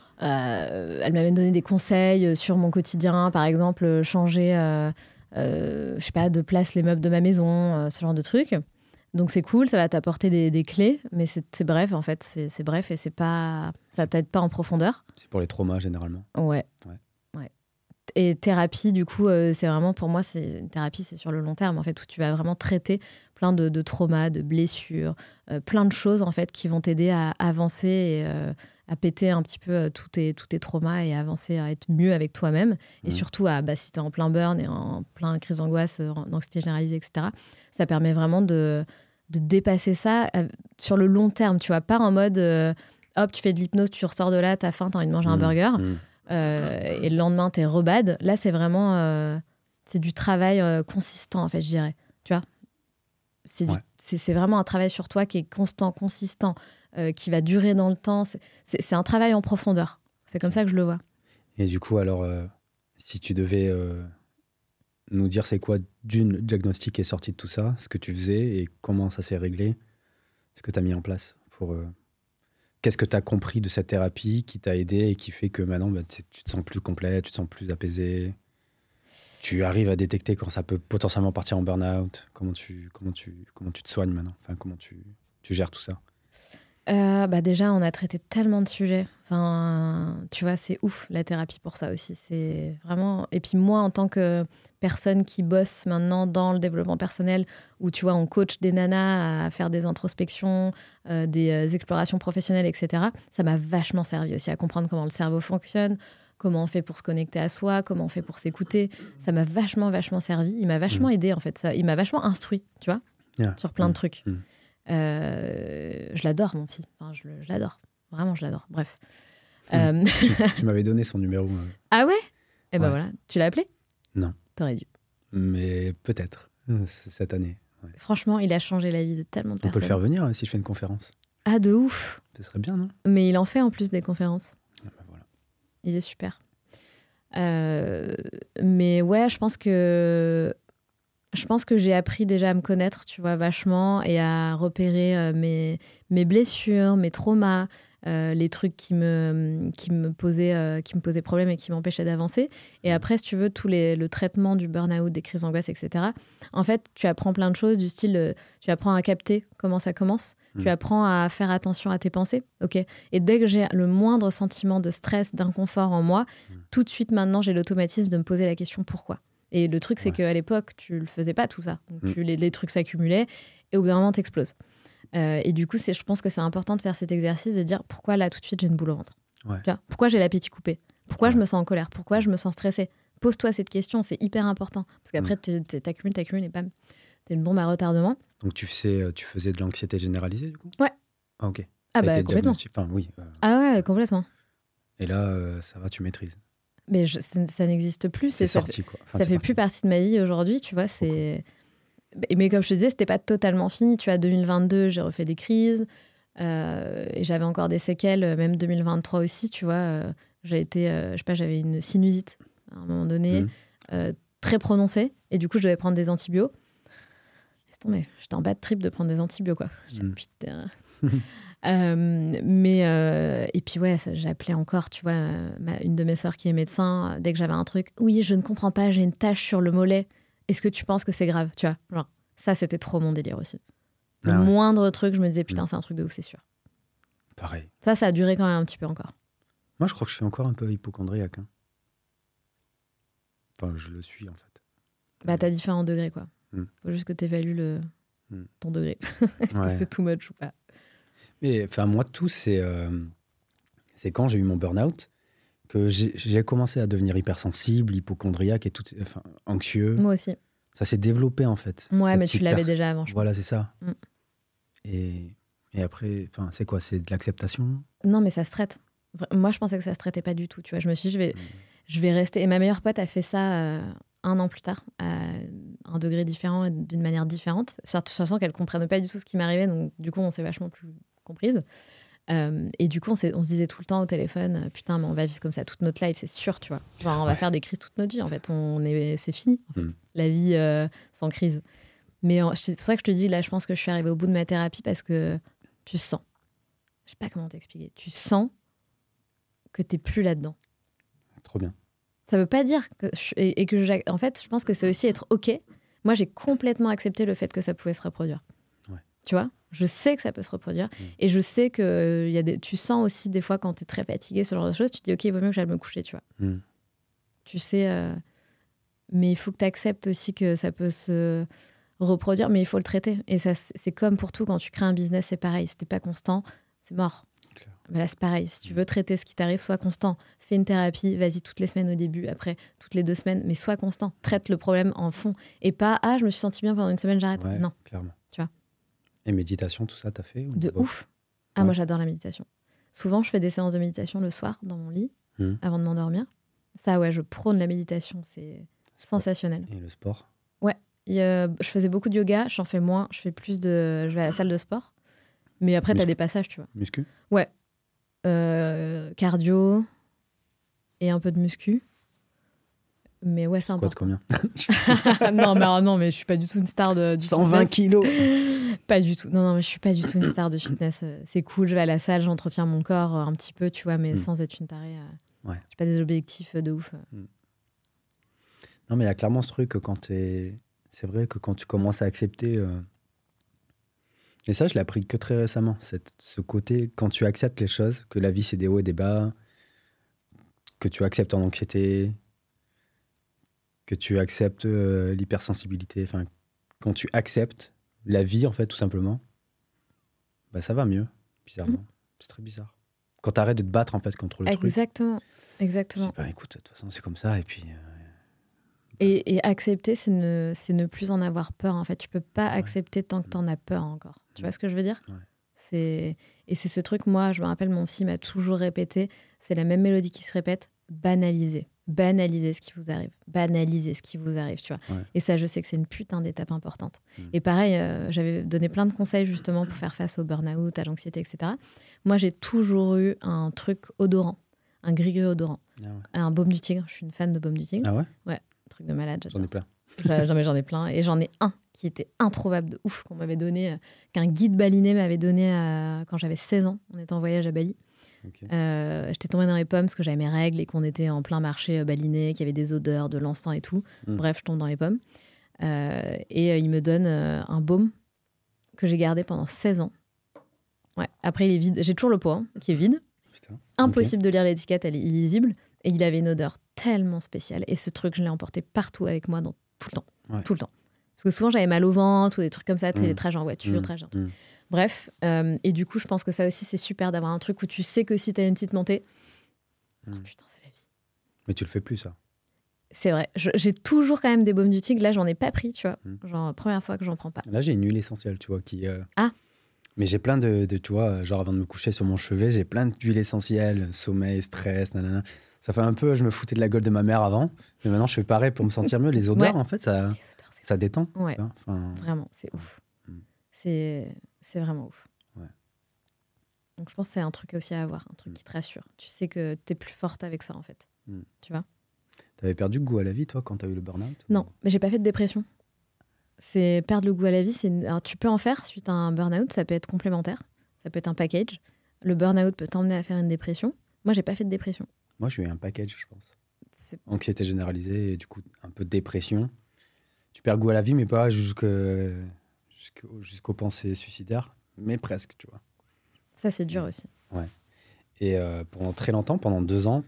Euh, elle m'avait donné des conseils sur mon quotidien, par exemple, changer, euh, euh, je sais pas, de place les meubles de ma maison, euh, ce genre de trucs. Donc c'est cool, ça va t'apporter des, des clés, mais c'est, c'est bref en fait, c'est, c'est bref et c'est pas, ça t'aide pas en profondeur. C'est pour les traumas généralement. Ouais. Ouais. ouais. Et thérapie, du coup, euh, c'est vraiment pour moi, c'est une thérapie, c'est sur le long terme en fait, où tu vas vraiment traiter plein de, de traumas, de blessures, euh, plein de choses en fait qui vont t'aider à avancer et euh, à péter un petit peu euh, tous tes, tous tes traumas et à avancer, à être mieux avec toi-même. Mmh. Et surtout, à, bah, si t'es en plein burn et en plein crise d'angoisse, en anxiété généralisée, et cetera, ça permet vraiment de, de dépasser ça euh, sur le long terme, tu vois, pas en mode euh, hop, tu fais de l'hypnose, tu ressors de là, t'as faim, t'as envie de manger mmh. un burger, mmh. euh, et le lendemain, t'es rebad. Là, c'est vraiment euh, c'est du travail euh, consistant, en fait, je dirais. Tu vois, c'est, du, ouais. c'est, c'est vraiment un travail sur toi qui est constant, consistant, euh, qui va durer dans le temps. C'est, c'est, c'est un travail en profondeur. C'est comme ça que je le vois. Et du coup, alors, euh, si tu devais euh, nous dire c'est quoi d'une diagnostic qui est sorti de tout ça, ce que tu faisais et comment ça s'est réglé, ce que tu as mis en place pour... Euh, qu'est-ce que tu as compris de cette thérapie qui t'a aidé et qui fait que maintenant, bah, tu te sens plus complet, tu te sens plus apaisé, tu arrives à détecter quand ça peut potentiellement partir en burn-out, comment tu, comment tu, comment tu te soignes maintenant, enfin, comment tu, tu gères tout ça? Euh, bah déjà, on a traité tellement de sujets. Enfin, tu vois, c'est ouf, la thérapie pour ça aussi. C'est vraiment... Et puis moi, en tant que personne qui bosse maintenant dans le développement personnel, où tu vois, on coach des nanas à faire des introspections, euh, des euh, explorations professionnelles, et cetera, ça m'a vachement servi aussi à comprendre comment le cerveau fonctionne, comment on fait pour se connecter à soi, comment on fait pour s'écouter. Ça m'a vachement, vachement servi. Il m'a vachement mmh. aidé, en fait. Ça, il m'a vachement instruit, tu vois, yeah. sur plein mmh. de trucs. Mmh. Euh, je l'adore, mon psy. Enfin, je, je l'adore. Vraiment, je l'adore. Bref. Mmh. Euh... tu, tu m'avais donné son numéro. Euh... Ah ouais? Eh ben ouais. Voilà. Tu l'as appelé? Non. T'aurais dû. Mais peut-être, cette année. Ouais. Franchement, il a changé la vie de tellement de On personnes. On peut le faire venir hein, si je fais une conférence. Ah, de ouf. Ce serait bien, non? Mais il en fait en plus des conférences. Ah ben voilà. Il est super. Euh... Mais ouais, je pense que... Je pense que j'ai appris déjà à me connaître, tu vois, vachement, et à repérer euh, mes, mes blessures, mes traumas, euh, les trucs qui me, qui, me posaient, euh, qui me posaient problème et qui m'empêchaient d'avancer. Et après, si tu veux, tout les, le traitement du burn-out, des crises d'angoisse, et cetera. En fait, tu apprends plein de choses du style, euh, tu apprends à capter comment ça commence, mmh. tu apprends à faire attention à tes pensées, ok. Et dès que j'ai le moindre sentiment de stress, d'inconfort en moi, mmh. tout de suite maintenant, j'ai l'automatisme de me poser la question pourquoi. Et le truc, c'est ouais. qu'à l'époque, tu le faisais pas, tout ça. Donc, mmh. tu, les, les trucs s'accumulaient et au bout d'un moment, t'exploses. Euh, et du coup, c'est, je pense que c'est important de faire cet exercice de dire pourquoi là, tout de suite, j'ai une boule au ventre. Ouais. Tu vois, pourquoi j'ai l'appétit coupé? Pourquoi ouais. je me sens en colère? Pourquoi je me sens stressée? Pose-toi cette question, c'est hyper important. Parce qu'après, mmh. t'accumules, t'accumules et bam, t'es une bombe à retardement. Donc, tu, faisais, tu faisais de l'anxiété généralisée, du coup? Ouais. Ah, ok. Ça ah, a bah, été complètement. Enfin, oui. Euh... Ah, ouais, complètement. Et là, euh, ça va, tu maîtrises? Mais je, ça, ça n'existe plus. C'est ça sorti, fait, quoi. Enfin, ça c'est fait parti. plus partie de ma vie aujourd'hui, tu vois. C'est... Mais comme je te disais, c'était pas totalement fini. Tu vois, deux mille vingt-deux, j'ai refait des crises. Euh, et j'avais encore des séquelles, même deux mille vingt-trois aussi, tu vois. Euh, j'ai été, euh, je sais pas, j'avais une sinusite à un moment donné, mmh. euh, très prononcée. Et du coup, je devais prendre des antibiotiques. Laisse tomber, j'étais en bad trip de prendre des antibiotiques, quoi. J'étais, mmh. putain... Euh, mais euh, et puis ouais, ça, j'appelais encore, tu vois, ma, une de mes sœurs qui est médecin. Dès que j'avais un truc, oui, je ne comprends pas, j'ai une tache sur le mollet. Est-ce que tu penses que c'est grave, tu vois, genre, ça, c'était trop mon délire aussi. Le ah ouais. moindre truc, je me disais putain, mmh. c'est un truc de ouf, c'est sûr. Pareil. Ça, ça a duré quand même un petit peu encore. Moi, je crois que je suis encore un peu hypocondriaque. Hein. Enfin, je le suis en fait. Bah, t'as différents degrés, quoi. Mmh. Faut juste que t'évalues le mmh. ton degré. Est-ce ouais. que c'est too much ou pas? Mais enfin, moi, tout, c'est, euh, c'est quand j'ai eu mon burn-out que j'ai, j'ai commencé à devenir hypersensible, hypocondriaque et tout, enfin, anxieux. Moi aussi. Ça s'est développé, en fait. Ouais, mais tu hyper... l'avais déjà avant, je Voilà, pense. c'est ça. Mm. Et, et après, enfin, c'est quoi? C'est de l'acceptation? Non, mais ça se traite. Moi, je pensais que ça se traitait pas du tout. Tu vois, je me suis dit, je vais, mm. je vais rester. Et ma meilleure pote a fait ça euh, un an plus tard, à un degré différent et d'une manière différente. Surtout, sachant qu'elle comprenait pas du tout ce qui m'arrivait. Donc, du coup, on s'est vachement plus comprise. Euh, et du coup, on, on se disait tout le temps au téléphone, putain, mais on va vivre comme ça toute notre life, c'est sûr, tu vois. Genre, on va ouais. faire des crises toute notre vie. En fait, on est, c'est fini. En fait. Mm. La vie euh, sans crise. Mais en, c'est pour ça que je te dis, là, je pense que je suis arrivée au bout de ma thérapie parce que tu sens. Je sais pas comment t'expliquer. Tu sens que t'es plus là-dedans. Trop bien. Ça veut pas dire que... Je, et, et que j'ai, en fait, je pense que c'est aussi être OK. Moi, j'ai complètement accepté le fait que ça pouvait se reproduire. Ouais. Tu vois ? Je sais que ça peut se reproduire. Mmh. Et je sais que euh, y a des, tu sens aussi des fois quand t'es très fatigué, ce genre de choses, tu te dis OK, il vaut mieux que j'aille me coucher, tu vois. Mmh. Tu sais... Euh, mais il faut que tu acceptes aussi que ça peut se reproduire, mais il faut le traiter. Et ça, c'est comme pour tout, quand tu crées un business, c'est pareil. Si t'es pas constant, c'est mort. Mais là, c'est pareil. Si tu veux traiter ce qui t'arrive, sois constant. Fais une thérapie, vas-y toutes les semaines au début, après toutes les deux semaines, mais sois constant. Traite le problème en fond. Et pas, ah, je me suis senti bien pendant une semaine, j'arrête. Ouais, non. Clairement. Tu vois. Et méditation, tout ça, t'as fait ou De bon. ouf. Ah, ouais. Moi, j'adore la méditation. Souvent, je fais des séances de méditation le soir dans mon lit, mmh. avant de m'endormir. Ça, ouais, je prône la méditation. C'est sensationnel. Et le sport ? Ouais. Et, euh, je faisais beaucoup de yoga, j'en fais moins. Je fais plus de... Je vais à la salle de sport. Mais après, Muscu. T'as des passages, tu vois. Muscu ? Ouais. Euh, cardio et un peu de muscu. Mais ouais, c'est important. Combien ? non, mais, non, mais je suis pas du tout une star de, de cent vingt kilos. Pas du tout. Non, non, mais je suis pas du tout une star de fitness. C'est cool, je vais à la salle, j'entretiens mon corps un petit peu, tu vois, mais mm. sans être une tarée. Ouais. J'ai pas des objectifs de ouf. Mm. Non, mais il y a clairement ce truc que quand t'es... C'est vrai que quand tu commences à accepter... Euh... Et ça, je l'ai appris que très récemment. Cette, ce côté, quand tu acceptes les choses, que la vie, c'est des hauts et des bas, que tu acceptes ton anxiété, que tu acceptes euh, l'hypersensibilité, enfin, quand tu acceptes la vie, en fait, tout simplement, bah, ça va mieux, bizarrement. Mmh. C'est très bizarre. Quand tu arrêtes de te battre, en fait, contre le exactement. truc. Exactement. Exactement. Bah, écoute, de toute façon, c'est comme ça, et puis... Euh... Et, et accepter, c'est ne, c'est ne plus en avoir peur. En fait, tu peux pas ouais. accepter tant que tu en as peur encore. Tu ouais. vois ce que je veux dire ? Ouais. C'est... Et c'est ce truc, moi, je me rappelle, mon psy m'a toujours répété, c'est la même mélodie qui se répète, banaliser. Banaliser ce qui vous arrive. Banaliser ce qui vous arrive, tu vois. Ouais. Et ça, je sais que c'est une putain d'étape importante. Mmh. Et pareil, euh, j'avais donné plein de conseils, justement, pour faire face au burn-out, à l'anxiété, et cetera. Moi, j'ai toujours eu un truc odorant, un gris-gris odorant. Ah ouais. Un baume du tigre. Je suis une fan de baume du tigre. Ah ouais ? Ouais. Truc de malade, j'adore. J'en ai plein. j'en, ai, j'en ai plein. Et j'en ai un qui était introuvable de ouf, qu'on m'avait donné, euh, qu'un guide balinais m'avait donné euh, quand j'avais seize ans. On était en voyage à Bali. Okay. Euh, j'étais tombée dans les pommes parce que j'avais mes règles et qu'on était en plein marché euh, balinais, qu'il y avait des odeurs, de l'encens et tout. Mm. Bref, je tombe dans les pommes. Euh, et euh, il me donne euh, un baume que j'ai gardé pendant seize ans. Ouais. Après, il est vide. J'ai toujours le pot hein, qui est vide. Putain. Impossible okay. de lire l'étiquette, elle est illisible. Et il avait une odeur tellement spéciale. Et ce truc, je l'ai emporté partout avec moi, dans, tout le temps. Ouais. Tout le temps. Parce que souvent, j'avais mal au ventre ou des trucs comme ça, tu sais, mmh. les trajets en voiture, mmh. trajets en truc. Mmh. Bref. Euh, et du coup, je pense que ça aussi, c'est super d'avoir un truc où tu sais que si t'as une petite montée, mmh. oh, putain, c'est la vie. Mais tu le fais plus, ça. C'est vrai. Je, j'ai toujours quand même des baumes du tigre. Là, j'en ai pas pris, tu vois. Mmh. Genre, première fois que j'en prends pas. Là, j'ai une huile essentielle, tu vois, qui... Euh... Ah. Mais j'ai plein de, de, tu vois, genre avant de me coucher sur mon chevet, j'ai plein d'huiles essentielles, sommeil, stress, nanana. Ça fait un peu, je me foutais de la gueule de ma mère avant, mais maintenant je fais pareil pour me sentir mieux. Les odeurs, ouais. en fait, ça, odeurs, ça détend. Ouais. Enfin... Vraiment, c'est ouf. Mm. C'est, c'est vraiment ouf. Ouais. Donc je pense que c'est un truc aussi à avoir, un truc mm. qui te rassure. Tu sais que t'es plus forte avec ça, en fait. Mm. Tu vois ? T'avais perdu le goût à la vie, toi, quand t'as eu le burn-out ? Non, mais j'ai pas fait de dépression. C'est perdre le goût à la vie. C'est une... Alors, tu peux en faire suite à un burn-out, ça peut être complémentaire, ça peut être un package. Le burn-out peut t'emmener à faire une dépression. Moi, j'ai pas fait de dépression. Moi, j'ai eu un package, je pense. C'est... Anxiété généralisée et du coup, un peu de dépression. Tu perds goût à la vie, mais pas jusqu'au, jusqu'au, jusqu'aux pensées suicidaires, mais presque, tu vois. Ça, c'est dur aussi. Ouais. Et euh, pendant très longtemps, pendant deux ans,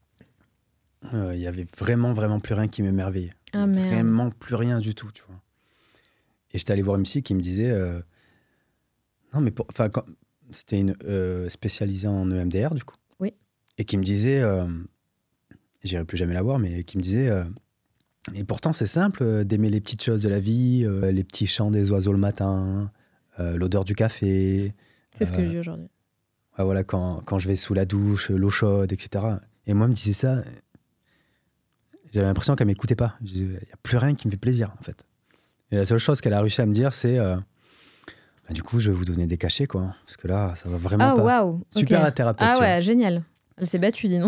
il euh, y avait vraiment, vraiment plus rien qui m'émerveillait. Ah, vraiment plus rien du tout, tu vois. Et j'étais allé voir une psy qui me disait... Euh, non, mais... Pour, quand, c'était une euh, spécialisée en E M D R, du coup. Oui. Et qui me disait... Euh, j'irai plus jamais la voir, mais qui me disait... Euh, et pourtant, c'est simple euh, d'aimer les petites choses de la vie, euh, les petits chants des oiseaux le matin, euh, l'odeur du café. C'est euh, ce que je vis aujourd'hui. Ouais, voilà, quand, quand je vais sous la douche, l'eau chaude, et cetera. Et moi, elle me disait ça... J'avais l'impression qu'elle ne m'écoutait pas. Il n'y a plus rien qui me fait plaisir, en fait. Et la seule chose qu'elle a réussi à me dire, c'est... Euh, bah, du coup, je vais vous donner des cachets, quoi. Parce que là, ça va vraiment oh, pas. Wow. Super okay. la thérapeute. Ah ouais, génial. Elle s'est battue, dis non.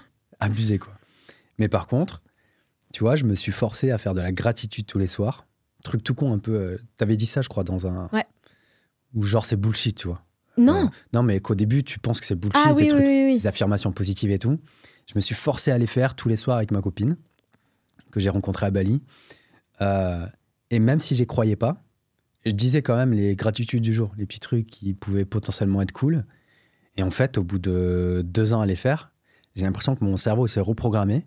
Abusé, quoi. Mais par contre, tu vois, je me suis forcé à faire de la gratitude tous les soirs. truc tout con un peu. Euh, t'avais dit ça, je crois, dans un. Ouais. Où genre c'est bullshit, tu vois. Non. Euh, non, mais qu'au début, tu penses que c'est bullshit, Ah, oui, ces, trucs, oui, oui, oui. ces affirmations positives et tout. Je me suis forcé à les faire tous les soirs avec ma copine, que j'ai rencontrée à Bali. Euh, et même si j'y croyais pas, je disais quand même les gratitudes du jour, les petits trucs qui pouvaient potentiellement être cool. Et en fait, au bout de deux ans à les faire, j'ai l'impression que mon cerveau s'est reprogrammé.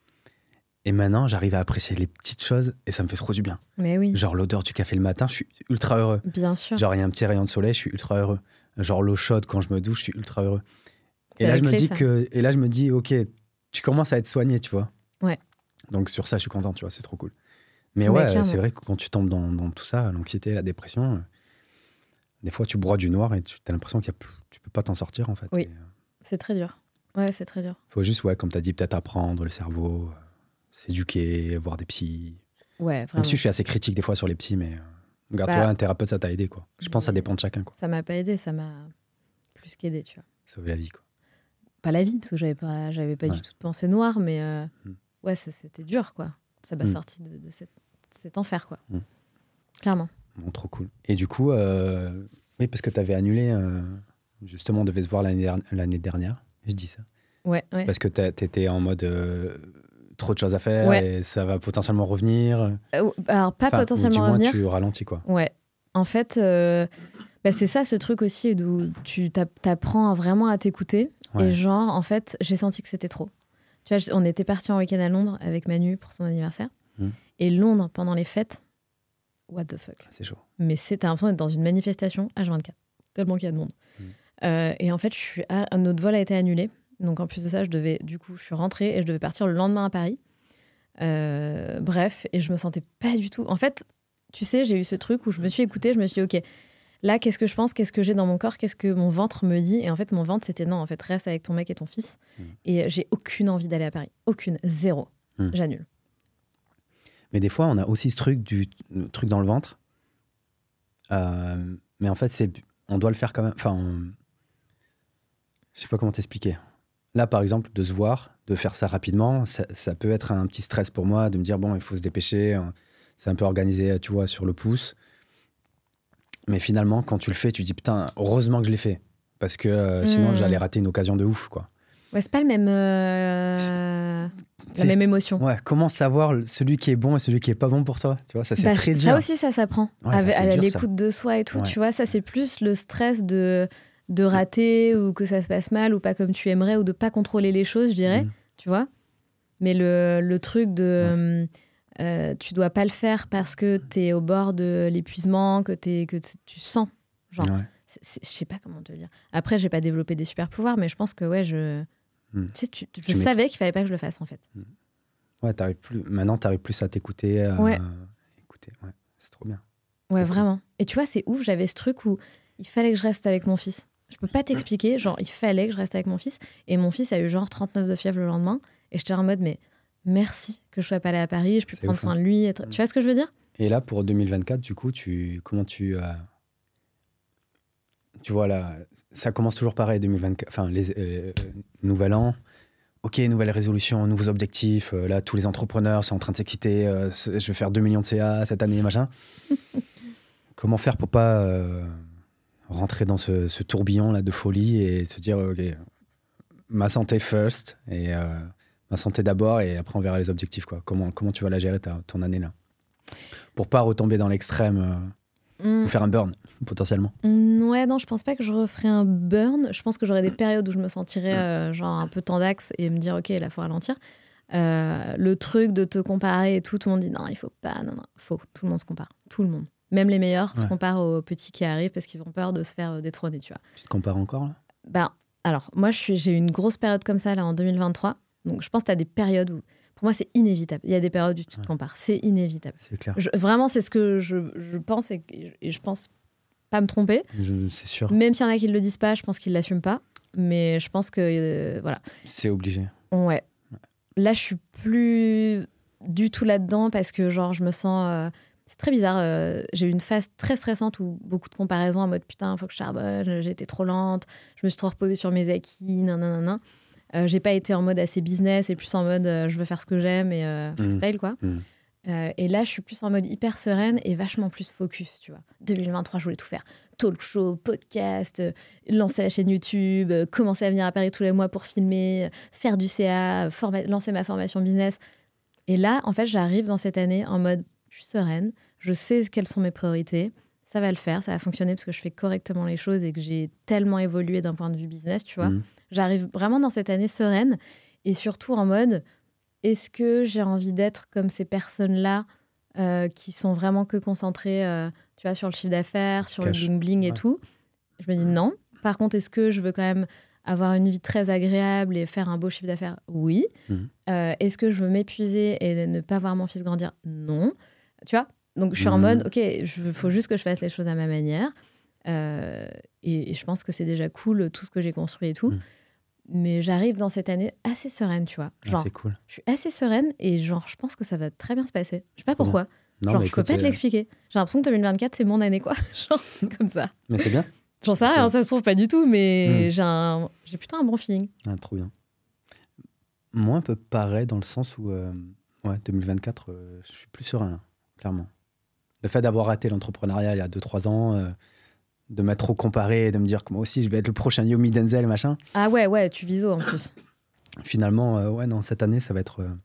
Et maintenant, j'arrive à apprécier les petites choses et ça me fait trop du bien. Mais oui. Genre l'odeur du café le matin, je suis ultra heureux. Bien sûr. Genre il y a un petit rayon de soleil, je suis ultra heureux. Genre l'eau chaude quand je me douche, je suis ultra heureux. Et là, je me dis que, et là, je me dis, ok, tu commences à être soigné, tu vois. Ouais. Donc sur ça, je suis content, tu vois, c'est trop cool. Mais, Mais ouais, clairement. C'est vrai que quand tu tombes dans, dans tout ça, l'anxiété, la dépression, euh, des fois, tu broies du noir et tu as l'impression qu'il y a plus, tu peux pas t'en sortir, en fait. Oui, et, euh, c'est très dur. Ouais, c'est très dur. Faut juste, ouais, comme tu as dit, peut-être apprendre le cerveau, euh, s'éduquer, voir des psys. Ouais, vraiment. Même si je suis assez critique des fois sur les psys, mais euh, regarde-toi, bah, un thérapeute, ça t'a aidé, quoi. Je pense que ça dépend de chacun, quoi. Ça m'a pas aidé, ça m'a plus qu'aidé, tu vois. Sauver la vie, quoi. Pas la vie, parce que j'avais pas, j'avais pas ouais. du tout de pensée noire, mais euh, mm. ouais, c'était dur, quoi. Ça m'a mm. sorti de, de cette, cet enfer, quoi. Mm. Clairement. Bon, trop cool. Et du coup, euh, oui, parce que tu avais annulé, euh, justement, on devait se voir l'année dernière, l'année dernière, je dis ça. Ouais, ouais. Parce que tu étais en mode euh, trop de choses à faire ouais. et ça va potentiellement revenir. Euh, alors, pas enfin, potentiellement ou du revenir. moins, tu ralentis, quoi. Ouais. En fait, euh, bah, c'est ça, ce truc aussi, où tu t'apprends vraiment à t'écouter. Ouais. Et genre, en fait, j'ai senti que c'était trop. Tu vois, on était partis en week-end à Londres avec Manu pour son anniversaire. Mmh. Et Londres, pendant les fêtes, what the fuck. C'est chaud. Mais t'as l'impression d'être dans une manifestation H vingt-quatre. Tellement qu'il y a de monde. Mmh. Euh, et en fait, je suis à... notre vol a été annulé. Donc, en plus de ça, je devais, du coup, je suis rentrée et je devais partir le lendemain à Paris. Euh, bref, et je me sentais pas du tout... En fait, tu sais, j'ai eu ce truc où je me suis écoutée, je me suis dit, OK, là, qu'est-ce que je pense, qu'est-ce que j'ai dans mon corps, qu'est-ce que mon ventre me dit? Et en fait, mon ventre, c'était non, en fait, reste avec ton mec et ton fils. Mmh. Et j'ai aucune envie d'aller à Paris. Aucune. Zéro. Mmh. J'annule. Mais des fois, on a aussi ce truc, du, le truc dans le ventre. Euh, mais en fait, c'est, on doit le faire quand même. Enfin, on... je sais pas comment t'expliquer. Là, par exemple, de se voir, de faire ça rapidement, ça, ça peut être un petit stress pour moi, de me dire, bon, il faut se dépêcher. C'est un peu organisé, tu vois, sur le pouce. Mais finalement, quand tu le fais, tu dis, putain, heureusement que je l'ai fait. Parce que euh, mmh. sinon, j'allais rater une occasion de ouf, quoi. Ouais, c'est pas le même, euh, la même émotion. Ouais, comment savoir celui qui est bon et celui qui est pas bon pour toi? Tu vois, ça, c'est bah, très dur. Ça aussi, ça s'apprend. Ouais, Avec, ça, à l'écoute de soi et tout, ouais. tu vois, ça, c'est plus le stress de, de rater ou que ça se passe mal ou pas comme tu aimerais ou de pas contrôler les choses, je dirais, mmh. tu vois. Mais le, le truc de... Ouais. Euh, tu dois pas le faire parce que t'es au bord de l'épuisement, que, t'es, que tu sens. Genre, ouais. je sais pas comment te le dire. Après, j'ai pas développé des super pouvoirs, mais je pense que ouais, je, mm. tu sais, tu, je tu savais qu'il fallait pas que je le fasse en fait. Mm. Ouais, t'arrives plus. Maintenant, t'arrives plus à t'écouter. À... Ouais. Écouter. Ouais, c'est trop bien. Ouais, okay. Vraiment. Et tu vois, c'est ouf. J'avais ce truc où il fallait que je reste avec mon fils. Je peux pas t'expliquer. Genre, il fallait que je reste avec mon fils. Et mon fils a eu genre trente-neuf de fièvre le lendemain. Et j'étais en mode, mais merci que je sois pas allée à Paris, je peux prendre soin de lui. Être... Tu vois ce que je veux dire? Et là, pour deux mille vingt-quatre, du coup, tu, comment tu... Euh, tu vois, là, ça commence toujours pareil, deux mille vingt-quatre, enfin, les euh, nouvel an. Ok, nouvelle résolution, nouveaux objectifs. Euh, là, tous les entrepreneurs sont en train de s'exciter. Euh, je vais faire deux millions de C A cette année, machin. Comment faire pour pas euh, rentrer dans ce, ce tourbillon là, de folie et se dire, ok, ma santé first et... Euh, ma santé d'abord et après on verra les objectifs, quoi. Comment, comment tu vas la gérer ta, ton année là pour pas retomber dans l'extrême euh, mmh. ou faire un burn potentiellement? Ouais, non, je pense pas que je referais un burn. Je pense que j'aurais des périodes où je me sentirais euh, genre un peu tendax et me dire ok, là faut ralentir. Euh, le truc de te comparer et tout, tout le monde dit non, il faut pas, non, non, faut. Tout le monde se compare, tout le monde. Même les meilleurs ouais. se comparent aux petits qui arrivent parce qu'ils ont peur de se faire détrôner, tu vois. Tu te compares encore là? Ben, alors moi je suis, j'ai eu une grosse période comme ça là en deux mille vingt-trois. Donc, je pense que tu as des périodes où... Pour moi, c'est inévitable. Il y a des périodes où tu te ouais. compares. C'est inévitable. C'est clair. Je, vraiment, c'est ce que je, je pense et, et je pense pas me tromper. Je, c'est sûr. Même s'il y en a qui ne le disent pas, je pense qu'ils ne l'assument pas. Mais je pense que... Euh, voilà. C'est obligé. Ouais. ouais. Là, je suis plus du tout là-dedans parce que, genre, je me sens... Euh, c'est très bizarre. Euh, j'ai eu une phase très stressante où beaucoup de comparaisons en mode « Putain, il faut que je charbonne, j'ai été trop lente, je me suis trop reposée sur mes acquis, nanana. » Euh, j'ai pas été en mode assez business et plus en mode euh, je veux faire ce que j'aime et euh, freestyle, mmh. quoi. Mmh. Euh, et là, je suis plus en mode hyper sereine et vachement plus focus, tu vois. deux mille vingt-trois, je voulais tout faire. Talk show, podcast, euh, lancer la chaîne YouTube, euh, commencer à venir à Paris tous les mois pour filmer, euh, faire du C A, forma- lancer ma formation business. Et là, en fait, j'arrive dans cette année en mode, je suis sereine, je sais quelles sont mes priorités, ça va le faire, ça va fonctionner parce que je fais correctement les choses et que j'ai tellement évolué d'un point de vue business, tu vois. Mmh. J'arrive vraiment dans cette année sereine et surtout en mode... Est-ce que j'ai envie d'être comme ces personnes-là euh, qui sont vraiment que concentrées euh, tu vois, sur le chiffre d'affaires, sur Cash. Le bling-bling et ouais. tout? Je me dis non. Par contre, est-ce que je veux quand même avoir une vie très agréable et faire un beau chiffre d'affaires? Oui. Mmh. Euh, est-ce que je veux m'épuiser et ne pas voir mon fils grandir? Non. Tu vois? Donc, je suis mmh. en mode, OK, il faut juste que je fasse les choses à ma manière. Euh, et, et je pense que c'est déjà cool, tout ce que j'ai construit et tout. Mmh. Mais j'arrive dans cette année assez sereine, tu vois. Genre, ah, c'est cool. Je suis assez sereine et genre, je pense que ça va très bien se passer. Je sais pas pourquoi. Non, genre, je écoute, peux pas te l'expliquer. J'ai l'impression que deux mille vingt-quatre, c'est mon année, quoi. Genre, c'est comme ça. Mais c'est bien. J'en sais rien, ça se trouve pas du tout, mais mmh. j'ai, un... j'ai plutôt un bon feeling. Ah, trop bien. Moi, un peu pareil dans le sens où, euh, ouais, deux mille vingt-quatre, euh, je suis plus serein, là, clairement. Le fait d'avoir raté l'entrepreneuriat il y a deux trois ans... Euh, de m'être trop comparé et de me dire que moi aussi je vais être le prochain Yomi Denzel machin. Ah ouais ouais tu vises haut en plus. Finalement euh, ouais non cette année ça va être euh...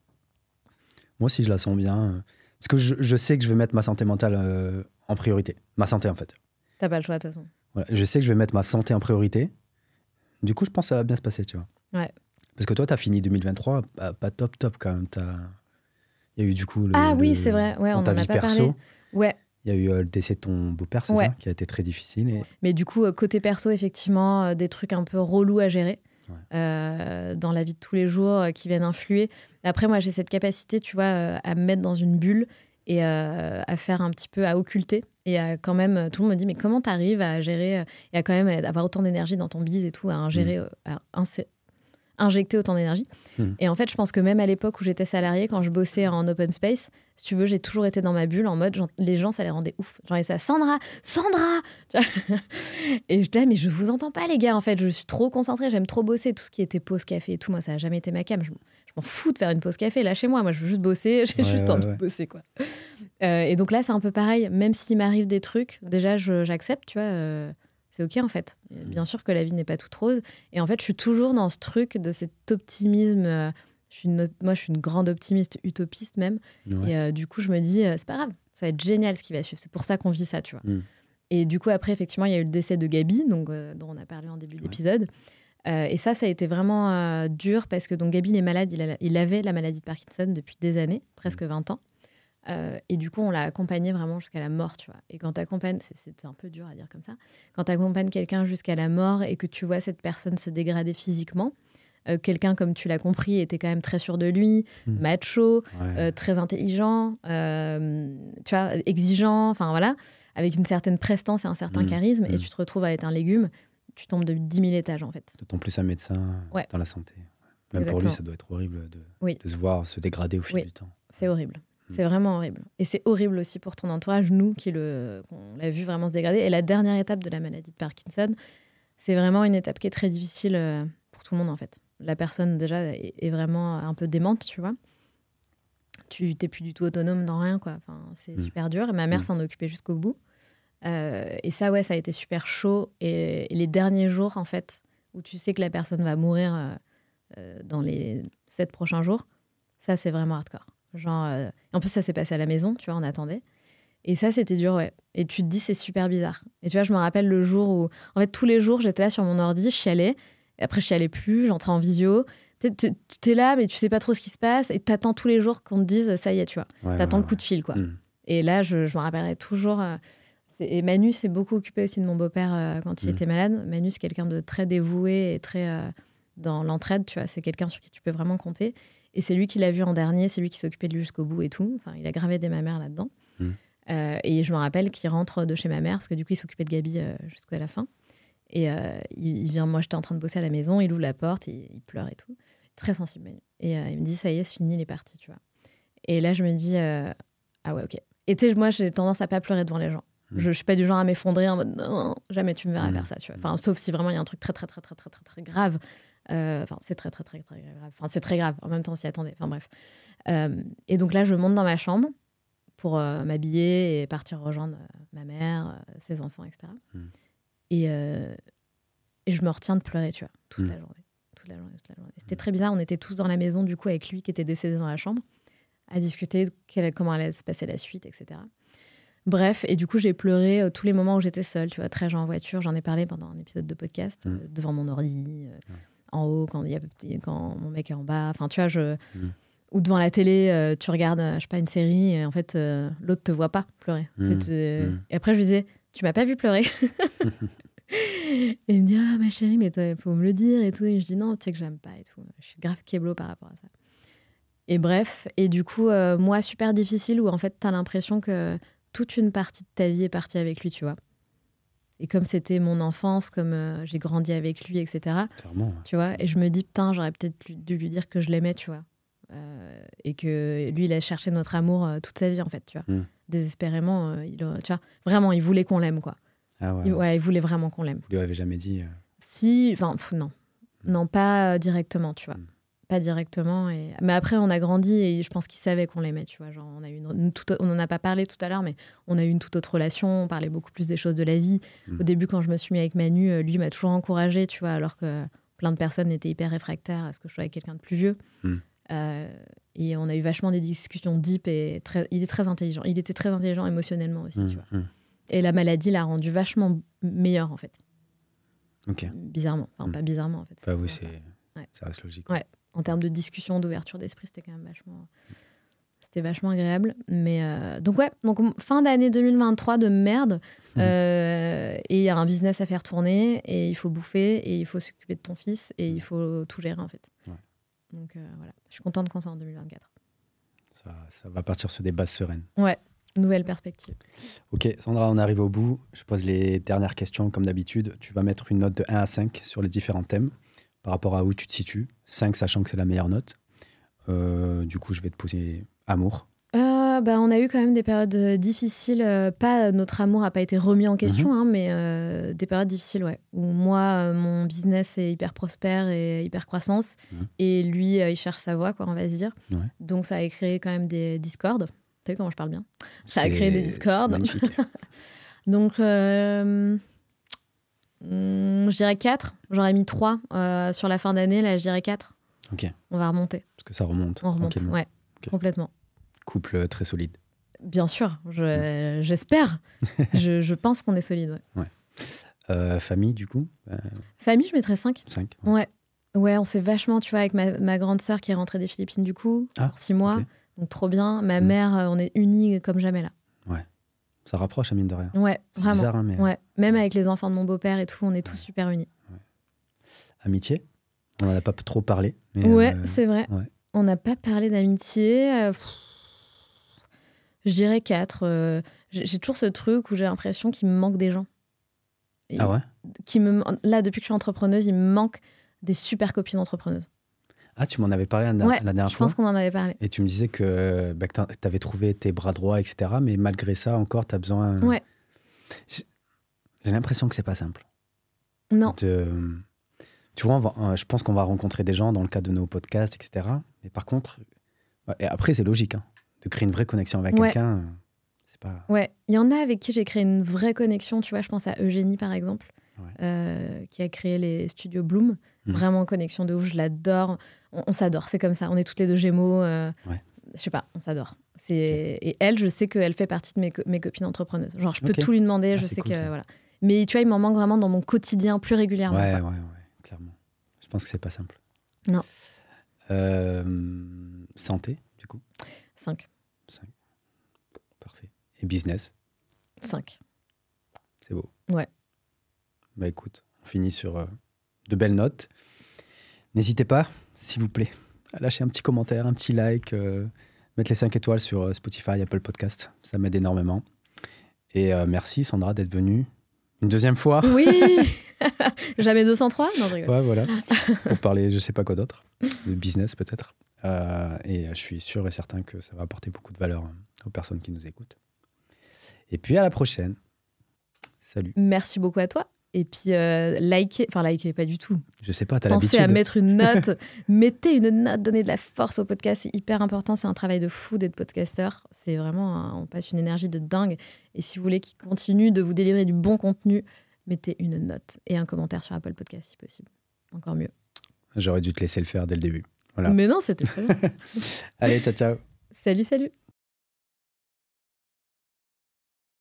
moi aussi je la sens bien euh... parce que je, je sais que je vais mettre ma santé mentale euh, en priorité, ma santé en fait. T'as pas le choix de toute façon. Voilà, je sais que je vais mettre ma santé en priorité. Du coup je pense que ça va bien se passer tu vois. Ouais. Parce que toi t'as fini deux mille vingt-trois pas, pas top top quand même t'as... il y a eu du coup le, ah le... oui c'est vrai ouais on en a pas perso. Parlé. Ouais. Il y a eu euh, le décès de ton beau-père, c'est ouais. ça, qui a été très difficile. Et... Mais du coup, euh, côté perso, effectivement, euh, des trucs un peu relous à gérer ouais. euh, dans la vie de tous les jours euh, qui viennent influer. Après, moi, j'ai cette capacité, tu vois, euh, à me mettre dans une bulle et euh, à faire un petit peu, à occulter. Et à quand même, tout le monde me dit, mais comment t'arrives à gérer euh, et à quand même avoir autant d'énergie dans ton bise et tout, à ingérer, mmh. euh, à insé- injecter autant d'énergie. Mmh. Et en fait, je pense que même à l'époque où j'étais salariée, quand je bossais en open space, si tu veux, j'ai toujours été dans ma bulle en mode, genre, les gens, ça les rendait ouf. Genre, ils disaient, Sandra, Sandra Et je disais, mais je vous entends pas, les gars, en fait, je suis trop concentrée, j'aime trop bosser. Tout ce qui était pause café et tout, moi, ça n'a jamais été ma cam. Je, je m'en fous de faire une pause café, lâchez-moi. Moi, je veux juste bosser, j'ai ouais, juste ouais, envie ouais. de bosser, quoi. Euh, et donc là, c'est un peu pareil. Même s'il m'arrive des trucs, déjà, je, j'accepte, tu vois. Euh, c'est OK, en fait. Bien sûr que la vie n'est pas toute rose. Et en fait, je suis toujours dans ce truc de cet optimisme. Euh, je suis une, moi, je suis une grande optimiste, utopiste même. Ouais. Et euh, du coup, je me dis, euh, c'est pas grave, ça va être génial ce qui va suivre. C'est pour ça qu'on vit ça, tu vois. Mm. Et du coup, après, effectivement, il y a eu le décès de Gabi, donc, euh, dont on a parlé en début ouais. d'épisode. Euh, et ça, ça a été vraiment euh, dur parce que donc, Gabi est malade. Il, a, il avait la maladie de Parkinson depuis des années, presque vingt ans. Euh, et du coup, on l'a accompagné vraiment jusqu'à la mort, tu vois. Et quand t'accompagnes, c'est, c'est un peu dur à dire comme ça, quand t'accompagnes quelqu'un jusqu'à la mort et que tu vois cette personne se dégrader physiquement, euh, quelqu'un, comme tu l'as compris, était quand même très sûr de lui, mmh. macho, ouais. euh, très intelligent, euh, tu vois, exigeant, enfin voilà, avec une certaine prestance et un certain mmh. charisme, mmh. et tu te retrouves à être un légume, tu tombes de dix mille étages, en fait. D'autant plus un médecin ouais. dans la santé. Même Exactement. Pour lui, ça doit être horrible de, oui. de se voir se dégrader au fil oui. du temps. C'est horrible. C'est vraiment horrible. Et c'est horrible aussi pour ton entourage, nous, qui le, qu'on l'a vu vraiment se dégrader. Et la dernière étape de la maladie de Parkinson, c'est vraiment une étape qui est très difficile pour tout le monde, en fait. La personne, déjà, est, est vraiment un peu démente, tu vois. Tu n'es plus du tout autonome dans rien, quoi. Enfin, c'est mmh. super dur. Et ma mère mmh. s'en occupait jusqu'au bout. Euh, et ça, ouais, ça a été super chaud. Et, et les derniers jours, en fait, où tu sais que la personne va mourir euh, dans les sept prochains jours, ça, c'est vraiment hardcore. Genre, euh... en plus, ça s'est passé à la maison, tu vois, on attendait. Et ça, c'était dur, ouais. Et tu te dis, c'est super bizarre. Et tu vois, je me rappelle le jour où... En fait, tous les jours, j'étais là sur mon ordi, je chialais. Et après, je chialais plus, j'entrais en visio. T'es, t'es, t'es là, mais tu sais pas trop ce qui se passe. Et t'attends tous les jours qu'on te dise, ça y est, tu vois. Ouais, t'attends ouais, le coup de fil, quoi. Mmh. Et là, je, je me rappellerai toujours... Euh... Et Manu s'est beaucoup occupé aussi de mon beau-père euh, quand il mmh. était malade. Manu, c'est quelqu'un de très dévoué et très euh, dans l'entraide, tu vois. C'est quelqu'un sur qui tu peux vraiment compter. Et c'est lui qui l'a vu en dernier, c'est lui qui s'occupait de lui jusqu'au bout et tout. Enfin, il a gravé des ma mère là-dedans. Mmh. Euh, et je me rappelle qu'il rentre de chez ma mère, parce que du coup, il s'occupait de Gabi euh, jusqu'à la fin. Et euh, il, il vient, moi, j'étais en train de bosser à la maison, il ouvre la porte, et il pleure et tout. Très sensible. Et euh, il me dit, ça y est, c'est fini, il est parti, tu vois. Et là, je me dis, euh, ah ouais, ok. Et tu sais, moi, j'ai tendance à pas pleurer devant les gens. Mmh. Je, je suis pas du genre à m'effondrer en mode, non, jamais tu me verras mmh. faire ça, tu vois. Enfin, sauf si vraiment il y a un truc très, très, très, très, très, très, très grave. Enfin, euh, c'est très, très, très, très grave. Enfin, c'est très grave. En même temps, on s'y attendait. Enfin, bref. Euh, et donc là, je monte dans ma chambre pour euh, m'habiller et partir rejoindre euh, ma mère, euh, ses enfants, et cetera. Mm. Et, euh, et je me retiens de pleurer, tu vois, toute mm. la journée. Toute la journée, toute la journée. C'était très bizarre. On était tous dans la maison, du coup, avec lui qui était décédé dans la chambre, à discuter de quelle, comment allait se passer la suite, et cetera. Bref, et du coup, j'ai pleuré euh, tous les moments où j'étais seule, tu vois, très en voiture. J'en ai parlé pendant un épisode de podcast, mm. euh, devant mon ordi, euh, ouais. en haut, quand, y a, quand mon mec est en bas. Enfin, tu vois, je... Mm. Ou devant la télé, euh, tu regardes, euh, je sais pas, une série, et en fait, euh, l'autre te voit pas pleurer. Mm. Euh... Mm. Et après, je lui disais, tu m'as pas vu pleurer. Et il me dit, ah, ma chérie, mais faut me le dire et tout. Et je dis, non, tu sais que j'aime pas et tout. Je suis grave kéblo par rapport à ça. Et bref, et du coup, euh, moi, super difficile, où en fait, t'as l'impression que toute une partie de ta vie est partie avec lui, tu vois. Et comme c'était mon enfance, comme euh, j'ai grandi avec lui, et cetera. Clairement. Tu vois, et je me dis, putain, j'aurais peut-être dû lui dire que je l'aimais, tu vois. Euh, et que lui, il a cherché notre amour euh, toute sa vie, en fait, tu vois. Mm. Désespérément, euh, il, tu vois, vraiment, il voulait qu'on l'aime, quoi. Ah ouais, il, ouais. ouais, il voulait vraiment qu'on l'aime. Vous lui avez jamais dit euh... Si, enfin, non. Mm. Non, pas euh, directement, tu vois. Mm. Pas directement. Et... Mais après, on a grandi et je pense qu'il savait qu'on l'aimait, tu vois. Genre, on, a eu une, une toute, on en a pas parlé tout à l'heure, mais on a eu une toute autre relation. On parlait beaucoup plus des choses de la vie. Mm. Au début, quand je me suis mis avec Manu, lui m'a toujours encouragée, tu vois, alors que plein de personnes étaient hyper réfractaires à ce que je sois avec quelqu'un de plus vieux. Mm. Euh, et on a eu vachement des discussions deep et très, il est très intelligent. Il était très intelligent émotionnellement aussi, mmh, tu vois. Mmh. Et la maladie l'a rendu vachement meilleur, en fait. Ok. Bizarrement. Enfin, mmh. pas bizarrement, en fait. Bah oui, c'est... Ouais. Ça reste logique. Ouais. En termes de discussion, d'ouverture d'esprit, c'était quand même vachement... C'était vachement agréable. Mais euh... Donc ouais, donc, fin d'année deux mille vingt-trois de merde. Mmh. Euh... Et il y a un business à faire tourner et il faut bouffer et il faut s'occuper de ton fils et il faut tout gérer, en fait. Ouais. Donc euh, voilà, je suis contente qu'on soit en deux mille vingt-quatre. Ça, ça va partir sur des bases sereines. Ouais, nouvelle perspective. Ok, Sandra, on arrive au bout. Je pose les dernières questions comme d'habitude. Tu vas mettre une note de un à cinq sur les différents thèmes par rapport à où tu te situes. cinq sachant que c'est la meilleure note. Euh, du coup, je vais te poser amour. Euh, bah, on a eu quand même des périodes difficiles. Euh, pas notre amour n'a pas été remis en question, mm-hmm. hein, mais euh, des périodes difficiles, ouais. Où moi, euh, mon business est hyper prospère et hyper croissance, mm-hmm. et lui, euh, il cherche sa voie, quoi, on va se dire. Ouais. Donc ça a créé quand même des discords. T'as vu comment je parle bien ? Ça c'est... a créé des discords. C'est magnifique. Donc, euh, je dirais quatre. J'aurais mis trois euh, sur la fin d'année. Là, je dirais quatre. Ok. On va remonter. Parce que ça remonte. On remonte, ouais, okay. Complètement. Couple très solide. Bien sûr, je, mmh. j'espère. je, je pense qu'on est solide. Ouais. Ouais. Euh, famille, du coup euh... Famille, je mettrais cinq. cinq ouais. ouais. Ouais, on s'est vachement, tu vois, avec ma, ma grande sœur qui est rentrée des Philippines, du coup, ah, pour six mois. Okay. Donc, trop bien. Ma mmh. mère, on est unis comme jamais là. Ouais. Ça rapproche, à mine de rien. Ouais, c'est vraiment. Bizarre, hein, mais... ouais. Même avec les enfants de mon beau-père et tout, on est tous ouais. super unis. Ouais. Amitié ? On n'en a pas trop parlé. Mais ouais, euh... c'est vrai. Ouais. On n'a pas parlé d'amitié. Euh, pff... Je dirais quatre. Euh, j'ai toujours ce truc où j'ai l'impression qu'il me manque des gens. Et ah ouais qui me, là, depuis que je suis entrepreneuse, il me manque des super copines entrepreneuses. Ah, tu m'en avais parlé la, ouais, la dernière je fois. Je pense qu'on en avait parlé. Et tu me disais que, bah, que tu avais trouvé tes bras droits, et cetera. Mais malgré ça, encore, tu as besoin... Ouais. J'ai, j'ai l'impression que c'est pas simple. Non. De... Tu vois, on va, je pense qu'on va rencontrer des gens dans le cadre de nos podcasts, et cetera. Mais par contre... Et après, c'est logique, hein. De créer une vraie connexion avec ouais. quelqu'un, c'est pas... Ouais, il y en a avec qui j'ai créé une vraie connexion, tu vois, je pense à Eugénie, par exemple, ouais. euh, qui a créé les studios Bloom. Mmh. Vraiment connexion de ouf, je l'adore. On, on s'adore, c'est comme ça. On est toutes les deux Gémeaux. Euh, ouais. Je sais pas, on s'adore. C'est... Okay. Et elle, je sais qu'elle fait partie de mes, co- mes copines entrepreneuses. Genre, je peux okay. tout lui demander, ah, je sais cool, que... Ça. Voilà. Mais tu vois, il m'en manque vraiment dans mon quotidien plus régulièrement. Ouais, quoi. ouais, ouais, clairement. Je pense que c'est pas simple. Non. Euh, santé, du coup cinq. cinq. Parfait. Et business cinq. C'est beau. Ouais. Bah écoute, on finit sur euh, de belles notes. N'hésitez pas, s'il vous plaît, à lâcher un petit commentaire, un petit like, euh, mettre les cinq étoiles sur euh, Spotify, Apple Podcast. Ça m'aide énormément. Et euh, merci Sandra d'être venue une deuxième fois. Oui. Jamais deux cent trois. Non, je rigole. Ouais, voilà. Pour parler, je sais pas quoi d'autre. De business peut-être. Euh, et je suis sûr et certain que ça va apporter beaucoup de valeur aux personnes qui nous écoutent. Et puis à la prochaine. Salut. Merci beaucoup à toi. Et puis, euh, likez, enfin, likez pas du tout. Je sais pas, t'as l'habitude. Pensez à mettre une note. Mettez une note, donnez de la force au podcast. C'est hyper important. C'est un travail de fou d'être podcasteur. C'est vraiment, un, on passe une énergie de dingue. Et si vous voulez qu'il continue de vous délivrer du bon contenu, mettez une note et un commentaire sur Apple Podcast si possible. Encore mieux. J'aurais dû te laisser le faire dès le début. Voilà. Mais non, c'était très bien. Allez, ciao, ciao. Salut, salut.